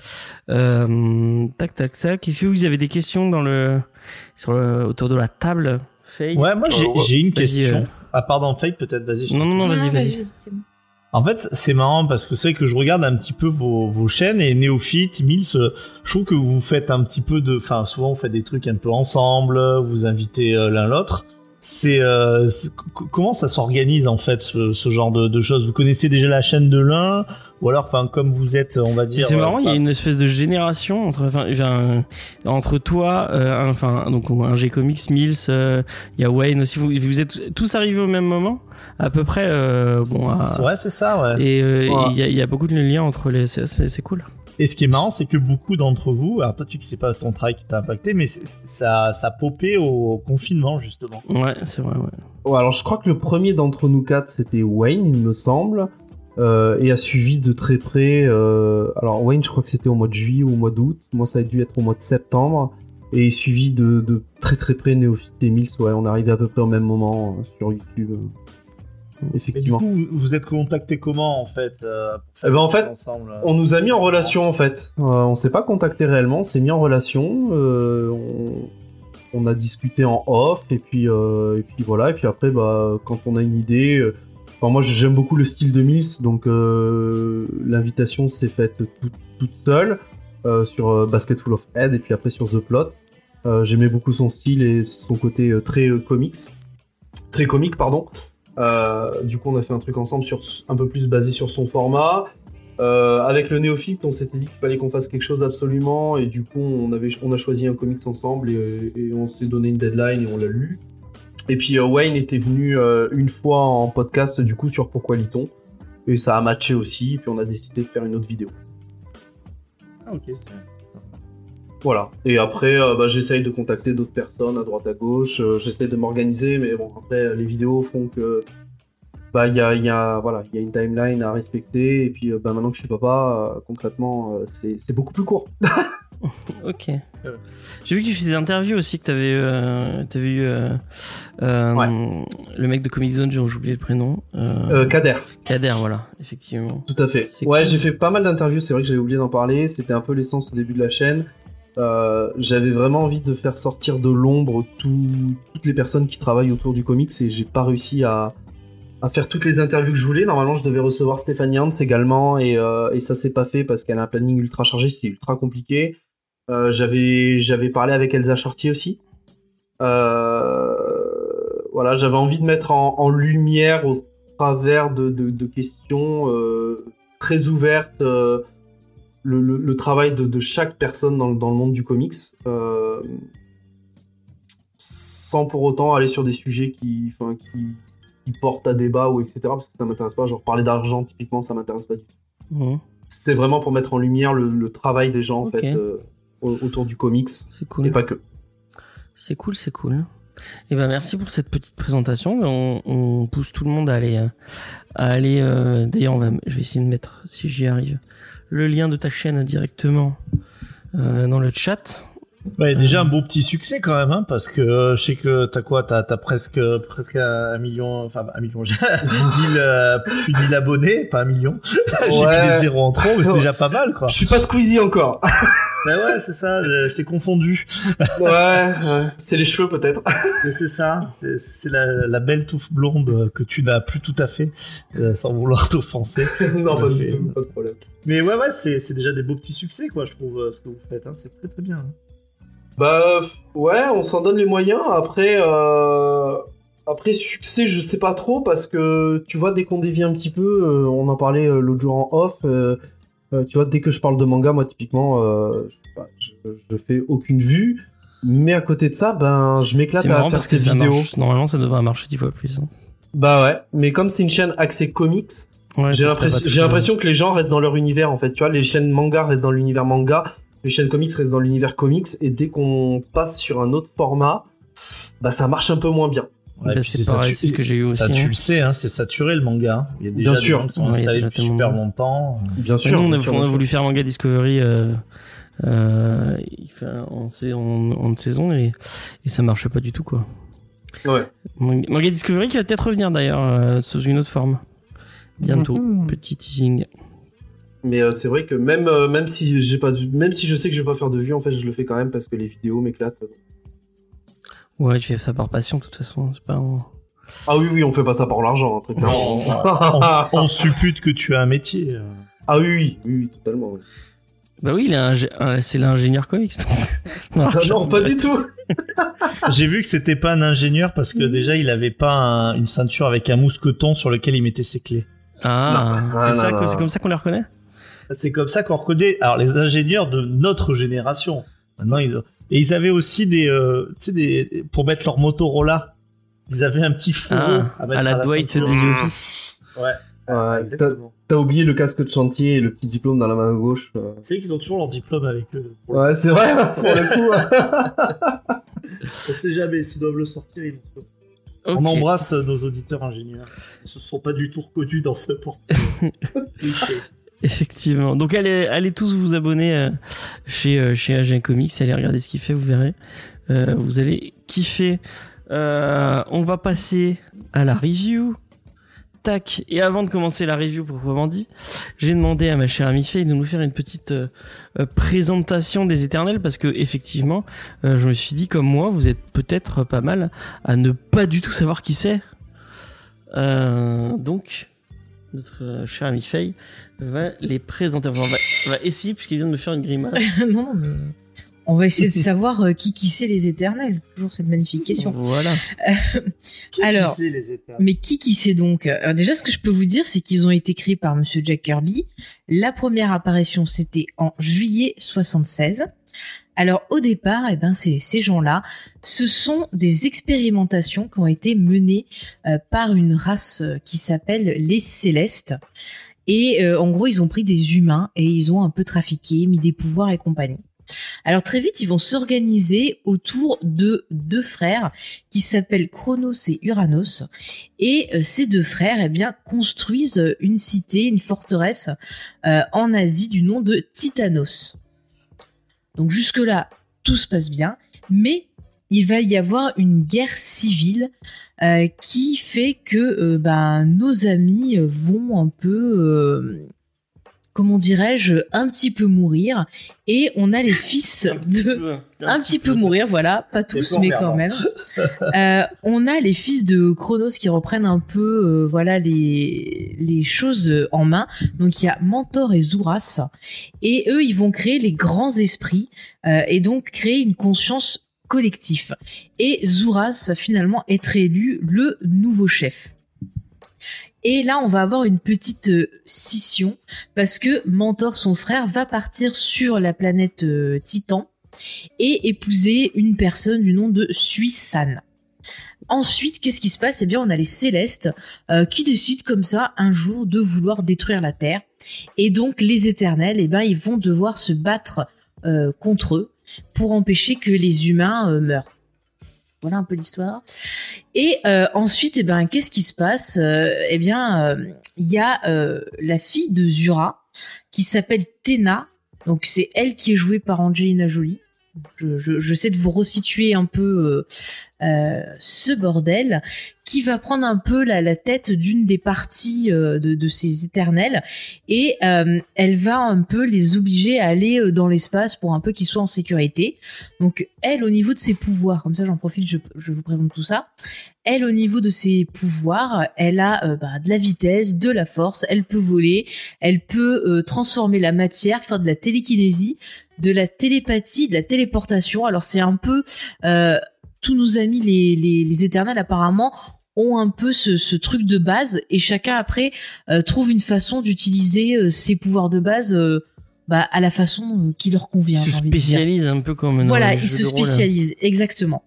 Euh, tac tac tac. Est-ce que vous avez des questions dans le sur le, autour de la table, Faye? Ouais, moi j'ai, oh, j'ai une vas-y, question. Euh... Ah pardon, Faye, peut-être. Vas-y. Je non non non, vas-y non, vas-y. vas-y, c'est bon. En fait, c'est marrant parce que c'est vrai que je regarde un petit peu vos, vos chaînes et Néophyte, Mills, je trouve que vous faites un petit peu de, enfin souvent vous faites des trucs un peu ensemble, vous invitez euh, l'un l'autre. C'est, euh, c'est comment ça s'organise en fait ce, ce genre de, de choses? Vous connaissez déjà la chaîne de l'un ou alors enfin comme vous êtes, on va dire. C'est marrant, il euh, y a une espèce de génération entre enfin un, entre toi, euh, enfin donc un G Comics, Mills, il euh, y a Wayne aussi. Vous, vous êtes tous arrivés au même moment à peu près. Euh, bon. C'est, à, c'est, ouais, c'est ça. Ouais. Et il euh, ouais. y, y a beaucoup de liens entre les. C'est, c'est, c'est cool. Et ce qui est marrant, c'est que beaucoup d'entre vous, alors toi tu sais que c'est pas ton travail qui t'a impacté, mais c'est, ça, ça a popé au confinement justement. Ouais, c'est vrai, ouais. Ouais, alors je crois que le premier d'entre nous quatre c'était Wayne, il me semble, euh, et a suivi de très près. Euh, alors Wayne, je crois que c'était au mois de juillet ou au mois d'août. Moi, ça a dû être au mois de septembre, et suivi de, de très très près Néophyte et Mills. Ouais, on est arrivé à peu près au même moment euh, sur YouTube. Euh. Effectivement. Mais du coup, vous êtes contacté comment en fait euh, pour faire eh ben en fait, ensemble, euh... on nous a mis en relation en fait. Euh, on s'est pas contacté réellement, on s'est mis en relation. Euh, on... on a discuté en off et puis euh, et puis voilà et puis après bah quand on a une idée, euh, enfin, moi j'aime beaucoup le style de Mills, donc euh, l'invitation s'est faite toute, toute seule euh, sur euh, Basketful of Head et puis après sur The Plot. Euh, j'aimais beaucoup son style et son côté euh, très euh, comics, très comique pardon. Euh, du coup on a fait un truc ensemble sur un peu plus basé sur son format. Euh, avec le néophyte, on s'était dit qu'il fallait qu'on fasse quelque chose absolument, et du coup, on, avait, on a choisi un comics ensemble et, et on s'est donné une deadline et on l'a lu. Et puis euh, Wayne était venu euh, une fois en podcast, du coup, sur Pourquoi lit-on, et ça a matché aussi, et puis on a décidé de faire une autre vidéo. Ah, ok, c'est Voilà. Et après, euh, bah, j'essaye de contacter d'autres personnes à droite à gauche, euh, j'essaye de m'organiser, mais bon, après, les vidéos font que. Bah, il y a, y a, voilà, y a une timeline à respecter, et puis bah, maintenant que je suis papa, euh, concrètement, euh, c'est, c'est beaucoup plus court. Ok. J'ai vu que tu fais des interviews aussi, que t'avais, euh, t'avais eu euh, euh, ouais. le mec de Comic Zone, j'ai oublié le prénom. Euh, euh, Kader. Kader, voilà, effectivement. Tout à fait. C'est ouais, cool. J'ai fait pas mal d'interviews, c'est vrai que j'avais oublié d'en parler, c'était un peu l'essence au début de la chaîne. Euh, j'avais vraiment envie de faire sortir de l'ombre tout, toutes les personnes qui travaillent autour du comics, et j'ai pas réussi à... à faire toutes les interviews que je voulais. Normalement, je devais recevoir Stéphanie Hans également, et, euh, et ça s'est pas fait parce qu'elle a un planning ultra chargé, c'est ultra compliqué. Euh, j'avais, j'avais parlé avec Elsa Chartier aussi. Euh, voilà, j'avais envie de mettre en, en lumière au travers de, de, de questions euh, très ouvertes euh, le, le, le travail de, de chaque personne dans, dans le monde du comics, euh, sans pour autant aller sur des sujets qui, enfin, qui porte à débat ou et cetera, parce que ça m'intéresse pas. Genre parler d'argent typiquement, ça m'intéresse pas du tout. Mmh. C'est vraiment pour mettre en lumière le, le travail des gens en okay. fait euh, autour du comics. C'est cool. Et pas que. C'est cool, c'est cool. Et ben merci pour cette petite présentation. On, on pousse tout le monde à aller, à aller. Euh, d'ailleurs, on va, je vais essayer de mettre, si j'y arrive, le lien de ta chaîne directement euh, dans le chat. Ouais, déjà un beau petit succès quand même, hein, parce que euh, je sais que t'as quoi, t'as, t'as presque presque un million, enfin un million, j'ai dit euh, plus de mille abonnés, pas un million. J'ai ouais. mis des zéros en trop, mais c'est déjà pas mal, quoi. Je suis pas Squeezie encore. Ben ouais, c'est ça, je, je t'ai confondu. Ouais, ouais, c'est les cheveux peut-être. Et c'est ça, c'est, c'est la, la belle touffe blonde que tu n'as plus tout à fait, euh, sans vouloir t'offenser. Non, pas du fait... tout, pas de problème. Mais ouais, ouais, c'est, c'est déjà des beaux petits succès, quoi, je trouve, euh, ce que vous faites, hein, c'est très très bien. Hein. Bah ouais, on s'en donne les moyens. Après, euh... après succès, je sais pas trop parce que tu vois, dès qu'on dévie un petit peu, euh, on en parlait euh, l'autre jour en off. Euh, euh, tu vois, dès que je parle de manga, moi typiquement, euh, je, je, je fais aucune vue. Mais à côté de ça, ben, je m'éclate c'est à faire ces vidéos. Marche, normalement, ça devrait marcher dix fois plus. Hein. Bah ouais, mais comme c'est une chaîne axée comics, ouais, j'ai l'impression, j'ai l'impression que les gens restent dans leur univers en fait. Tu vois, les chaînes manga restent dans l'univers manga. Les chaînes comics restent dans l'univers comics, et dès qu'on passe sur un autre format, bah ça marche un peu moins bien. Ouais, bah, puis c'est, c'est pareil, satu- c'est ce que j'ai eu aussi. Ça, hein. tu le sais, hein, c'est saturé le manga. Il y a déjà bien des sûr. gens qui sont ouais, installés depuis super longtemps. Bien sûr. Nous, on a, bien sûr, on a bien voulu sûr. faire Manga Discovery euh, euh, en, en, en saison, et, et ça marche pas du tout, quoi. Ouais. Manga Discovery qui va peut-être revenir d'ailleurs euh, sous une autre forme. Bientôt. Mm-hmm. Petit teasing. Mais euh, c'est vrai que même euh, même si j'ai pas de, même si je sais que je vais pas faire de vues, en fait je le fais quand même parce que les vidéos m'éclatent. Ouais, tu fais ça par passion de toute façon, c'est pas un... Ah oui oui, on fait pas ça pour l'argent, un truc. on, on, on suppute que tu as un métier. Ah oui oui, oui, oui totalement. Oui. Bah oui, il est un, un, c'est l'ingénieur comics. non, ah non pas du tout. J'ai vu que c'était pas un ingénieur parce que déjà il avait pas un, une ceinture avec un mousqueton sur lequel il mettait ses clés. Ah, non. c'est, ah, ça, non, que, non. c'est comme ça qu'on les reconnaît. C'est comme ça qu'on reconnaît. Alors les ingénieurs de notre génération. Maintenant ils ont... et ils avaient aussi des, euh, tu sais des pour mettre leur Motorola. Ils avaient un petit fourreau ah, à mettre à la, à la Dwight des The Office. Ouais. Euh, t'as, t'as oublié le casque de chantier et le petit diplôme dans la main gauche. Euh. Tu sais qu'ils ont toujours leur diplôme avec eux. Ouais, c'est vrai, pour le coup. On sait jamais, s'ils doivent le sortir, ils vont. Okay. On embrasse nos auditeurs ingénieurs. Ils se sont pas du tout reconnus dans ce portrait. Effectivement. Donc allez, allez tous vous abonner euh, chez, euh, chez A G N Comics, allez regarder ce qu'il fait, vous verrez. Euh, vous allez kiffer. Euh, on va passer à la review Tac. Et avant de commencer la review proprement dit, j'ai demandé à ma chère amie Faye de nous faire une petite euh, euh, présentation des Éternels parce que effectivement, euh, je me suis dit comme moi, vous êtes peut-être pas mal à ne pas du tout savoir qui c'est. Euh, donc, notre euh, chère amie Faye va les présenter. Enfin, on va, on va essayer puisqu'il vient de me faire une grimace. non, non, mais on va essayer de savoir euh, qui qui c'est les Éternels. Toujours cette magnifique question. Voilà. Euh, Qui alors, qui c'est, les Éternels mais qui qui c'est donc Alors déjà, ce que je peux vous dire, c'est qu'ils ont été créés par Monsieur Jack Kirby. La première apparition, c'était en juillet soixante-seize. Alors au départ, eh ben, ces, ces gens-là, ce sont des expérimentations qui ont été menées euh, par une race euh, qui s'appelle les Célestes. Et euh, en gros, ils ont pris des humains et ils ont un peu trafiqué, mis des pouvoirs et compagnie. Alors très vite, ils vont s'organiser autour de deux frères qui s'appellent Chronos et Uranos. Et euh, ces deux frères, eh bien, construisent une cité, une forteresse euh, en Asie du nom de Titanos. Donc jusque-là, tout se passe bien, mais il va y avoir une guerre civile euh, qui fait que euh, ben, nos amis vont un peu... Euh, comment dirais-je, un petit peu mourir, et on a les fils de... un, un petit peu, peu mourir, voilà, pas tous, mais quand même. euh, on a les fils de Chronos qui reprennent un peu, euh, voilà, les, les choses en main. Donc il y a Mentor et Zuras, et eux, ils vont créer les grands esprits, euh, et donc créer une conscience collective. Et Zuras va finalement être élu le nouveau chef. Et là, on va avoir une petite euh, scission parce que Mentor, son frère, va partir sur la planète euh, Titan et épouser une personne du nom de Sui-San. Ensuite, qu'est-ce qui se passe ? Eh bien, on a les Célestes euh, qui décident comme ça un jour de vouloir détruire la Terre. Et donc, les Éternels, eh ben, ils vont devoir se battre euh, contre eux pour empêcher que les humains euh, meurent. Voilà un peu l'histoire. Et euh, ensuite, eh ben, qu'est-ce qui se passe ? euh, Eh bien, il euh, y a euh, la fille de Zura qui s'appelle Tena. Donc, c'est elle qui est jouée par Angelina Jolie. Je, je, je sais de vous resituer un peu euh, euh, ce bordel, qui va prendre un peu la, la tête d'une des parties euh, de, de ces Éternels, et euh, elle va un peu les obliger à aller dans l'espace pour un peu qu'ils soient en sécurité. Donc elle, au niveau de ses pouvoirs, comme ça j'en profite, je, je vous présente tout ça. Elle, au niveau de ses pouvoirs, elle a euh, bah, de la vitesse, de la force, elle peut voler, elle peut euh, transformer la matière, faire de la télékinésie, de la télépathie, de la téléportation. Alors c'est un peu euh, tous nos amis les, les, les Éternels apparemment ont un peu ce, ce truc de base, et chacun après euh, trouve une façon d'utiliser euh, ses pouvoirs de base euh, bah, à la façon euh, qui leur convient. Ils se spécialisent un peu comme voilà, ils se spécialisent exactement.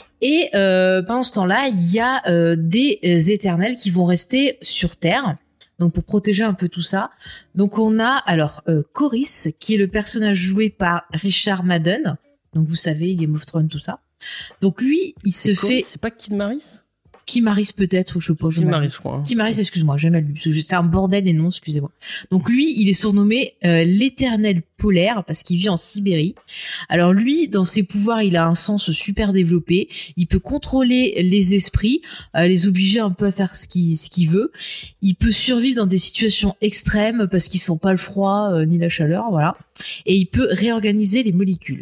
Et euh, pendant ce temps-là, il y a euh, des euh, Éternels qui vont rester sur Terre. Donc pour protéger un peu tout ça. Donc on a alors euh, Corys, qui est le personnage joué par Richard Madden. Donc vous savez, Game of Thrones, tout ça. Donc lui, il se fait... C'est pas Kid Maris ? Kid Maris peut-être, ou je sais pas. Kid Maris, je crois. Hein. Kid Maris, excuse-moi, j'ai mal lu. C'est un bordel les noms, excusez-moi. Donc lui, il est surnommé euh, l'Éternel polaire parce qu'il vit en Sibérie. Alors lui, dans ses pouvoirs, il a un sens super développé. Il peut contrôler les esprits, euh, les obliger un peu à faire ce qu'il ce qu'il veut. Il peut survivre dans des situations extrêmes parce qu'il sent pas le froid euh, ni la chaleur, voilà. Et il peut réorganiser les molécules.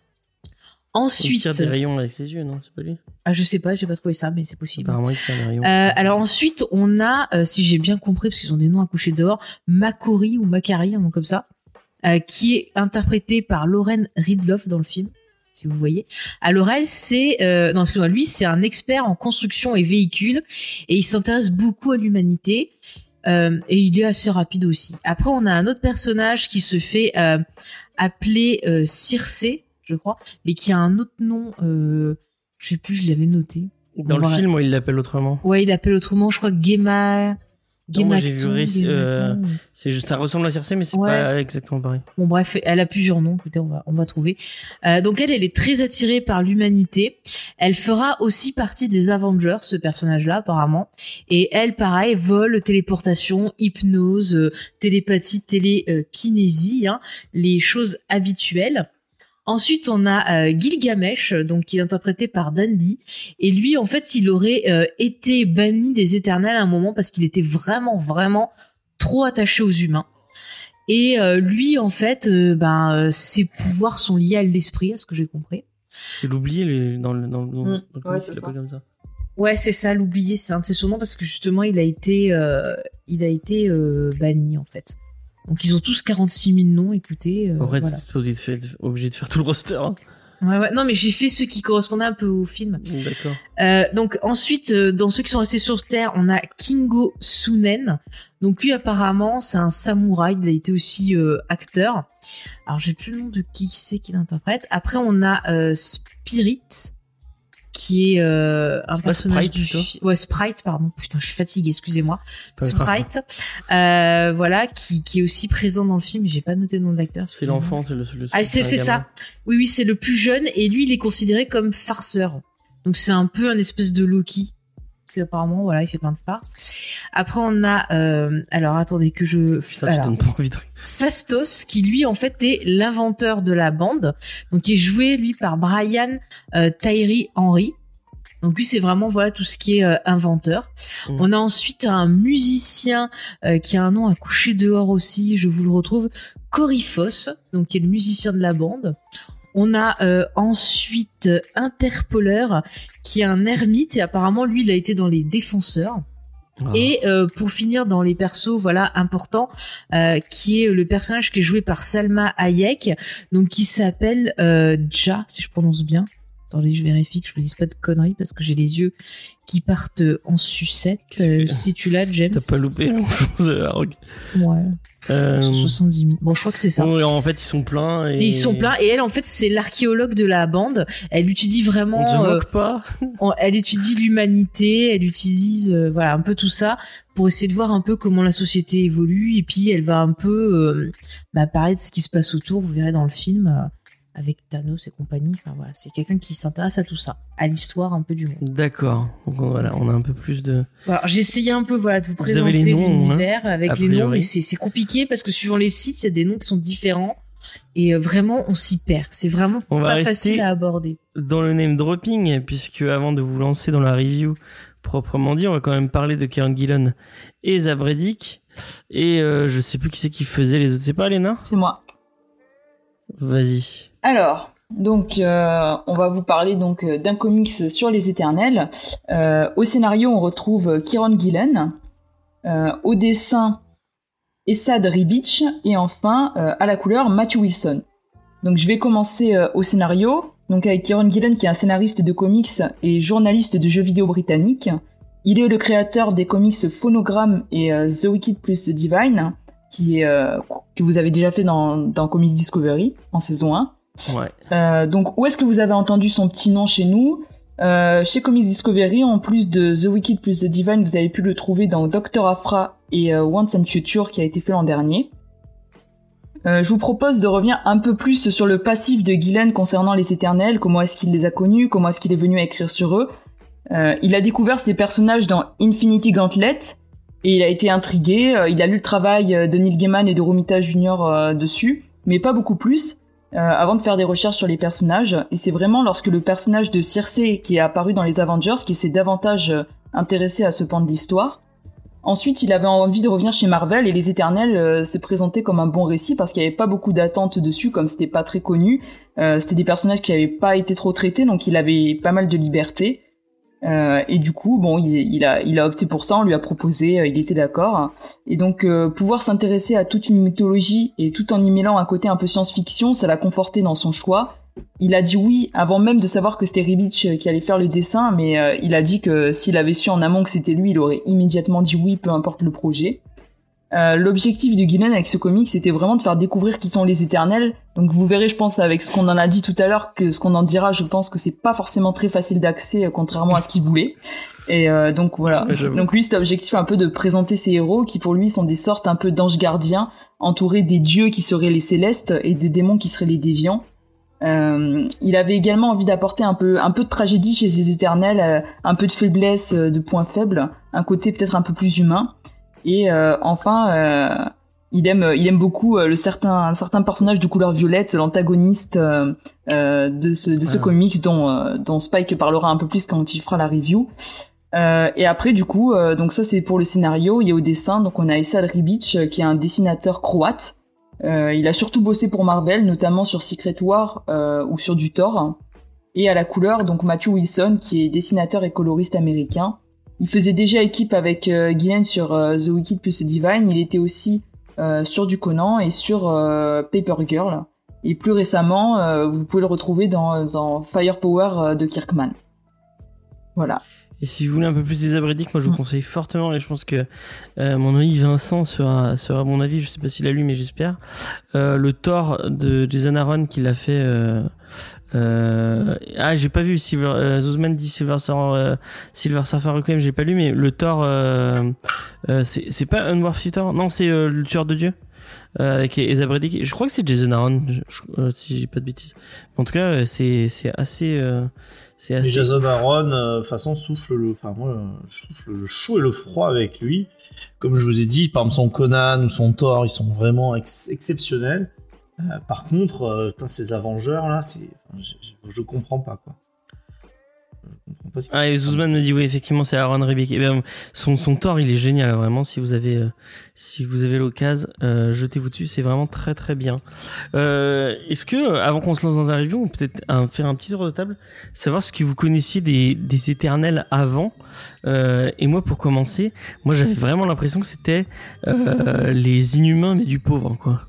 Ensuite, il tire des rayons avec ses yeux, non ? C'est pas lui ? Ah, je sais pas, j'ai pas trouvé ça, mais c'est possible. Apparemment, il tire des rayons. Euh, alors ensuite, on a, euh, si j'ai bien compris, parce qu'ils ont des noms à coucher dehors, Makori ou Makari, un nom comme ça, euh, qui est interprété par Lauren Ridloff dans le film, si vous voyez. Alors elle, c'est, euh, non, excusez-moi, lui, c'est un expert en construction et véhicules, et il s'intéresse beaucoup à l'humanité. Euh, et il est assez rapide aussi. Après, on a un autre personnage qui se fait euh, appeler euh, Circé, je crois, mais qui a un autre nom, euh, je sais plus, je l'avais noté. Dans le film, ouais, il l'appelle autrement. Ouais, il l'appelle autrement, je crois que Gemma... Non, moi, j'ai vu Réc- euh, c'est juste, ça ressemble à Circé, mais c'est ouais. pas exactement pareil. Bon, bref, elle a plusieurs noms, écoutez, on va, on va trouver. Euh, donc elle, elle est très attirée par l'humanité. Elle fera aussi partie des Avengers, ce personnage-là, apparemment. Et elle, pareil, vol, téléportation, hypnose, euh, télépathie, télékinésie, hein, les choses habituelles. Ensuite, on a euh, Gilgamesh, donc qui est interprété par Dan Lee, et lui, en fait, il aurait euh, été banni des Éternels à un moment parce qu'il était vraiment, vraiment trop attaché aux humains. Et euh, lui, en fait, euh, ben, euh, ses pouvoirs sont liés à l'esprit, à ce que j'ai compris. C'est l'oublié le- dans le dans le dans le- Mmh, dans le ouais, comic, c'est il ça. l'appelle comme ça. Ouais, c'est ça, l'oublié, c'est un de ses surnoms parce que justement, il a été, euh, il a été euh, banni en fait. Donc ils ont tous quarante-six mille noms. Écoutez, euh, En vrai, voilà. t'es obligé de, faire, obligé de faire tout le roster. Hein. Ouais, ouais. Non, mais j'ai fait ceux qui correspondaient un peu au film. D'accord. Euh, donc ensuite, euh, dans ceux qui sont restés sur Terre, on a Kingo Sunen. Donc lui, apparemment, c'est un samouraï. Il a été aussi euh, acteur. Alors j'ai plus le nom de qui c'est qui l'interprète. Après, on a euh, Spirit, qui est euh, un C'est pas personnage Sprite, du plutôt fi- ouais Sprite pardon, putain je suis fatiguée, excusez-moi. Pas grave. Sprite, euh, voilà, qui qui est aussi présent dans le film. J'ai pas noté le nom de l'acteur. C'est l'enfant, c'est le, le Ah, c'est, c'est ça. Oui, oui, c'est le plus jeune et lui, il est considéré comme farceur. Donc c'est un peu un espèce de Loki. Parce qu'apparemment, voilà, il fait plein de farces. Après, on a, euh, alors attendez que je, Ça, alors, je donne pas envie de. Fastos, qui lui, en fait, est l'inventeur de la bande. Donc, il est joué, lui, par Brian euh, Tyree Henry. Donc lui, c'est vraiment voilà tout ce qui est euh, inventeur. Mmh. On a ensuite un musicien euh, qui a un nom à coucher dehors aussi. Je vous le retrouve, Coryphos, donc qui est le musicien de la bande. On a euh, ensuite euh, Interpoleur, qui est un ermite et apparemment lui, il a été dans les Défenseurs. Ah. Et euh, pour finir dans les persos voilà importants, euh, qui est le personnage qui est joué par Salma Hayek, donc qui s'appelle euh, Ja, si je prononce bien. Attendez, je vérifie que je vous dise pas de conneries parce que j'ai les yeux qui partent en sucette. Euh, si tu l'as, James. T'as pas loupé grand-chose, Arog. Ouais. Euh... cent soixante-dix mille. Bon, je crois que c'est ça. Bon, en fait, ils sont pleins. Et... Et ils sont pleins. Et elle, en fait, c'est l'archéologue de la bande. Elle étudie vraiment. On se euh, moque pas. on- elle étudie l'humanité. Elle utilise, euh, voilà, un peu tout ça pour essayer de voir un peu comment la société évolue. Et puis, elle va un peu euh, bah, parler de ce qui se passe autour. Vous verrez dans le film. Euh, avec Thanos et compagnie. Enfin, voilà, c'est quelqu'un qui s'intéresse à tout ça, à l'histoire un peu du monde. D'accord. Donc voilà, on a un peu plus de. Alors, j'ai essayé un peu voilà de vous, Vous présenter avez les noms, l'univers hein, avec a les noms, priori. mais c'est c'est compliqué parce que suivant les sites, il y a des noms qui sont différents et euh, vraiment on s'y perd. C'est vraiment On va pas rester facile à aborder. dans le name dropping, puisque avant de vous lancer dans la review proprement dit, on va quand même parler de Kieran Gillen et Zabredik. Et euh, je sais plus qui c'est qui faisait les autres. C'est pas Léna ? C'est moi. Vas-y. Alors, donc, euh, on va vous parler donc euh, d'un comics sur les Éternels. Euh, au scénario, on retrouve Kieran Gillen. Euh, au dessin, Esad Ribic. Et enfin, euh, à la couleur, Matthew Wilson. Donc, je vais commencer euh, au scénario. Donc, avec Kieran Gillen, qui est un scénariste de comics et journaliste de jeux vidéo britannique. Il est le créateur des comics Phonogram et euh, The Wicked plus The Divine, qui est, euh, que vous avez déjà fait dans, dans Comic Discovery, en saison un. Ouais. Euh, donc, où est-ce que vous avez entendu son petit nom chez nous ? euh, Chez Comics Discovery, en plus de The Wicked plus The Divine, vous avez pu le trouver dans Doctor Aphra et euh, Once and Future, qui a été fait l'an dernier. Euh, je vous propose de revenir un peu plus sur le passif de Gillen concernant les Éternels, comment est-ce qu'il les a connus, comment est-ce qu'il est venu à écrire sur eux. Euh, il a découvert ces personnages dans Infinity Gauntlet, et il a été intrigué, euh, il a lu le travail de Neil Gaiman et de Romita Junior euh, dessus, mais pas beaucoup plus, euh, avant de faire des recherches sur les personnages, et c'est vraiment lorsque le personnage de Circe qui est apparu dans les Avengers qui s'est davantage euh, intéressé à ce pan de l'histoire. Ensuite, il avait envie de revenir chez Marvel, et les Éternels euh, s'est présenté comme un bon récit parce qu'il n'y avait pas beaucoup d'attentes dessus, comme c'était pas très connu, euh, c'était des personnages qui n'avaient pas été trop traités, donc il avait pas mal de liberté. Euh, et du coup, bon, il, il a, il a opté pour ça. On lui a proposé, euh, il était d'accord. Et donc, euh, pouvoir s'intéresser à toute une mythologie et tout en y mêlant un côté un peu science-fiction, ça l'a conforté dans son choix. Il a dit oui avant même de savoir que c'était Ribic qui allait faire le dessin, mais euh, il a dit que s'il avait su en amont que c'était lui, il aurait immédiatement dit oui, peu importe le projet. Euh, l'objectif de Gillen avec ce comic, c'était vraiment de faire découvrir qui sont les Éternels. Donc vous verrez, je pense, avec ce qu'on en a dit tout à l'heure, que ce qu'on en dira, je pense que c'est pas forcément très facile d'accès, euh, contrairement à ce qu'il voulait. Et euh, donc voilà. Ouais, donc lui, c'était l'objectif un peu de présenter ces héros qui pour lui sont des sortes un peu d'anges gardiens, entourés des dieux qui seraient les célestes et de démons qui seraient les déviants. Euh, il avait également envie d'apporter un peu un peu de tragédie chez ces Éternels, euh, un peu de faiblesse, euh, de points faibles, un côté peut-être un peu plus humain. Et euh, enfin, euh, il aime, il aime beaucoup euh, le certain, un certain personnage de couleur violette, l'antagoniste euh, euh, de ce, de ce Ah. comics dont, euh, dont Spike parlera un peu plus quand il fera la review. Euh, et après, du coup, euh, donc ça c'est pour le scénario. Il y a au dessin, donc on a Esad Ribic euh, qui est un dessinateur croate. Euh, il a surtout bossé pour Marvel, notamment sur Secret War euh, ou sur du Thor. Et à la couleur, donc Matthew Wilson qui est dessinateur et coloriste américain. Il faisait déjà équipe avec euh, Gillen sur euh, The Wicked plus The Divine. Il était aussi euh, sur du Conan et sur euh, Paper Girl. Et plus récemment, euh, vous pouvez le retrouver dans, dans Firepower euh, de Kirkman. Voilà. Et si vous voulez un peu plus des abridiques, moi je vous conseille fortement, et je pense que euh, mon ami Vincent sera, sera mon avis, je sais pas s'il a lu, mais j'espère, euh, le Thor de Jason Aaron qu'il a fait... Euh, euh, ah, j'ai pas vu Silver, euh, Zuzman dit Silver Surfer, euh, Silver Surfer Requiem, j'ai pas lu, mais le Thor, euh, euh, c'est, c'est pas Unworthy Thor, non, c'est euh, le tueur de Dieu. Euh, avec Eza Bredick, je crois que c'est Jason Aaron, je, je, euh, si j'ai pas de bêtises. En tout cas, c'est c'est assez, euh, c'est assez. Et Jason Aaron, de toute façon, souffle le, enfin moi, je souffle le chaud et le froid avec lui. Comme je vous ai dit, par exemple son Conan ou son Thor, ils sont vraiment ex- exceptionnels. Euh, par contre, euh, putain, ces Avengers là, c'est, je, je, je comprends pas quoi. Pas ah, et Zuzman me dit oui, effectivement, c'est Aaron Rebick. Et ben, son son Thor, il est génial, vraiment. Si vous avez euh, si vous avez l'occasion, euh, jetez-vous dessus, c'est vraiment très très bien. Euh, est-ce que avant qu'on se lance dans la review, on peut peut-être un, faire un petit tour de table, savoir ce que vous connaissiez des des Éternels avant. Euh, et moi, pour commencer, moi j'avais vraiment l'impression que c'était euh, les Inhumains mais du pauvre quoi.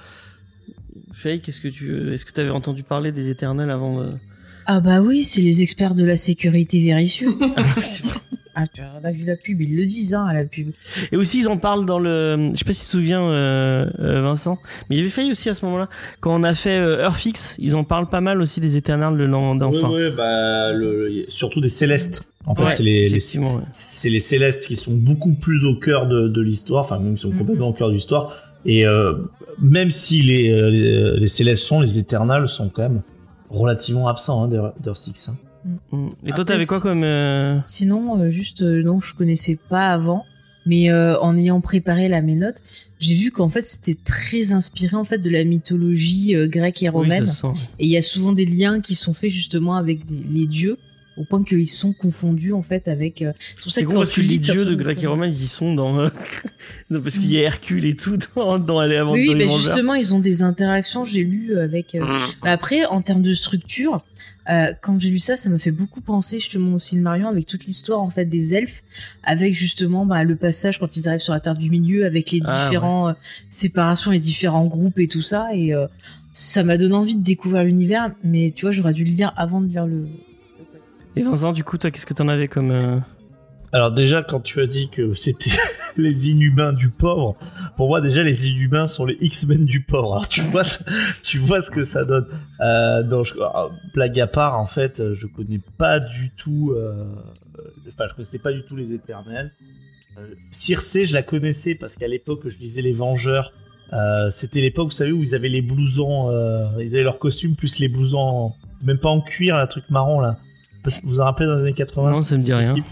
Faye, qu'est-ce que tu est-ce que tu avais entendu parler des Éternels avant euh... Ah bah oui, c'est les experts de la sécurité vérifiée. Ah, tu as vu la pub, ils le disent hein, à la pub. Et aussi ils en parlent dans le, je sais pas si tu te souviens euh, euh, Vincent, mais il y avait Faye aussi à ce moment-là quand on a fait euh, Earthfix, ils en parlent pas mal aussi des Éternels de l'an d'enfin. Oui, oui, bah le, surtout des Célestes. En fait, ouais, c'est les, les ouais. c'est les Célestes qui sont beaucoup plus au cœur de, de l'histoire, enfin même qui sont complètement au cœur de l'histoire. Et euh, même si les, les les Célestes sont, les Éternels sont quand même relativement absent hein, d'Earthsix. Hein. Mmh. Et toi, Après, t'avais quoi comme... Euh... Sinon, euh, juste, euh, non, je connaissais pas avant, mais euh, en ayant préparé là mes notes, j'ai vu qu'en fait, c'était très inspiré en fait de la mythologie euh, grecque et romaine. Oui, et il y a souvent des liens qui sont faits justement avec des, les dieux, au point qu'ils sont confondus en fait avec... Euh... C'est pour ça que quand tu lis les dieux de grec et romain, ils y sont dans... Euh... non, parce qu'il y a Hercule et tout dans, dans Aller avant oui, dans bah justement, ils ont des interactions, j'ai lu avec... Euh... Bah après, en termes de structure, euh, quand j'ai lu ça, ça m'a fait beaucoup penser justement au Silmarillion avec toute l'histoire en fait des elfes, avec justement bah, le passage quand ils arrivent sur la Terre du Milieu, avec les ah, différents ouais. euh, séparations, les différents groupes et tout ça, et euh, ça m'a donné envie de découvrir l'univers, mais tu vois, j'aurais dû le lire avant de lire le... Et Vincent, du coup, toi, qu'est-ce que t'en avais comme... Euh... Alors déjà, quand tu as dit que c'était les Inhumains du pauvre, pour moi déjà les Inhumains sont les X-Men du pauvre. Alors tu vois, tu vois ce que ça donne. Euh, donc, je, alors, blague à part, en fait, je connais pas du tout. Euh, enfin, je connaissais pas du tout les Éternels. Euh, Circé, je la connaissais parce qu'à l'époque, je lisais les Vengeurs. Euh, c'était l'époque, vous savez, où ils avaient les blousons, euh, ils avaient leurs costumes plus les blousons, en, même pas en cuir, un truc marron là. Vous vous en rappelez dans les années quatre-vingts? Non, ça me dit rien.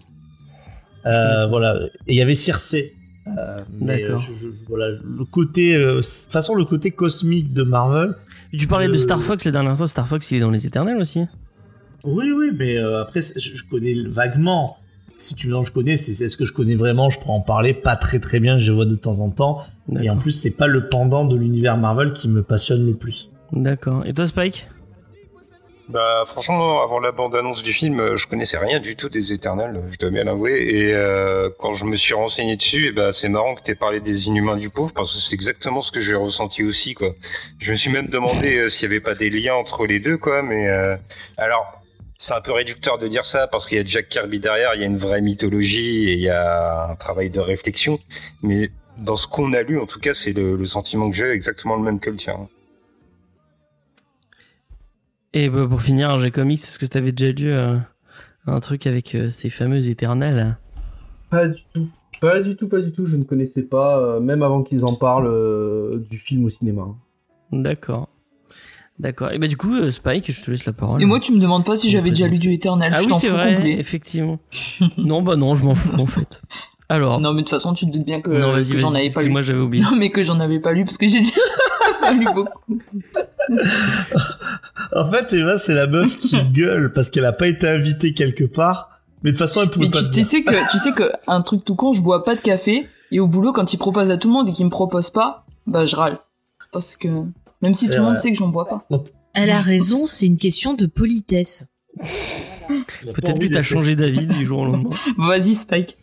Euh, voilà, et il y avait Circé. Euh, D'accord. Euh, je, je, voilà, le côté, euh, façon le côté cosmique de Marvel. Et tu parlais euh, de Star Fox la dernière fois. Star Fox, il est dans les Éternels aussi. Oui, oui, mais euh, après, je, je connais vaguement. Si tu me demandes, je connais. C'est, c'est ce que je connais vraiment. Je pourrais en parler, pas très très bien. Je vois de temps en temps. D'accord. Et en plus, c'est pas le pendant de l'univers Marvel qui me passionne le plus. D'accord. Et toi, Spike? Bah franchement, avant la bande-annonce du film, je connaissais rien du tout des Éternels, je dois bien l'avouer. Et euh, quand je me suis renseigné dessus, et bah c'est marrant que t'aies parlé des Inhumains du pauvre, parce que c'est exactement ce que j'ai ressenti aussi, quoi. Je me suis même demandé euh, s'il y avait pas des liens entre les deux, quoi. Mais euh, alors, c'est un peu réducteur de dire ça, parce qu'il y a Jack Kirby derrière, il y a une vraie mythologie et il y a un travail de réflexion. Mais dans ce qu'on a lu, en tout cas, c'est le, le sentiment que j'ai, exactement le même que le tien. Et bah, pour finir, G Comics, est-ce que tu avais déjà lu euh, un truc avec euh, ces fameux Éternels? Pas du tout. Pas du tout, pas du tout. Je ne connaissais pas, euh, même avant qu'ils en parlent euh, du film au cinéma. D'accord. D'accord. Et bah du coup, euh, Spike, je te laisse la parole. Et moi, tu me demandes pas si j'avais déjà lu du Éternel. Ah je oui, t'en c'est fous vrai, complet. effectivement. Non, bah non, je m'en fous en fait. Alors. Non, mais de toute façon, tu te doutes bien que, non, vas-y, que vas-y, j'en avais pas lu. Moi, j'avais oublié. Non, mais que j'en avais pas lu parce que j'ai déjà pas lu beaucoup. En fait, Eva, c'est la meuf qui gueule parce qu'elle a pas été invitée quelque part, mais de toute façon, elle pouvait mais pas tu, le tu dire. sais que, tu sais que, un truc tout con, je bois pas de café, et au boulot, quand ils proposent à tout le monde et qu'ils me proposent pas, bah, je râle. Parce que, même si tout le ouais. monde sait que j'en bois pas. Elle a raison, c'est une question de politesse. Peut-être que t'as changé d'avis du jour au lendemain. Vas-y, Spike.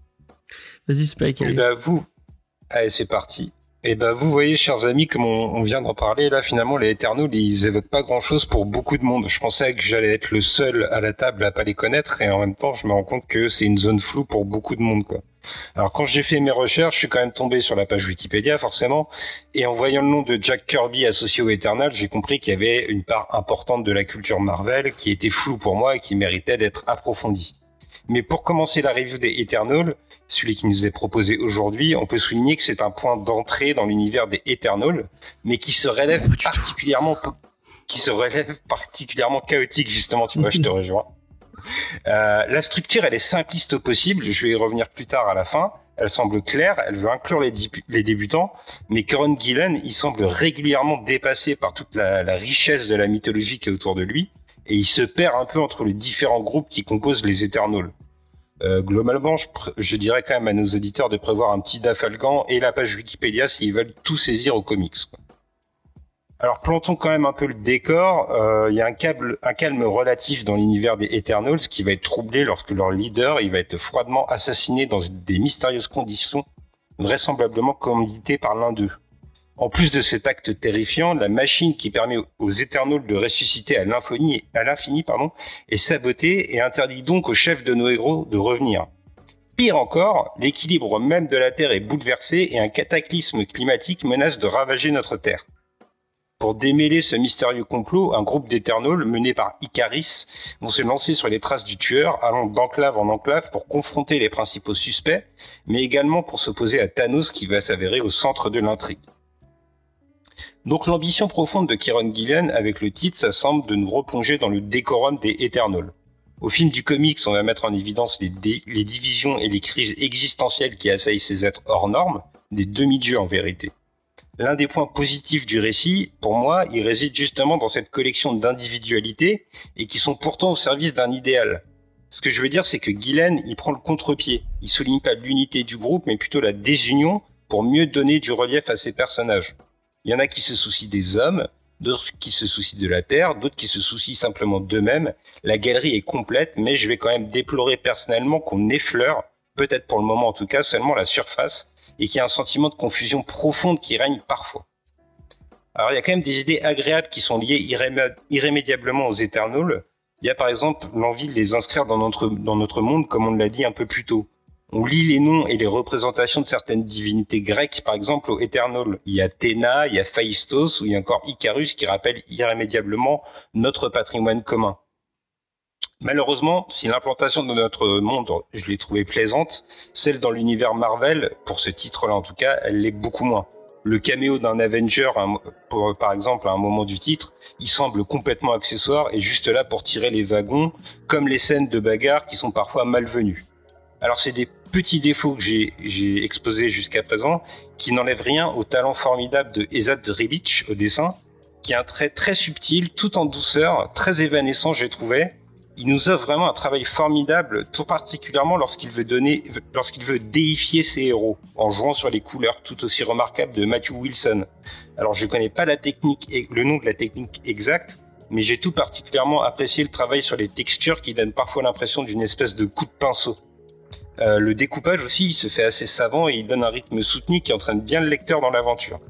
Vas-y, Spike. Et bah, vous. Allez, c'est parti. Et bah, vous voyez, chers amis, comme on, on vient d'en parler, là, finalement, les Eternals, ils évoquent pas grand-chose pour beaucoup de monde. Je pensais que j'allais être le seul à la table à pas les connaître, et en même temps, je me rends compte que c'est une zone floue pour beaucoup de monde, quoi. Alors, quand j'ai fait mes recherches, je suis quand même tombé sur la page Wikipédia, forcément, et en voyant le nom de Jack Kirby associé aux Eternals, j'ai compris qu'il y avait une part importante de la culture Marvel qui était floue pour moi et qui méritait d'être approfondie. Mais pour commencer la review des Eternals, celui qui nous est proposé aujourd'hui, on peut souligner que c'est un point d'entrée dans l'univers des Eternals, mais qui se relève particulièrement, qui se relève particulièrement chaotique, justement, tu vois, je te rejoins. Euh, la structure, elle est simpliste au possible, je vais y revenir plus tard à la fin. Elle semble claire, elle veut inclure les, dip- les débutants, mais Kieron Gillen, il semble régulièrement dépassé par toute la, la richesse de la mythologie qui est autour de lui, et il se perd un peu entre les différents groupes qui composent les Eternals. Euh, globalement, je, pr- je dirais quand même à nos auditeurs de prévoir un petit Dafalgan et la page Wikipédia s'ils veulent tout saisir aux comics, quoi. Alors, plantons quand même un peu le décor. Il euh, y a un, câble, un calme relatif dans l'univers des Eternals qui va être troublé lorsque leur leader il va être froidement assassiné dans des mystérieuses conditions, vraisemblablement commanditées par l'un d'eux. En plus de cet acte terrifiant, la machine qui permet aux Eternals de ressusciter à l'infini, à l'infini pardon, est sabotée et interdit donc au chef de nos héros de revenir. Pire encore, l'équilibre même de la Terre est bouleversé et un cataclysme climatique menace de ravager notre Terre. Pour démêler ce mystérieux complot, un groupe d'Eternals mené par Icaris vont se lancer sur les traces du tueur, allant d'enclave en enclave pour confronter les principaux suspects, mais également pour s'opposer à Thanos qui va s'avérer au centre de l'intrigue. Donc l'ambition profonde de Kieron Gillen avec le titre, ça semble de nous replonger dans le décorum des Eternals. Au film du comics, on va mettre en évidence les, dé- les divisions et les crises existentielles qui assaillent ces êtres hors normes, des demi-dieux en vérité. L'un des points positifs du récit, pour moi, il réside justement dans cette collection d'individualités et qui sont pourtant au service d'un idéal. Ce que je veux dire, c'est que Gillen, il prend le contre-pied. Il souligne pas l'unité du groupe, mais plutôt la désunion pour mieux donner du relief à ses personnages. Il y en a qui se soucient des hommes, d'autres qui se soucient de la Terre, d'autres qui se soucient simplement d'eux-mêmes. La galerie est complète, mais je vais quand même déplorer personnellement qu'on effleure, peut-être pour le moment en tout cas, seulement la surface, et qu'il y a un sentiment de confusion profonde qui règne parfois. Alors il y a quand même des idées agréables qui sont liées irrémé- irrémédiablement aux Eternals. Il y a par exemple l'envie de les inscrire dans notre, dans notre monde, comme on l'a dit un peu plus tôt. On lit les noms et les représentations de certaines divinités grecques, par exemple aux Eternals. Il y a Athéna, il y a Phaistos, ou il y a encore Icarus qui rappelle irrémédiablement notre patrimoine commun. Malheureusement, si l'implantation de notre monde, je l'ai trouvée plaisante, celle dans l'univers Marvel, pour ce titre-là en tout cas, elle l'est beaucoup moins. Le caméo d'un Avenger, un, pour, par exemple, à un moment du titre, il semble complètement accessoire et juste là pour tirer les wagons, comme les scènes de bagarre qui sont parfois malvenues. Alors c'est des petits défauts que j'ai, j'ai exposés jusqu'à présent, qui n'enlèvent rien au talent formidable de Esad Ribic au dessin, qui a un trait très subtil, tout en douceur, très évanescent j'ai trouvé. Il nous offre vraiment un travail formidable, tout particulièrement lorsqu'il veut donner, lorsqu'il veut déifier ses héros, en jouant sur les couleurs tout aussi remarquables de Matthew Wilson. Alors je connais pas la technique, le nom de la technique exacte, mais j'ai tout particulièrement apprécié le travail sur les textures qui donnent parfois l'impression d'une espèce de coup de pinceau. Euh, le découpage aussi, il se fait assez savant et il donne un rythme soutenu qui entraîne bien le lecteur dans l'aventure.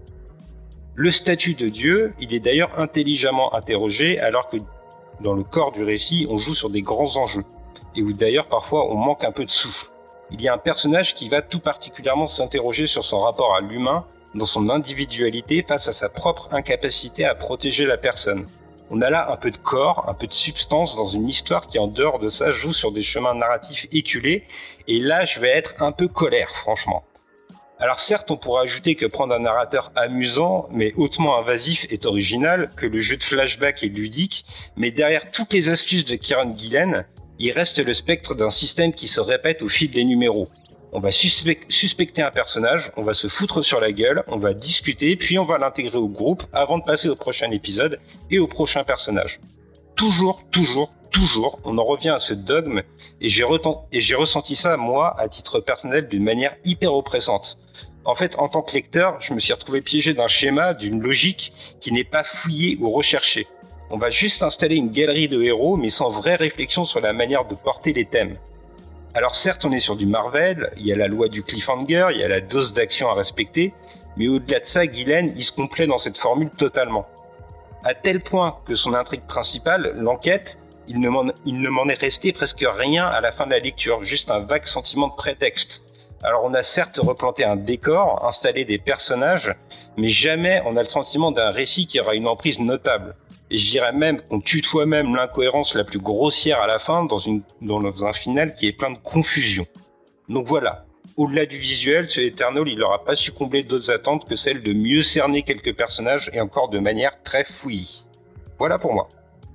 Le statut de Dieu, il est d'ailleurs intelligemment interrogé alors que dans le corps du récit, on joue sur des grands enjeux, et où d'ailleurs parfois on manque un peu de souffle. Il y a un personnage qui va tout particulièrement s'interroger sur son rapport à l'humain, dans son individualité face à sa propre incapacité à protéger la personne. On a là un peu de corps, un peu de substance dans une histoire qui en dehors de ça joue sur des chemins narratifs éculés, et là je vais être un peu colère franchement. Alors certes, on pourrait ajouter que prendre un narrateur amusant, mais hautement invasif est original, que le jeu de flashback est ludique, mais derrière toutes les astuces de Kieron Gillen, il reste le spectre d'un système qui se répète au fil des numéros. On va suspect- suspecter un personnage, on va se foutre sur la gueule, on va discuter, puis on va l'intégrer au groupe avant de passer au prochain épisode et au prochain personnage. Toujours, toujours, toujours, on en revient à ce dogme et j'ai, retent- et j'ai ressenti ça, moi, à titre personnel, d'une manière hyper oppressante. En fait, en tant que lecteur, je me suis retrouvé piégé d'un schéma, d'une logique qui n'est pas fouillée ou recherchée. On va juste installer une galerie de héros, mais sans vraie réflexion sur la manière de porter les thèmes. Alors certes, on est sur du Marvel, il y a la loi du cliffhanger, il y a la dose d'action à respecter, mais au-delà de ça, Gillen, il se complaît dans cette formule totalement. À tel point que son intrigue principale, l'enquête, il ne, m'en, il ne m'en est resté presque rien à la fin de la lecture, juste un vague sentiment de prétexte. Alors on a certes replanté un décor, installé des personnages, mais jamais on a le sentiment d'un récit qui aura une emprise notable. Et je dirais même qu'on tutoie même l'incohérence la plus grossière à la fin dans, une, dans un final qui est plein de confusion. Donc voilà, au-delà du visuel, ce Eternal, il n'aura pas su combler d'autres attentes que celle de mieux cerner quelques personnages et encore de manière très fouillie. Voilà pour moi.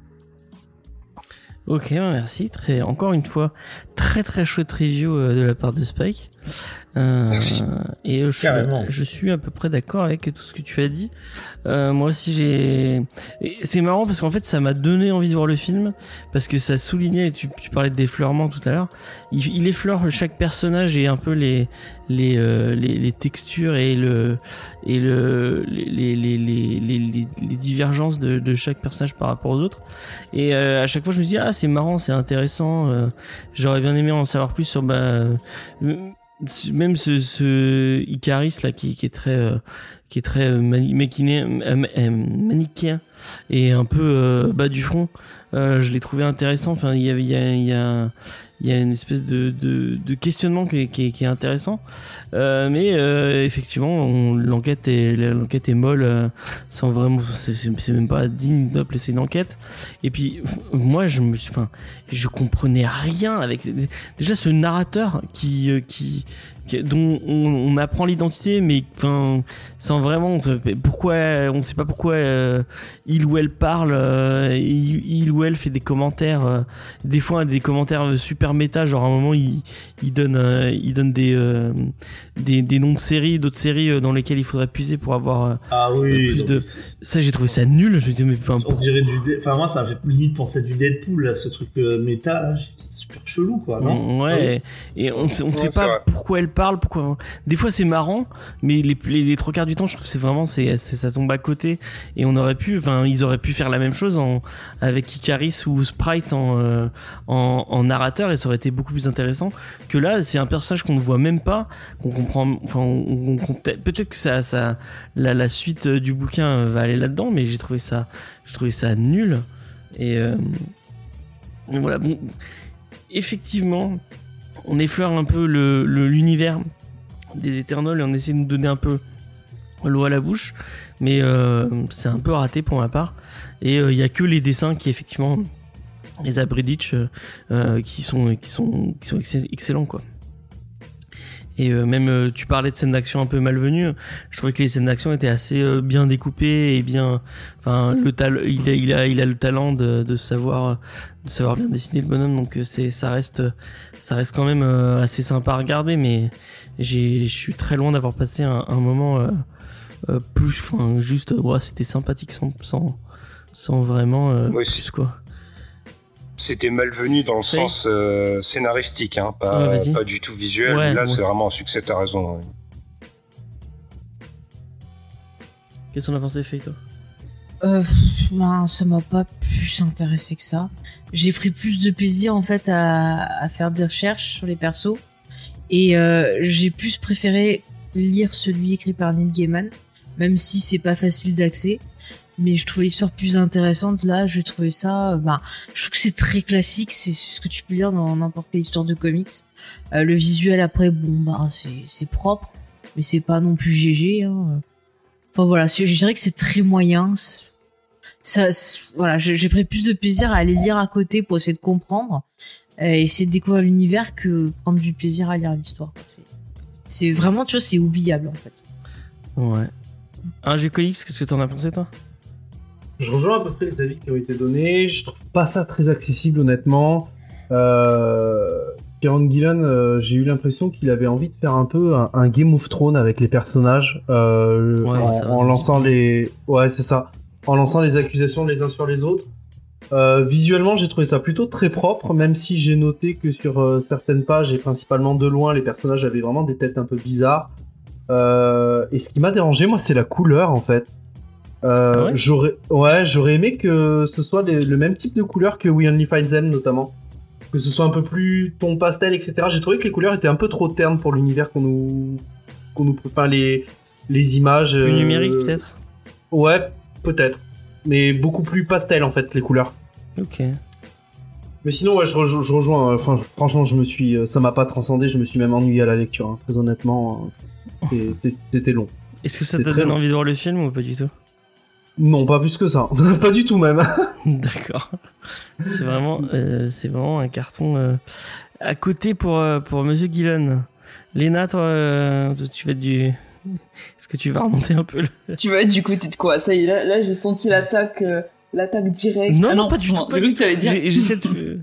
Ok, merci. Très, encore une fois, très très chouette review euh, de la part de Spike. Euh, Merci. Et je, suis- je suis à peu près d'accord avec tout ce que tu as dit. Euh, moi aussi, j'ai. et c'est marrant parce qu'en fait, ça m'a donné envie de voir le film parce que ça soulignait. Tu, tu parlais de d'effleurement tout à l'heure. Il, il effleure chaque personnage et un peu les les euh, les, les textures et le et le les les les les, les, les, les divergences de, de chaque personnage par rapport aux autres. Et euh, à chaque fois, je me dis ah c'est marrant, c'est intéressant. Euh, j'aurais bien aimé en savoir plus sur bah euh, même ce, ce Icaris là qui, qui est très euh, qui est très euh, mani- maquiné- euh, euh, manichéen et un peu euh, bas du front. Euh, je l'ai trouvé intéressant. Enfin, il y a il y a il y a il y a une espèce de de, de questionnement qui est, qui est, qui est intéressant. Euh, mais euh, effectivement, on, l'enquête est l'enquête est molle, euh, sans vraiment. C'est, c'est, c'est même pas digne d'appeler ça une enquête. Et puis moi, je me, enfin, je comprenais rien avec déjà ce narrateur qui euh, qui qui- dont on, on apprend l'identité, mais enfin sans vraiment pourquoi on sait pas pourquoi euh, il ou elle parle, euh, il, il ou elle fait des commentaires, euh, des fois des commentaires super méta, genre à un moment il il donne euh, il donne des, euh, des des noms de séries, d'autres séries euh, dans lesquelles il faudrait puiser pour avoir euh, Ah oui, plus non, de mais c'est- ça j'ai trouvé ça nul. Je me disais mais enfin on pour- dirait du. dé- Enfin, moi, ça m'a fait limite penser à du Deadpool, là, ce truc euh, méta, là. C'est super chelou, quoi, non? ouais, et on sait, on Ouais, sait c'est pas vrai. pourquoi elle parle, pourquoi. Des fois c'est marrant, mais les, les, les trois quarts du temps, je trouve que c'est vraiment c'est, c'est ça tombe à côté. Et on aurait pu, enfin ils auraient pu faire la même chose en avec Icaris ou Sprite en, euh, en en narrateur et ça aurait été beaucoup plus intéressant que là. C'est un personnage qu'on ne voit même pas, qu'on comprend. Enfin, on, on- qu'on- peut-être peut-être que ça ça la, la suite euh, du bouquin va aller là-dedans, mais j'ai trouvé ça, je trouvais ça nul. Et euh, donc voilà, bon, effectivement, on effleure un peu le, le- l'univers des Eternals et on essaie de nous donner un peu l'eau à la bouche, mais euh, c'est un peu raté pour ma part. Et il euh, y a que les dessins qui effectivement, les Abridich, euh, euh, qui sont qui sont qui sont ex- excellents quoi. Et euh, même euh, tu parlais de scènes d'action un peu malvenues, je trouvais que les scènes d'action étaient assez euh, bien découpées et bien, enfin le tal, il a il a il a le talent de, de savoir de savoir bien dessiner le bonhomme, donc euh, c'est ça reste ça reste quand même euh, assez sympa à regarder, mais j'ai je suis très loin d'avoir passé un, un moment euh, euh, plus, enfin juste euh, ouais, c'était sympathique sans sans sans vraiment euh, Moi plus aussi. quoi. C'était malvenu dans le Oui. sens euh, scénaristique, hein, pas, Ouais, vas-y. pas du tout visuel. Ouais, Là, ouais. c'est vraiment un succès, t'as raison. ouais. Qu'est-ce qu'on a pensé, Faye, toi? Euh, pff, ben, ça m'a pas plus intéressé que ça. J'ai pris plus de plaisir en fait à, à faire des recherches sur les persos et euh, j'ai plus préféré lire celui écrit par Neil Gaiman, même si c'est pas facile d'accès. Mais je trouvais l'histoire plus intéressante là. Je trouvais ça, euh, ben, je trouve que c'est très classique. C'est ce que tu peux lire dans n'importe quelle histoire de comics. Euh, le visuel après, bon bah c'est c'est propre, mais c'est pas non plus G G. Hein. Enfin voilà, je dirais que c'est très moyen. Ça, c'est- voilà, j'ai j'ai pris plus de plaisir à aller lire à côté pour essayer de comprendre, euh, et essayer de découvrir l'univers que prendre du plaisir à lire l'histoire. C'est, c'est vraiment, tu vois, c'est oubliable en fait. Ouais. Un G Comics, qu'est-ce que t'en as pensé, toi? Je rejoins à peu près les avis qui ont été donnés. Je trouve pas ça très accessible, honnêtement. Euh, Kieron Gillen, euh, j'ai eu l'impression qu'il avait envie de faire un peu un, un Game of Thrones avec les personnages, euh, Ouais, en, ça va, en lançant les, ouais, c'est ça, en lançant les accusations les uns sur les autres. Euh, visuellement, j'ai trouvé ça plutôt très propre, même si j'ai noté que sur euh, certaines pages et principalement de loin, les personnages avaient vraiment des têtes un peu bizarres. Euh, et ce qui m'a dérangé, moi, c'est la couleur, en fait. Euh, Ah ouais j'aurais, ouais, j'aurais aimé que ce soit les- le même type de couleur que We Only Find Them, notamment. Que ce soit un peu plus ton pastel, et cetera. J'ai trouvé que les couleurs étaient un peu trop ternes pour l'univers qu'on nous, qu'on nous, enfin les, les images. Plus euh, numérique peut-être. Ouais, peut-être. Mais beaucoup plus pastel en fait, les couleurs. Ok. Mais sinon, ouais, je, re- je rejoins. euh, Enfin, franchement, je me suis, euh, ça m'a pas transcendé. Je me suis même ennuyé à la lecture. Hein, très honnêtement, euh, et c'est- c'était long. Est-ce que ça C'est te très donne long. envie de voir le film ou pas du tout? Non, pas plus que ça. Pas du tout même. D'accord. C'est vraiment, euh, c'est vraiment un carton euh, à côté pour euh, pour Monsieur Gillen. Léna, toi, euh, tu fais du. Est-ce que tu vas remonter un peu le... Tu vas être du côté de quoi? Ça y est, là, là j'ai senti l'attaque, euh, l'attaque directe. Non, Ah non, pas du tout. non, Pas j'ai du cru que t'allais tout. dire. J'ai- J'essaie de.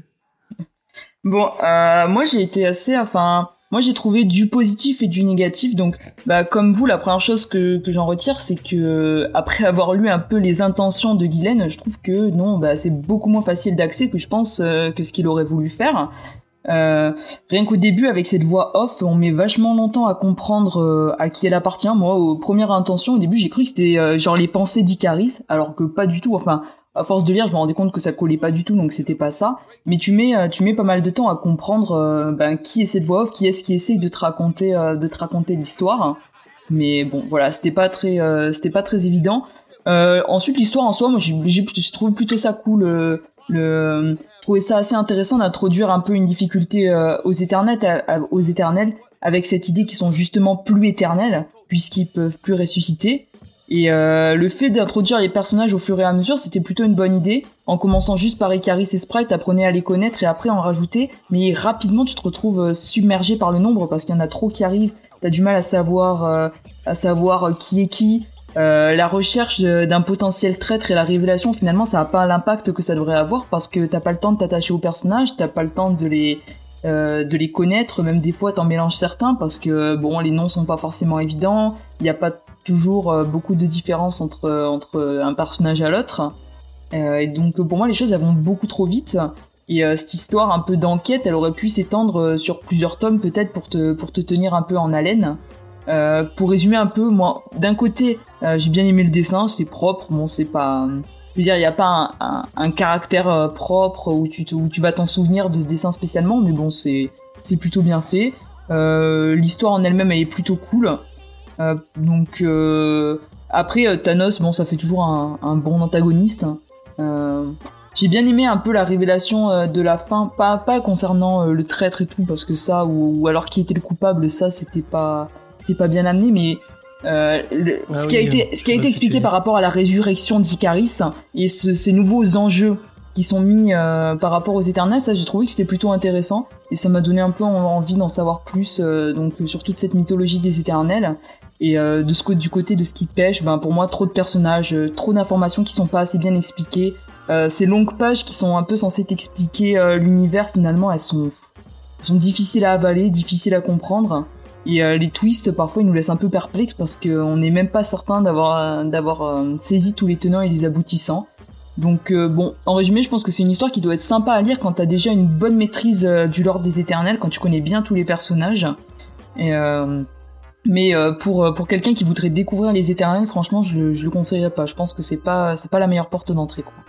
Bon, euh, moi j'ai été assez, enfin, moi j'ai trouvé du positif et du négatif. Donc, bah comme vous, la première chose que que j'en retire, c'est que euh, après avoir lu un peu les intentions de Gillen, je trouve que non, bah c'est beaucoup moins facile d'accès que je pense euh, que ce qu'il aurait voulu faire. Euh, rien qu'au début, avec cette voix off, on met vachement longtemps à comprendre euh, à qui elle appartient. Moi, aux premières intentions, au début, j'ai cru que c'était euh, genre les pensées d'Icaris, alors que pas du tout. Enfin, à force de lire, je me rendais compte que ça collait pas du tout, donc c'était pas ça. Mais tu mets, euh, tu mets pas mal de temps à comprendre euh, ben, qui est cette voix off, qui est-ce qui essaye de te raconter, euh, de te raconter l'histoire. Mais bon, voilà, c'était pas très, euh, c'était pas très évident. Euh, ensuite, l'histoire en soi, moi, j'ai, j'ai, j'ai trouvé plutôt ça cool. Euh, le, je trouvais ça assez intéressant d'introduire un peu une difficulté euh, aux éternels, à- à- aux éternels, avec cette idée qu'ils sont justement plus éternels, puisqu'ils peuvent plus ressusciter. Et euh, le fait d'introduire les personnages au fur et à mesure, c'était plutôt une bonne idée. En commençant juste par Icaris et Sprite, t'apprenais à les connaître et après en rajouter. Mais rapidement, tu te retrouves euh, submergé par le nombre parce qu'il y en a trop qui arrivent. T'as du mal à savoir, euh, à savoir euh, qui est qui. Euh, la recherche euh, d'un potentiel traître et la révélation, finalement, ça a pas l'impact que ça devrait avoir parce que t'as pas le temps de t'attacher aux personnages, t'as pas le temps de les euh, de les connaître. Même des fois, t'en mélanges certains parce que bon, les noms sont pas forcément évidents. Il y a pas toujours euh, beaucoup de différences entre entre un personnage à l'autre. Euh, et donc pour moi, les choses elles vont beaucoup trop vite. Et euh, cette histoire un peu d'enquête, elle aurait pu s'étendre euh, sur plusieurs tomes peut-être pour te pour te tenir un peu en haleine. Euh, pour résumer un peu, moi, d'un côté, euh, j'ai bien aimé le dessin, c'est propre, bon, c'est pas, je veux dire, il y a pas un, un, un caractère euh, propre où tu te, où tu vas t'en souvenir de ce dessin spécialement, mais bon, c'est c'est plutôt bien fait. Euh, l'histoire en elle-même, elle est plutôt cool. Euh, donc euh, après, euh, Thanos, bon, ça fait toujours un, un bon antagoniste. Euh, j'ai bien aimé un peu la révélation euh, de la fin, pas pas concernant euh, le traître et tout, parce que ça, ou, ou alors qui était le coupable, ça, c'était pas c'était pas bien amené, mais euh, le, Ah ce, oui, qui a été, ce qui a été expliqué par rapport à la résurrection d'Icaris et ce, ces nouveaux enjeux qui sont mis euh, par rapport aux éternels, ça j'ai trouvé que c'était plutôt intéressant et ça m'a donné un peu envie d'en savoir plus euh, donc sur toute cette mythologie des éternels et euh, de ce, du côté de ce qui pêche, ben, pour moi trop de personnages, euh, trop d'informations qui sont pas assez bien expliquées, euh, ces longues pages qui sont un peu censées t'expliquer euh, l'univers, finalement elles sont, elles sont difficiles à avaler, difficiles à comprendre. Et euh, les twists, parfois, ils nous laissent un peu perplexes parce qu'on n'est même pas certain d'avoir d'avoir euh, saisi tous les tenants et les aboutissants. Donc, euh, bon, en résumé, je pense que c'est une histoire qui doit être sympa à lire quand t'as déjà une bonne maîtrise euh, du lore des éternels, quand tu connais bien tous les personnages. Et, euh, mais euh, pour pour quelqu'un qui voudrait découvrir les éternels, franchement, je le, je le conseillerais pas. Je pense que c'est pas c'est pas la meilleure porte d'entrée, quoi.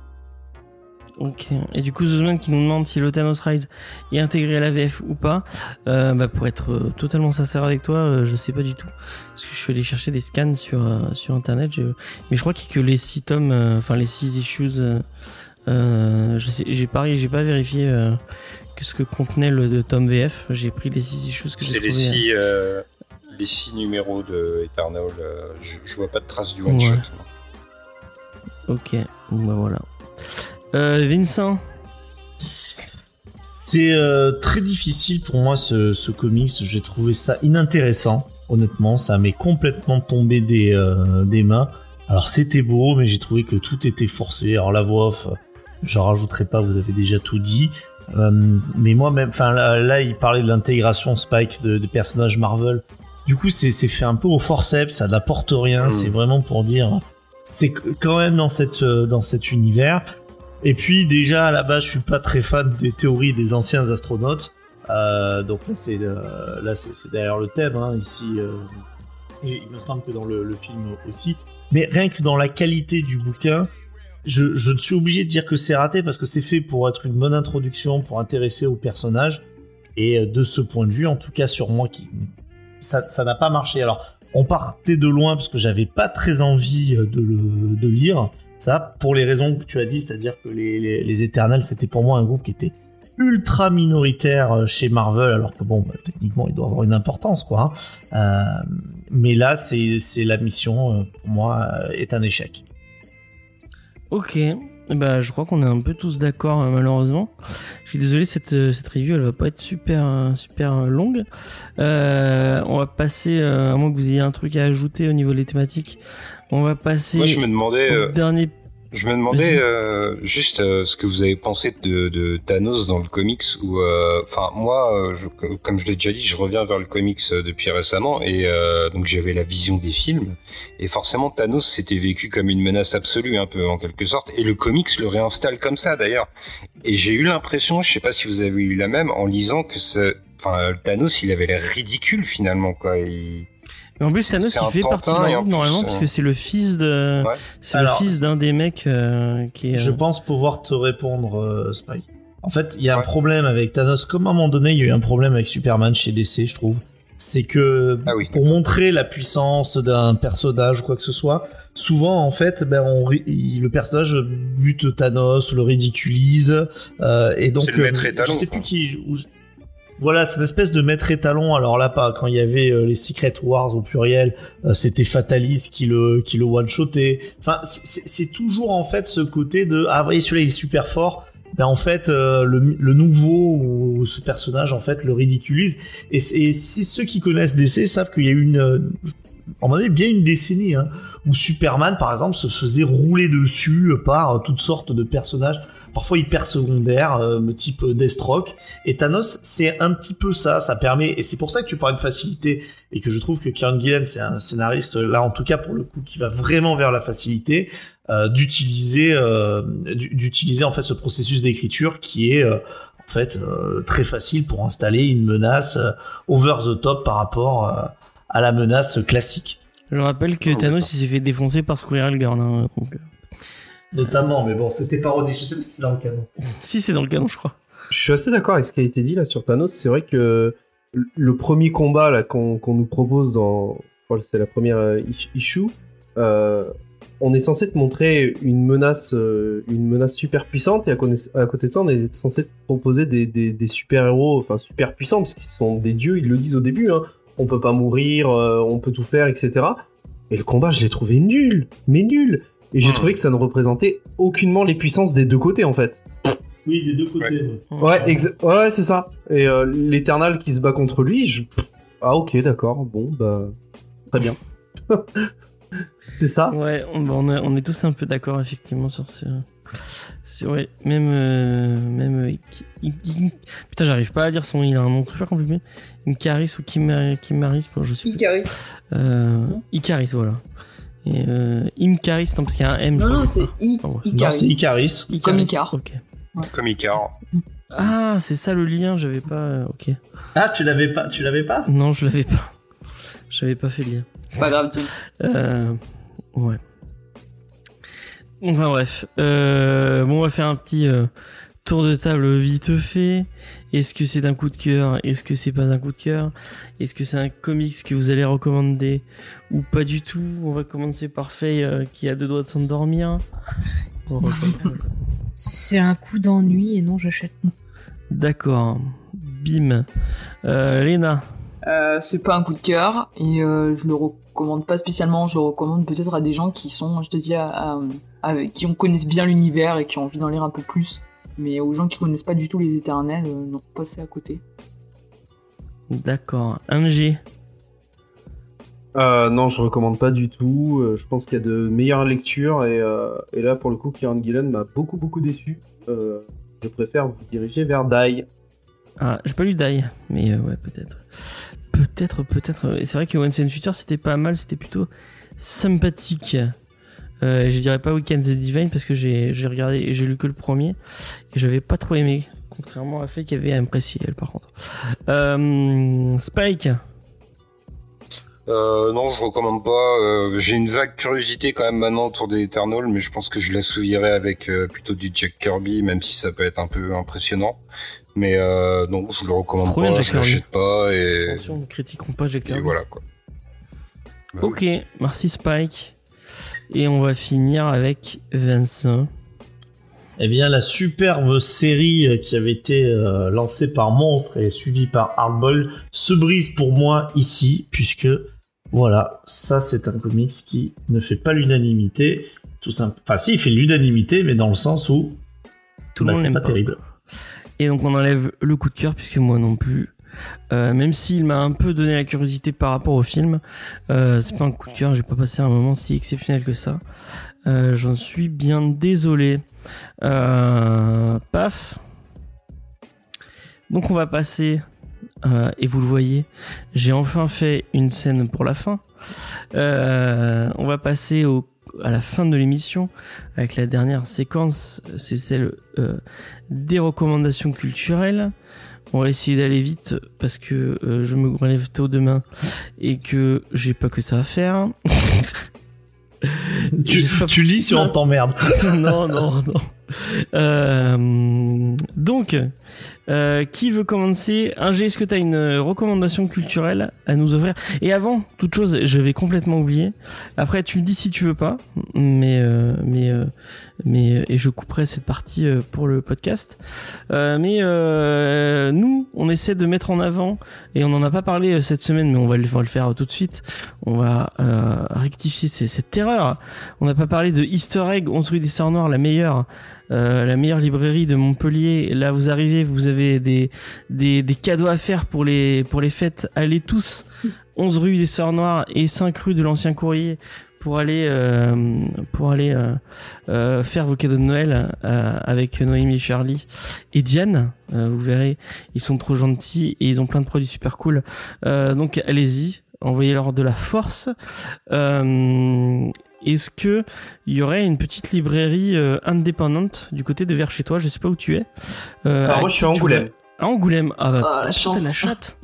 Ok. Et du coup, Zuzman qui nous demande si le Thanos Rise est intégré à la V F ou pas. Euh, bah pour être euh, totalement sincère avec toi, euh, je sais pas du tout. Parce que je suis allé chercher des scans sur euh, sur internet. Je... Mais je crois qu'il y a que les six tomes, euh, enfin les six issues. Euh, euh, je sais, j'ai pas, j'ai pas vérifié euh, que ce que contenait le de tome V F. J'ai pris les six issues que j'ai C'est trouvé. les six, euh, les six numéros de Eternal. Euh, je, je vois pas de trace du one Ouais. shot. Ok. Bon, bah voilà. Euh, Vincent. C'est euh, très difficile pour moi ce, ce comics, j'ai trouvé ça inintéressant, honnêtement, ça m'est complètement tombé des, euh, des mains. Alors c'était beau, mais j'ai trouvé que tout était forcé. Alors la voix off, j'en rajouterai pas, vous avez déjà tout dit. Euh, mais moi même, enfin là, là, il parlait de l'intégration Spike de, des personnages Marvel. Du coup, c'est, c'est fait un peu au forceps, ça n'apporte rien. Mmh. C'est vraiment pour dire, c'est quand même dans cette dans cet univers. Et puis déjà à la base, je suis pas très fan des théories des anciens astronautes. Euh, donc là, c'est euh, là c'est, c'est derrière le thème hein, ici. Euh, et il me semble que dans le, le film aussi. Mais rien que dans la qualité du bouquin. Je, je suis obligé de dire que c'est raté parce que c'est fait pour être une bonne introduction, pour intéresser au personnage. Et de ce point de vue, en tout cas sur moi, qui ça, ça n'a pas marché. Alors, on partait de loin parce que j'avais pas très envie de le de lire ça pour les raisons que tu as dit, c'est-à-dire que les, les, les Éternels, c'était pour moi un groupe qui était ultra minoritaire chez Marvel, alors que bon, bah, techniquement, il doit avoir une importance, quoi. Euh, mais là, c'est c'est la mission pour moi est un échec. Ok, bah, je crois qu'on est un peu tous d'accord euh, malheureusement. Je suis désolé, cette, cette review elle va pas être super, euh, super longue. Euh, on va passer, euh, à moins que vous ayez un truc à ajouter au niveau des thématiques, on va passer Moi, je me demandais, au euh... dernier... Je me demandais euh, juste euh, ce que vous avez pensé de, de Thanos dans le comics où, enfin euh, moi, je, comme je l'ai déjà dit, je reviens vers le comics depuis récemment et euh, donc j'avais la vision des films et forcément Thanos s'était vécu comme une menace absolue un peu en quelque sorte et le comics le réinstalle comme ça d'ailleurs et j'ai eu l'impression, je sais pas si vous avez eu la même en lisant que enfin Thanos il avait l'air ridicule finalement quoi. Il... Mais en plus, Thanos, il fait partie de leur groupe normalement, euh... parce que c'est le fils de, ouais. c'est Alors, le fils d'un des mecs euh, qui est. Je euh... pense pouvoir te répondre, euh, Spike. En fait, il y a ouais. un problème avec Thanos. Comme à un moment donné, il y a eu un problème avec Superman chez D C, je trouve. C'est que ah oui, pour d'accord. montrer la puissance d'un personnage ou quoi que ce soit, souvent en fait, ben on, il, le personnage bute Thanos, le ridiculise, euh, et donc c'est le maître euh, étalon, je sais quoi. plus qui. Où, Voilà, cette espèce de maître étalon. Alors là, pas quand il y avait euh, les Secret Wars au pluriel, euh, c'était Fatalis qui le qui le one-shotait. Enfin, c'est, c'est toujours en fait ce côté de ah, vous voyez celui-là il est super fort. Ben en fait, euh, le, le nouveau ou ce personnage en fait le ridiculise. Et, et si ceux qui connaissent D C savent qu'il y a eu une, euh, on en est bien une décennie hein, où Superman par exemple se faisait rouler dessus par toutes sortes de personnages. Parfois hyper secondaire, euh, type Deathstroke. Et Thanos, c'est un petit peu ça. Ça permet, et c'est pour ça que tu parlais de facilité, et que je trouve que Kieran Gillen, c'est un scénariste, là en tout cas pour le coup, qui va vraiment vers la facilité, euh, d'utiliser, euh, d'utiliser en fait ce processus d'écriture qui est euh, en fait euh, très facile pour installer une menace euh, over the top par rapport euh, à la menace classique. Je rappelle que oh, Thanos, il s'est fait défoncer par Squirrel Girl, hein, donc... Notamment, mais bon, c'était parodé. Je sais pas si c'est dans le canon. Si, c'est dans le canon, je crois. Je suis assez d'accord avec ce qui a été dit là sur Thanos. C'est vrai que le premier combat là qu'on, qu'on nous propose dans, je crois que c'est la première euh, issue, euh, on est censé te montrer une menace, euh, une menace super puissante, et à, conna- à côté de ça, on est censé te proposer des, des, des super héros, enfin super puissants, parce qu'ils sont des dieux. Ils le disent au début. Hein. On peut pas mourir, euh, on peut tout faire, et cetera. Et le combat, je l'ai trouvé nul, mais nul. Et j'ai trouvé que ça ne représentait aucunement les puissances des deux côtés, en fait. Oui, des deux côtés. Ouais, ouais, exa- ouais c'est ça. Et euh, l'Éternel qui se bat contre lui, je... Ah ok, d'accord, bon, bah... Très bien. C'est ça. Ouais, on, on, est, on est tous un peu d'accord, effectivement, sur ce... C'est, ouais, même... Euh, même euh, il, il, putain, j'arrive pas à dire son... Il a un nom super compliqué. Icaris ou Kim, Kimaris, je sais plus. Icaris. Euh, Icaris, voilà. Et euh, Imcaris, non, parce qu'il y a un M. Non, je non, crois. c'est I- oh, Icaris. Non, c'est Icaris. Icaris. Comme Icar. Ok. Ouais. Comme Icar. Ah, c'est ça le lien, j'avais pas. Ok. Ah, tu l'avais pas, tu l'avais pas ? Non, je l'avais pas. J'avais pas fait le lien. C'est pas grave, James. Euh. Ouais. Enfin, bref. Euh, bon, on va faire un petit. Euh... Tour de table vite fait. Est-ce que c'est un coup de cœur ? Est-ce que c'est pas un coup de cœur ? Est-ce que c'est un comics que vous allez recommander ou pas du tout ? On va commencer par Faye euh, qui a deux doigts de s'endormir. C'est un coup d'ennui et non, j'achète. D'accord. Bim. Euh, Léna. Euh, c'est pas un coup de cœur et euh, je le recommande pas spécialement. Je le recommande peut-être à des gens qui sont, je te dis, à, à, à, qui connaissent bien l'univers et qui ont envie d'en lire un peu plus. Mais aux gens qui connaissent pas du tout les Éternels, euh, non, passez à côté. D'accord. Un G. Euh, non, je recommande pas du tout. Euh, je pense qu'il y a de meilleures lectures et, euh, et là, pour le coup, Kieran Gillen m'a beaucoup beaucoup déçu. Euh, je préfère vous diriger vers Die. Ah, j'ai pas lu Die, mais euh, ouais, peut-être. Peut-être, peut-être. Et c'est vrai que Once and Future, c'était pas mal, c'était plutôt sympathique. Euh, je dirais pas Weekend the Divine parce que j'ai, j'ai regardé et j'ai lu que le premier et j'avais pas trop aimé, contrairement à Faye qui avait apprécié elle par contre. Euh, Spike. Euh, non, je recommande pas. Euh, j'ai une vague curiosité quand même maintenant autour des Eternals, mais je pense que je l'assouvirai avec euh, plutôt du Jack Kirby, même si ça peut être un peu impressionnant. Mais euh, non, je le recommande pas, bien, je l'achète pas et. Attention, ne critiquons pas Jack Kirby. Et voilà quoi. Bah, ok, oui. merci Spike. Et on va finir avec Vincent. Eh bien, la superbe série qui avait été euh, lancée par Monstre et suivie par Hardball se brise pour moi ici, puisque voilà, ça c'est un comics qui ne fait pas l'unanimité, tout simple. Enfin, si, il fait l'unanimité, mais dans le sens où tout le bah, monde c'est n'aime pas, pas terrible. Et donc on enlève le coup de cœur, puisque moi non plus. Euh, même s'il m'a un peu donné la curiosité par rapport au film, euh, c'est pas un coup de cœur, j'ai pas passé un moment si exceptionnel que ça. Euh, j'en suis bien désolé. Euh, paf. Donc on va passer, euh, et vous le voyez, j'ai enfin fait une scène pour la fin. Euh, on va passer au, à la fin de l'émission avec la dernière séquence, c'est celle euh, des recommandations culturelles. On va essayer d'aller vite parce que euh, je me relève tôt demain et que j'ai pas que ça à faire. tu, tu lis sur on t'emmerde. non, non, non. Euh, donc, euh, qui veut commencer? Ingé, est-ce que tu as une recommandation culturelle à nous offrir? Et avant toute chose, je vais complètement oublier. Après, tu me dis si tu veux pas, mais euh, mais euh, mais et je couperai cette partie euh, pour le podcast. Euh, mais euh, nous, on essaie de mettre en avant, et on n'en a pas parlé cette semaine, mais on va le, on va le faire tout de suite. On va euh, rectifier ces, cette erreur. On n'a pas parlé de Easter Egg, onze rue des Sœurs Noires, la meilleure. Euh, la meilleure librairie de Montpellier. Là, vous arrivez, vous avez des, des, des cadeaux à faire pour les, pour les fêtes. Allez tous, onze rue des Sœurs Noires et cinq rue de l'Ancien Courrier pour aller, euh, pour aller euh, euh, faire vos cadeaux de Noël euh, avec Noémie et Charlie et Diane. Euh, vous verrez, ils sont trop gentils et ils ont plein de produits super cool. Euh, donc, allez-y, envoyez-leur de la force. Euh, Est-ce que il y aurait une petite librairie euh, indépendante du côté de vers chez toi? Je sais pas où tu es. Euh, Alors moi je suis à Angoulême. À Angoulême. Ah bah Ah, la putain, chance. la chatte.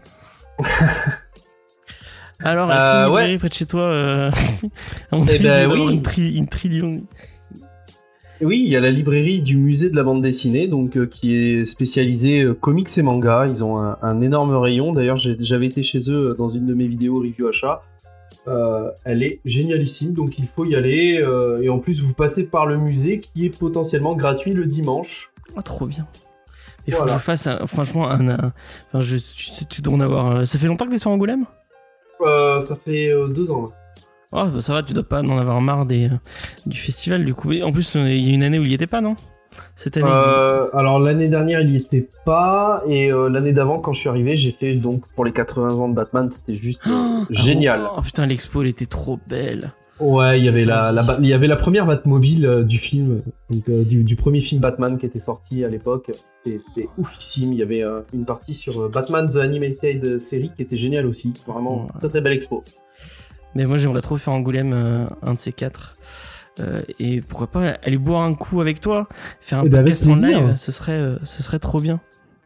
Alors est-ce qu'il y a une Euh, librairie ouais. près de chez toi euh... À mon Eh avis, ben, il doit y avoir oui. une, tri- une trillion. Oui, il y a la librairie du musée de la bande dessinée, donc euh, qui est spécialisée euh, comics et manga. Ils ont un, un énorme rayon. D'ailleurs, j'ai- j'avais été chez eux euh, dans une de mes vidéos review achat. Euh, elle est génialissime, donc il faut y aller. Euh, et en plus, vous passez par le musée qui est potentiellement gratuit le dimanche. Ah, trop bien. Il faut Voilà. que je fasse un- franchement un, un- enfin, je, tu, sais, tu dois en avoir. un- Ça fait longtemps que t'es sur Angoulême? Euh, ça fait euh, deux ans. Là. Ah bah ça va, tu dois pas en avoir marre des, euh, du festival du coup. Et en plus, euh, il y a une année où il y était pas, non? Cette année. Euh, alors l'année dernière, il y était pas, et euh, l'année d'avant, quand je suis arrivé, j'ai fait donc pour les quatre-vingts ans de Batman. C'était juste euh, Oh, génial. Oh putain, l'expo elle était trop belle. Ouais, il y avait Putain, la, la oui. Bat- il y avait la première Batmobile euh, du film, donc euh, du, du premier film Batman qui était sorti à l'époque. C'était c'était oufissime. Il y avait euh, une partie sur euh, Batman The Animated Series qui était géniale aussi. Vraiment Ouais. très très belle expo. Mais moi j'aimerais trop faire Angoulême, euh, un de ces quatre. Euh, et pourquoi pas aller boire un coup avec toi, faire un Eh ben, avec podcast en plaisir. live, ce serait, euh, ce serait trop bien.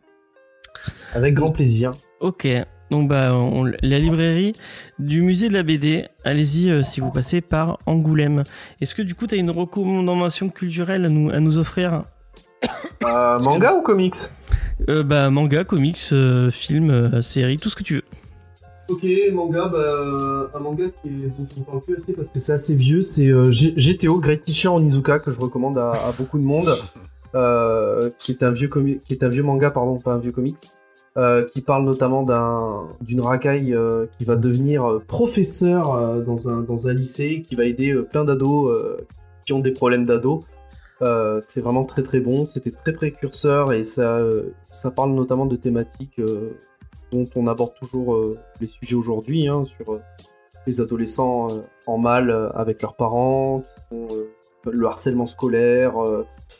Avec grand plaisir. Ok, donc bah on- la librairie du musée de la B D, allez-y euh, si vous passez par Angoulême. Est-ce que du coup t'as une recommandation culturelle à nous, à nous offrir? Euh, manga ou comics? euh, Bah manga, comics, euh, film, euh, série, tout ce que tu veux. Ok, manga, bah, un manga qui est, dont on parle plus assez parce que c'est assez vieux, c'est euh, G- G T O, Great Teacher Onizuka, que je recommande à, à beaucoup de monde, euh, qui est un vieux comi- qui est un vieux manga, pardon, pas un vieux comics, euh, qui parle notamment d'un d'une racaille euh, qui va devenir euh, professeur euh, dans un dans un lycée, qui va aider euh, plein d'ados euh, qui ont des problèmes d'ados. Euh, c'est vraiment très très bon, c'était très précurseur et ça euh, ça parle notamment de thématiques euh, dont on aborde toujours euh, les sujets aujourd'hui, hein, sur euh, les adolescents euh, en mal euh, avec leurs parents, qui sont, euh, le harcèlement scolaire, euh,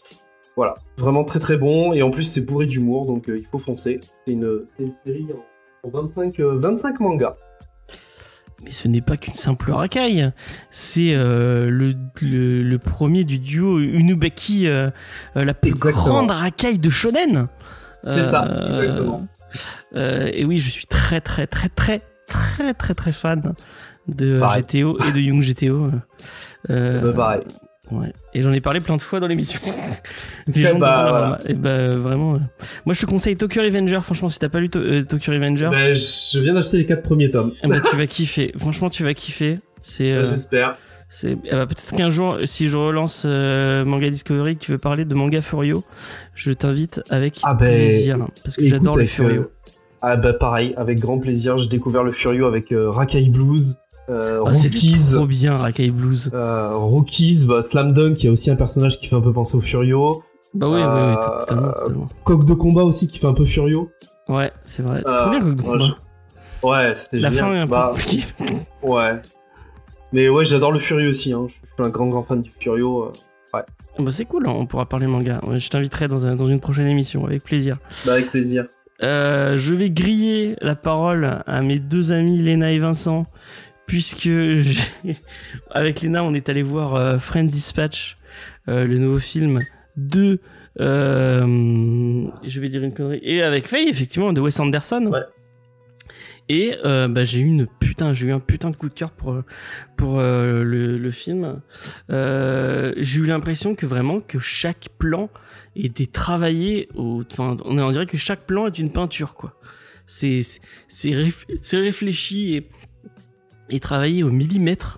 Voilà, vraiment très très bon, et en plus c'est bourré d'humour, donc euh, il faut foncer. C'est une, c'est une série en, en vingt-cinq, euh, vingt-cinq mangas. Mais ce n'est pas qu'une simple racaille, c'est euh, le, le, le premier du duo Unubaki, euh, euh, la plus Exactement. grande racaille de shonen. C'est Euh, ça, exactement. Euh, et oui, je suis très très très très très très très fan de Pareil. G T O et de Young G T O. Euh, Bah, pareil. Ouais. Et j'en ai parlé plein de fois dans l'émission. Les Eh gens bah, devraient voilà. leur- Et bah vraiment. euh, Moi je te conseille Tokyo Revenger. Franchement, si t'as pas lu To- euh, Tokyo Revenger, Ben, je viens d'acheter les quatre premiers tomes. eh bah, tu vas kiffer. Franchement, tu vas kiffer. C'est. euh, J'espère. c'est eh bah, peut-être qu'un jour, si je relance euh, Manga Discovery, que tu veux parler de Manga Furio, je t'invite avec Ah ben, plaisir, parce que écoute, j'adore le avec, Furio. euh, Ah bah pareil, avec grand plaisir. J'ai découvert le Furio avec euh, Rakai Blues, euh, Ah, c'était Rockies, trop bien, Rakai Blues. euh, Rockies, bah, Slam Dunk, qui est aussi un personnage qui fait un peu penser au Furio. Bah oui, oui, oui, Euh, totalement, totalement. Coq de combat aussi qui fait un peu Furio. Ouais, c'est vrai. C'est Euh, trop bien Coq de ouais, combat. je- Ouais, c'était La génial. fin est un peu Bah, compliquée. ouais. Mais ouais, j'adore le Furio aussi. Hein. Je suis un grand grand fan du Furio. euh. Ouais. Ah bah c'est cool, hein, on pourra parler manga. Ouais, je t'inviterai dans, un- dans une prochaine émission, avec plaisir. Bah avec plaisir. Euh, je vais griller la parole à mes deux amis Léna et Vincent, puisque j'ai- avec Léna on est allé voir euh, Friend Dispatch, euh, le nouveau film de euh, je vais dire une connerie, et avec Faye effectivement de Wes Anderson. Ouais. Et euh, bah, j'ai eu une putain, j'ai eu un putain de coup de cœur pour pour euh, le, le film. Euh, j'ai eu l'impression que vraiment que chaque plan était travaillé au, enfin, on on dirait que chaque plan est une peinture quoi. C'est c'est c'est, réf- c'est réfléchi et et travaillé au millimètre.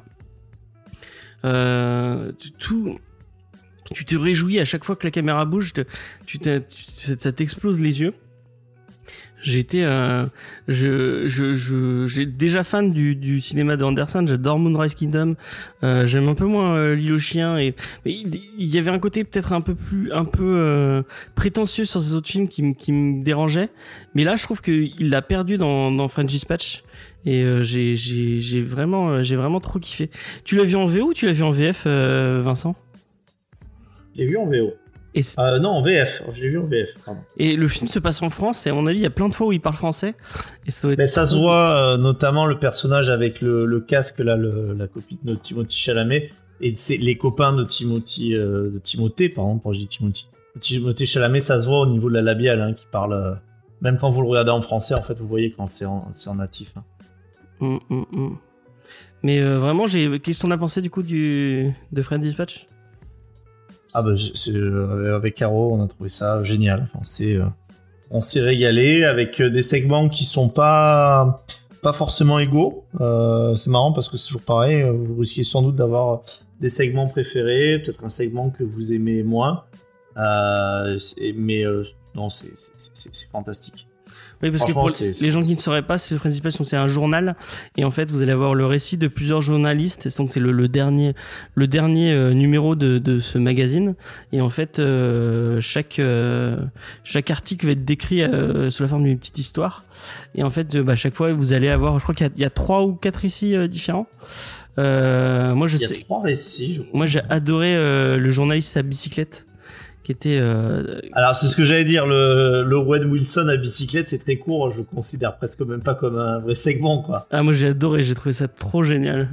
Euh, tout, tu te réjouis à chaque fois que la caméra bouge, te- tu t'as- tu- ça ça t'explose les yeux. J'ai été, euh, je, je, je, j'ai déjà fan du, du cinéma de Anderson. J'adore Moonrise Kingdom. Euh, j'aime un peu moins euh, L'île aux chiens et mais il, il y avait un côté peut-être un peu plus, un peu euh, prétentieux sur ces autres films qui, me- qui me dérangeait. Mais là, je trouve que il l'a perdu dans, dans French Dispatch et euh, j'ai, j'ai, j'ai vraiment, euh, j'ai vraiment trop kiffé. Tu l'as vu en V O ou tu l'as vu en V F, euh, Vincent? Je l'ai vu en V O. Et, c- Euh, non, en V F. Je l'ai vu en V F. Pardon. et le film se passe en France et à mon avis, il y a plein de fois où il parle français. Et ça doit être Mais ça se trop- voit, euh, notamment le personnage avec le, le casque, là, le- la copine de Timothy Chalamet, et c'est les copains de Timothy, euh, de Timothée, pardon, pour je dis Timothy. Timothée Chalamet, ça se voit au niveau de la labiale, hein, qui parle, euh, même quand vous le regardez en français, en fait, vous voyez quand c'est en, c'est en natif. Hein. Hum, hum, hum. Mais euh, vraiment, j'ai. Qu'est-ce qu'on a pensé du coup du de Friend Dispatch? Ah bah, je- c'est, euh, avec Caro, on a trouvé ça génial. Enfin, c'est, euh, on s'est régalé avec euh, des segments qui sont pas, pas forcément égaux. Euh, c'est marrant parce que c'est toujours pareil. euh, Vous risquez sans doute d'avoir des segments préférés, peut-être un segment que vous aimez moins. Euh, c'est- mais euh, non, c'est, c'est, c'est, c'est fantastique. Oui, parce que Franchement, pour c'est- c'est les gens qui ne fantastique. sauraient pas, c'est le Friend Dispatch, donc c'est un journal et en fait, vous allez avoir le récit de plusieurs journalistes. Et donc c'est le, le dernier, le dernier euh, numéro de, de ce magazine. Et en fait, euh, chaque euh, chaque article va être décrit euh, sous la forme d'une petite histoire. Et en fait, euh, bah, chaque fois, vous allez avoir, je crois qu'il y a, il y a trois ou quatre récits euh, différents. Euh, moi, je Il y a sais. trois récits, je crois. Moi, j'ai adoré euh, le journaliste à bicyclette, qui était. Euh... Alors, c'est ce que j'allais dire. Le, le Wade Wilson à bicyclette, c'est très court. Je le considère presque même pas comme un vrai segment, quoi. Ah, moi, j'ai adoré. J'ai trouvé ça trop génial.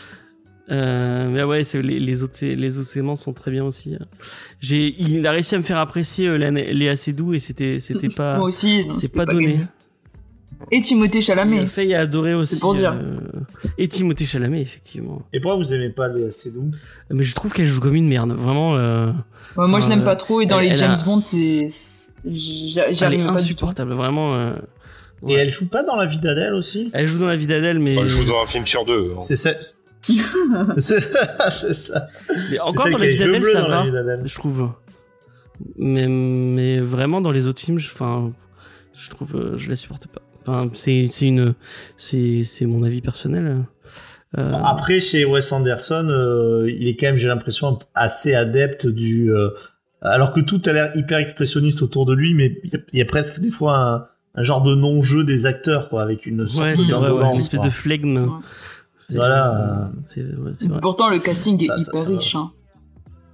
Euh, mais ouais, c'est, les, les autres, c'est- les autres segments sont très bien aussi. J'ai, il a réussi à me faire apprécier euh, la- Léa Seydoux et c'était, c'était pas. Moi aussi, non, c'est c'était pas, donné. gagné. Et Timothée Chalamet. Faye a adoré aussi. C'est pour dire. euh, Et Timothée Chalamet, effectivement. Et pourquoi vous aimez pas le assez doux? Mais je trouve qu'elle joue comme une merde. Vraiment. Euh... Ouais, moi, je enfin, l'aime pas trop et dans elle- les elle James a- Bond, c'est, c'est- j'y Elle j'y arrive est pas du tout. insupportable, vraiment. euh, Et ouais. elle joue pas dans La vie d'Adèle aussi? Elle joue dans La vie d'Adèle, mais. Elle joue dans un film sur deux. hein. C'est ça. c'est c'est ça. Mais encore celle dans qui La a vie les cheveux d'Adèle, bleus ça dans La va. vie d'Adèle. Je trouve. Mais, mais vraiment, dans les autres films, je, enfin, je trouve, euh, je la supporte pas. Enfin, c'est, c'est une, c'est, c'est mon avis personnel. Euh, Après, chez Wes Anderson, euh, il est quand même, j'ai l'impression, assez adepte du. euh, alors que tout a l'air hyper expressionniste autour de lui, mais il y a- il y, a presque des fois un, un genre de non-jeu des acteurs, quoi, avec une sorte ouais, c'est vrai, ouais, une d'indolence. espèce quoi. de flegme. Ouais. C'est, Voilà, euh, euh, c'est, ouais, c'est vrai. Pourtant, le casting est Ça, ça, hyper ça va. riche. Hein.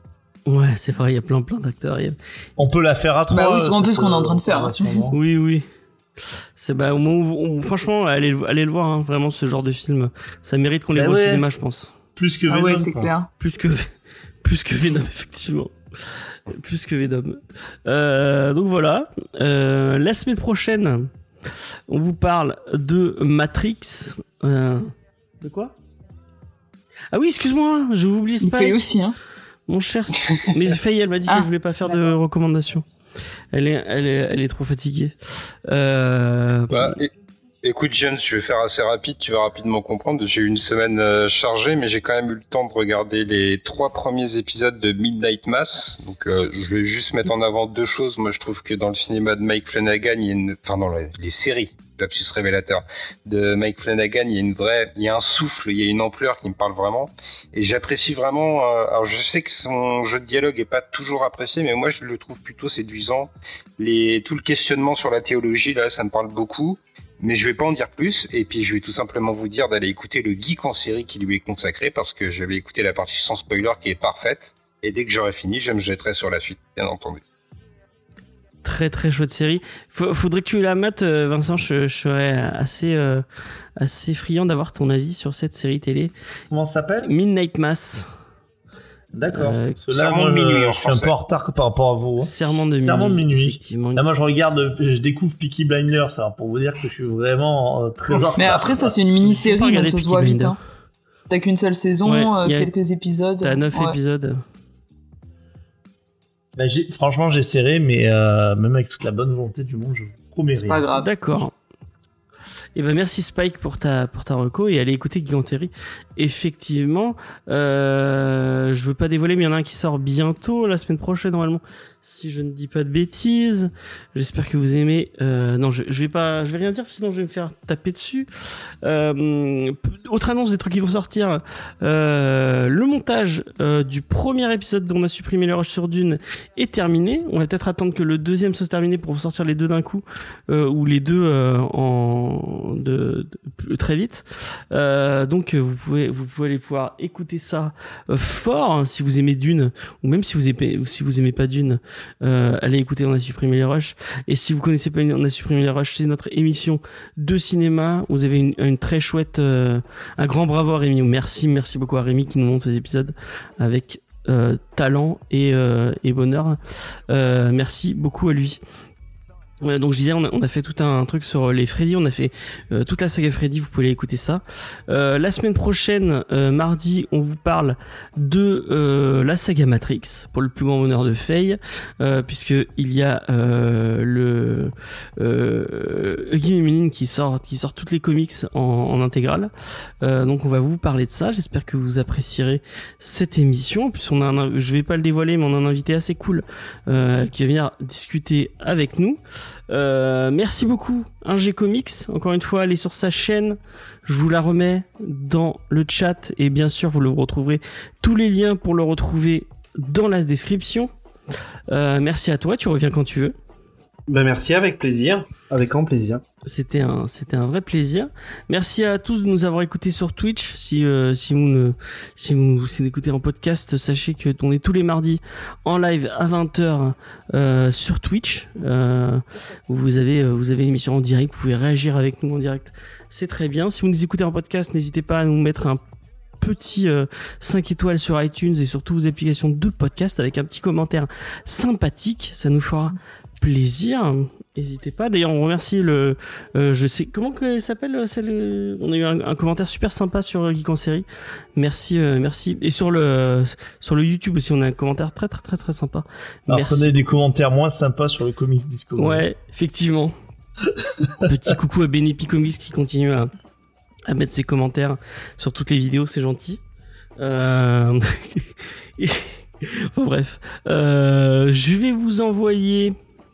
Ouais, c'est vrai, il y a plein plein d'acteurs. A... On peut la faire à trois. Bah oui, c'est un peu ce qu'on est en train de faire. Hein. Oui, oui. C'est bah au moment où, où, franchement, allez, allez le voir, hein, vraiment ce genre de film, ça mérite qu'on les bah voit ouais. au cinéma, je pense. Plus que Venom. Ah ouais, c'est quoi. clair. Plus que plus que Venom, effectivement. Plus que Venom. Euh, donc voilà. Euh, la semaine prochaine, on vous parle de Matrix. Euh, de quoi? Ah oui, excuse-moi, je vous oublie Spike. Il fait aussi, hein. Mon cher, mais Faye, elle m'a dit ah, qu'elle voulait pas faire d'accord. de recommandations. Elle est, elle est, elle est trop fatiguée. Euh... Bah, et, écoute, Jeanne, je vais faire assez rapide. Tu vas rapidement comprendre. J'ai eu une semaine euh, chargée, mais j'ai quand même eu le temps de regarder les trois premiers épisodes de Midnight Mass. Donc, euh, je vais juste mettre en avant deux choses. Moi, je trouve que dans le cinéma de Mike Flanagan, il y a une, enfin, dans les, les séries. Lapsus révélateur de Mike Flanagan, il y a une vraie, il y a un souffle, il y a une ampleur qui me parle vraiment, et j'apprécie vraiment. Euh, alors je sais que son jeu de dialogue est pas toujours apprécié, mais moi je le trouve plutôt séduisant. Les tout le questionnement sur la théologie là, ça me parle beaucoup, mais je vais pas en dire plus. Et puis je vais tout simplement vous dire d'aller écouter le geek en série qui lui est consacré, parce que je vais écouter la partie sans spoiler qui est parfaite. Et dès que j'aurai fini, je me jetterai sur la suite, bien entendu. Très très chouette série. F- faudrait que tu la mates, Vincent. Je, je serais assez euh, assez friand d'avoir ton avis sur cette série télé. Comment ça s'appelle? Midnight Mass. D'accord. Euh, là, moi, de minuit, je, je suis un peu en retard par rapport à vous. Hein. Serment de Serment minuit. de minuit. Effectivement. Là, moi, je regarde, je découvre Peaky Blinders, alors pour vous dire que je suis vraiment euh, très en retard. Mais après, ça, c'est une mini-série, donc ça se voit vite. Hein. T'as qu'une seule saison, ouais, euh, a... quelques épisodes. T'as neuf ouais. épisodes. Bah, j'ai, franchement, j'ai serré, mais euh, même avec toute la bonne volonté du monde, je vous promets rien. C'est pas grave. D'accord. Et ben merci Spike pour ta pour ta reco et allez écouter Geek en série. Effectivement, euh, je veux pas dévoiler, mais il y en a un qui sort bientôt la semaine prochaine normalement, si je ne dis pas de bêtises. J'espère que vous aimez. Euh, non, je, je vais pas, je vais rien dire, sinon je vais me faire taper dessus. Euh, autre annonce des trucs qui vont sortir. Euh, le montage euh, du premier épisode dont on a supprimé le rush sur Dune est terminé. On va peut-être attendre que le deuxième soit terminé pour vous sortir les deux d'un coup, euh, ou les deux euh, en de, de très vite. Euh, donc vous pouvez vous pouvez aller pouvoir écouter ça euh, fort hein, si vous aimez Dune, ou même si vous aimez si vous aimez pas Dune, euh, allez écouter On a supprimé les rushs. Et si vous connaissez pas On a supprimé les rushs, c'est notre émission de cinéma. Vous avez une, une très chouette, euh, un grand bravo à Rémi. Merci, merci beaucoup à Rémi qui nous montre ces épisodes avec euh, talent et, euh, et bonheur. Euh, merci beaucoup à lui. Euh, donc je disais, on a, on a fait tout un, un truc sur les Freddy, on a fait euh, toute la saga Freddy, vous pouvez aller écouter ça. Euh, la semaine prochaine, euh, mardi, on vous parle de euh, la saga Matrix, pour le plus grand bonheur de Faye, euh, puisque il y a euh, le euh, Huggy Munin qui sort, qui sort toutes les comics en, en intégrale. Euh, donc on va vous parler de ça. J'espère que vous apprécierez cette émission. En plus, on a un, je vais pas le dévoiler, mais on a un invité assez cool euh, qui va venir discuter avec nous. Euh, merci beaucoup Ingé Comics, encore une fois allez sur sa chaîne, je vous la remets dans le chat et bien sûr vous le retrouverez tous les liens pour le retrouver dans la description. Euh, merci à toi, tu reviens quand tu veux. Ben merci, avec plaisir, avec grand plaisir. C'était un, c'était un vrai plaisir. Merci à tous de nous avoir écoutés sur Twitch. Si, euh, si vous ne, si vous, si vous écoutez en podcast, sachez que on est tous les mardis en live à vingt heures, euh, sur Twitch. Euh, vous avez, vous avez l'émission en direct. Vous pouvez réagir avec nous en direct. C'est très bien. Si vous nous écoutez en podcast, n'hésitez pas à nous mettre un petit euh, cinq étoiles sur iTunes et sur toutes vos applications de podcast avec un petit commentaire sympathique. Ça nous fera plaisir. N'hésitez pas. D'ailleurs, on remercie le, euh, je sais comment que s'appelle, c'est le, on a eu un, un commentaire super sympa sur Geek en série. Merci, euh, merci. Et sur le, sur le YouTube aussi, on a un commentaire très très très très sympa. Alors, merci. Prenez des commentaires moins sympas sur le Comics Disco. Ouais, effectivement. Petit coucou à Benepi Comics qui continue à, à mettre ses commentaires sur toutes les vidéos, c'est gentil. Euh... enfin bref, euh, je vais vous envoyer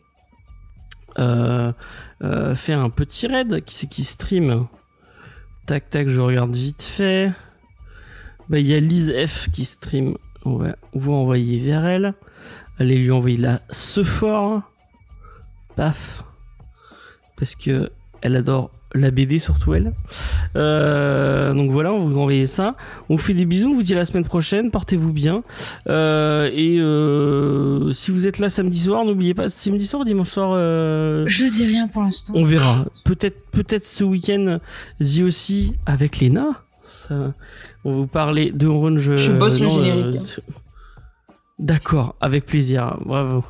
euh, euh, faire un petit raid. Qui c'est qui stream? Tac tac, je regarde vite fait. Bah il y a Lise F qui stream. On va vous envoyer vers elle. Allez lui envoyer la ce fort. Paf. Parce que elle adore la B D surtout elle. Euh, donc voilà, on vous envoie ça. On vous fait des bisous, on vous dit à la semaine prochaine, portez-vous bien. Euh, et euh, si vous êtes là samedi soir, n'oubliez pas, samedi soir, dimanche soir. Euh, Je dis rien pour l'instant. On verra. Peut-être, peut-être ce week-end, The aussi avec Léna. Ça, on va vous parler de Orange. Je bosse le générique. Euh, D'accord, avec plaisir. Bravo.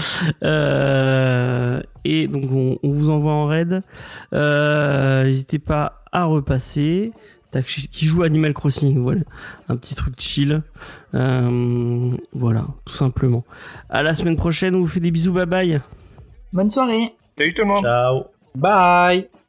Euh, et donc on, on vous envoie en raid. Euh, n'hésitez pas à repasser. Tac, qui joue Animal Crossing, voilà, un petit truc chill. Euh, voilà, tout simplement. À la semaine prochaine. On vous fait des bisous. Bye bye. Bonne soirée. Salut tout le monde. Ciao. Bye.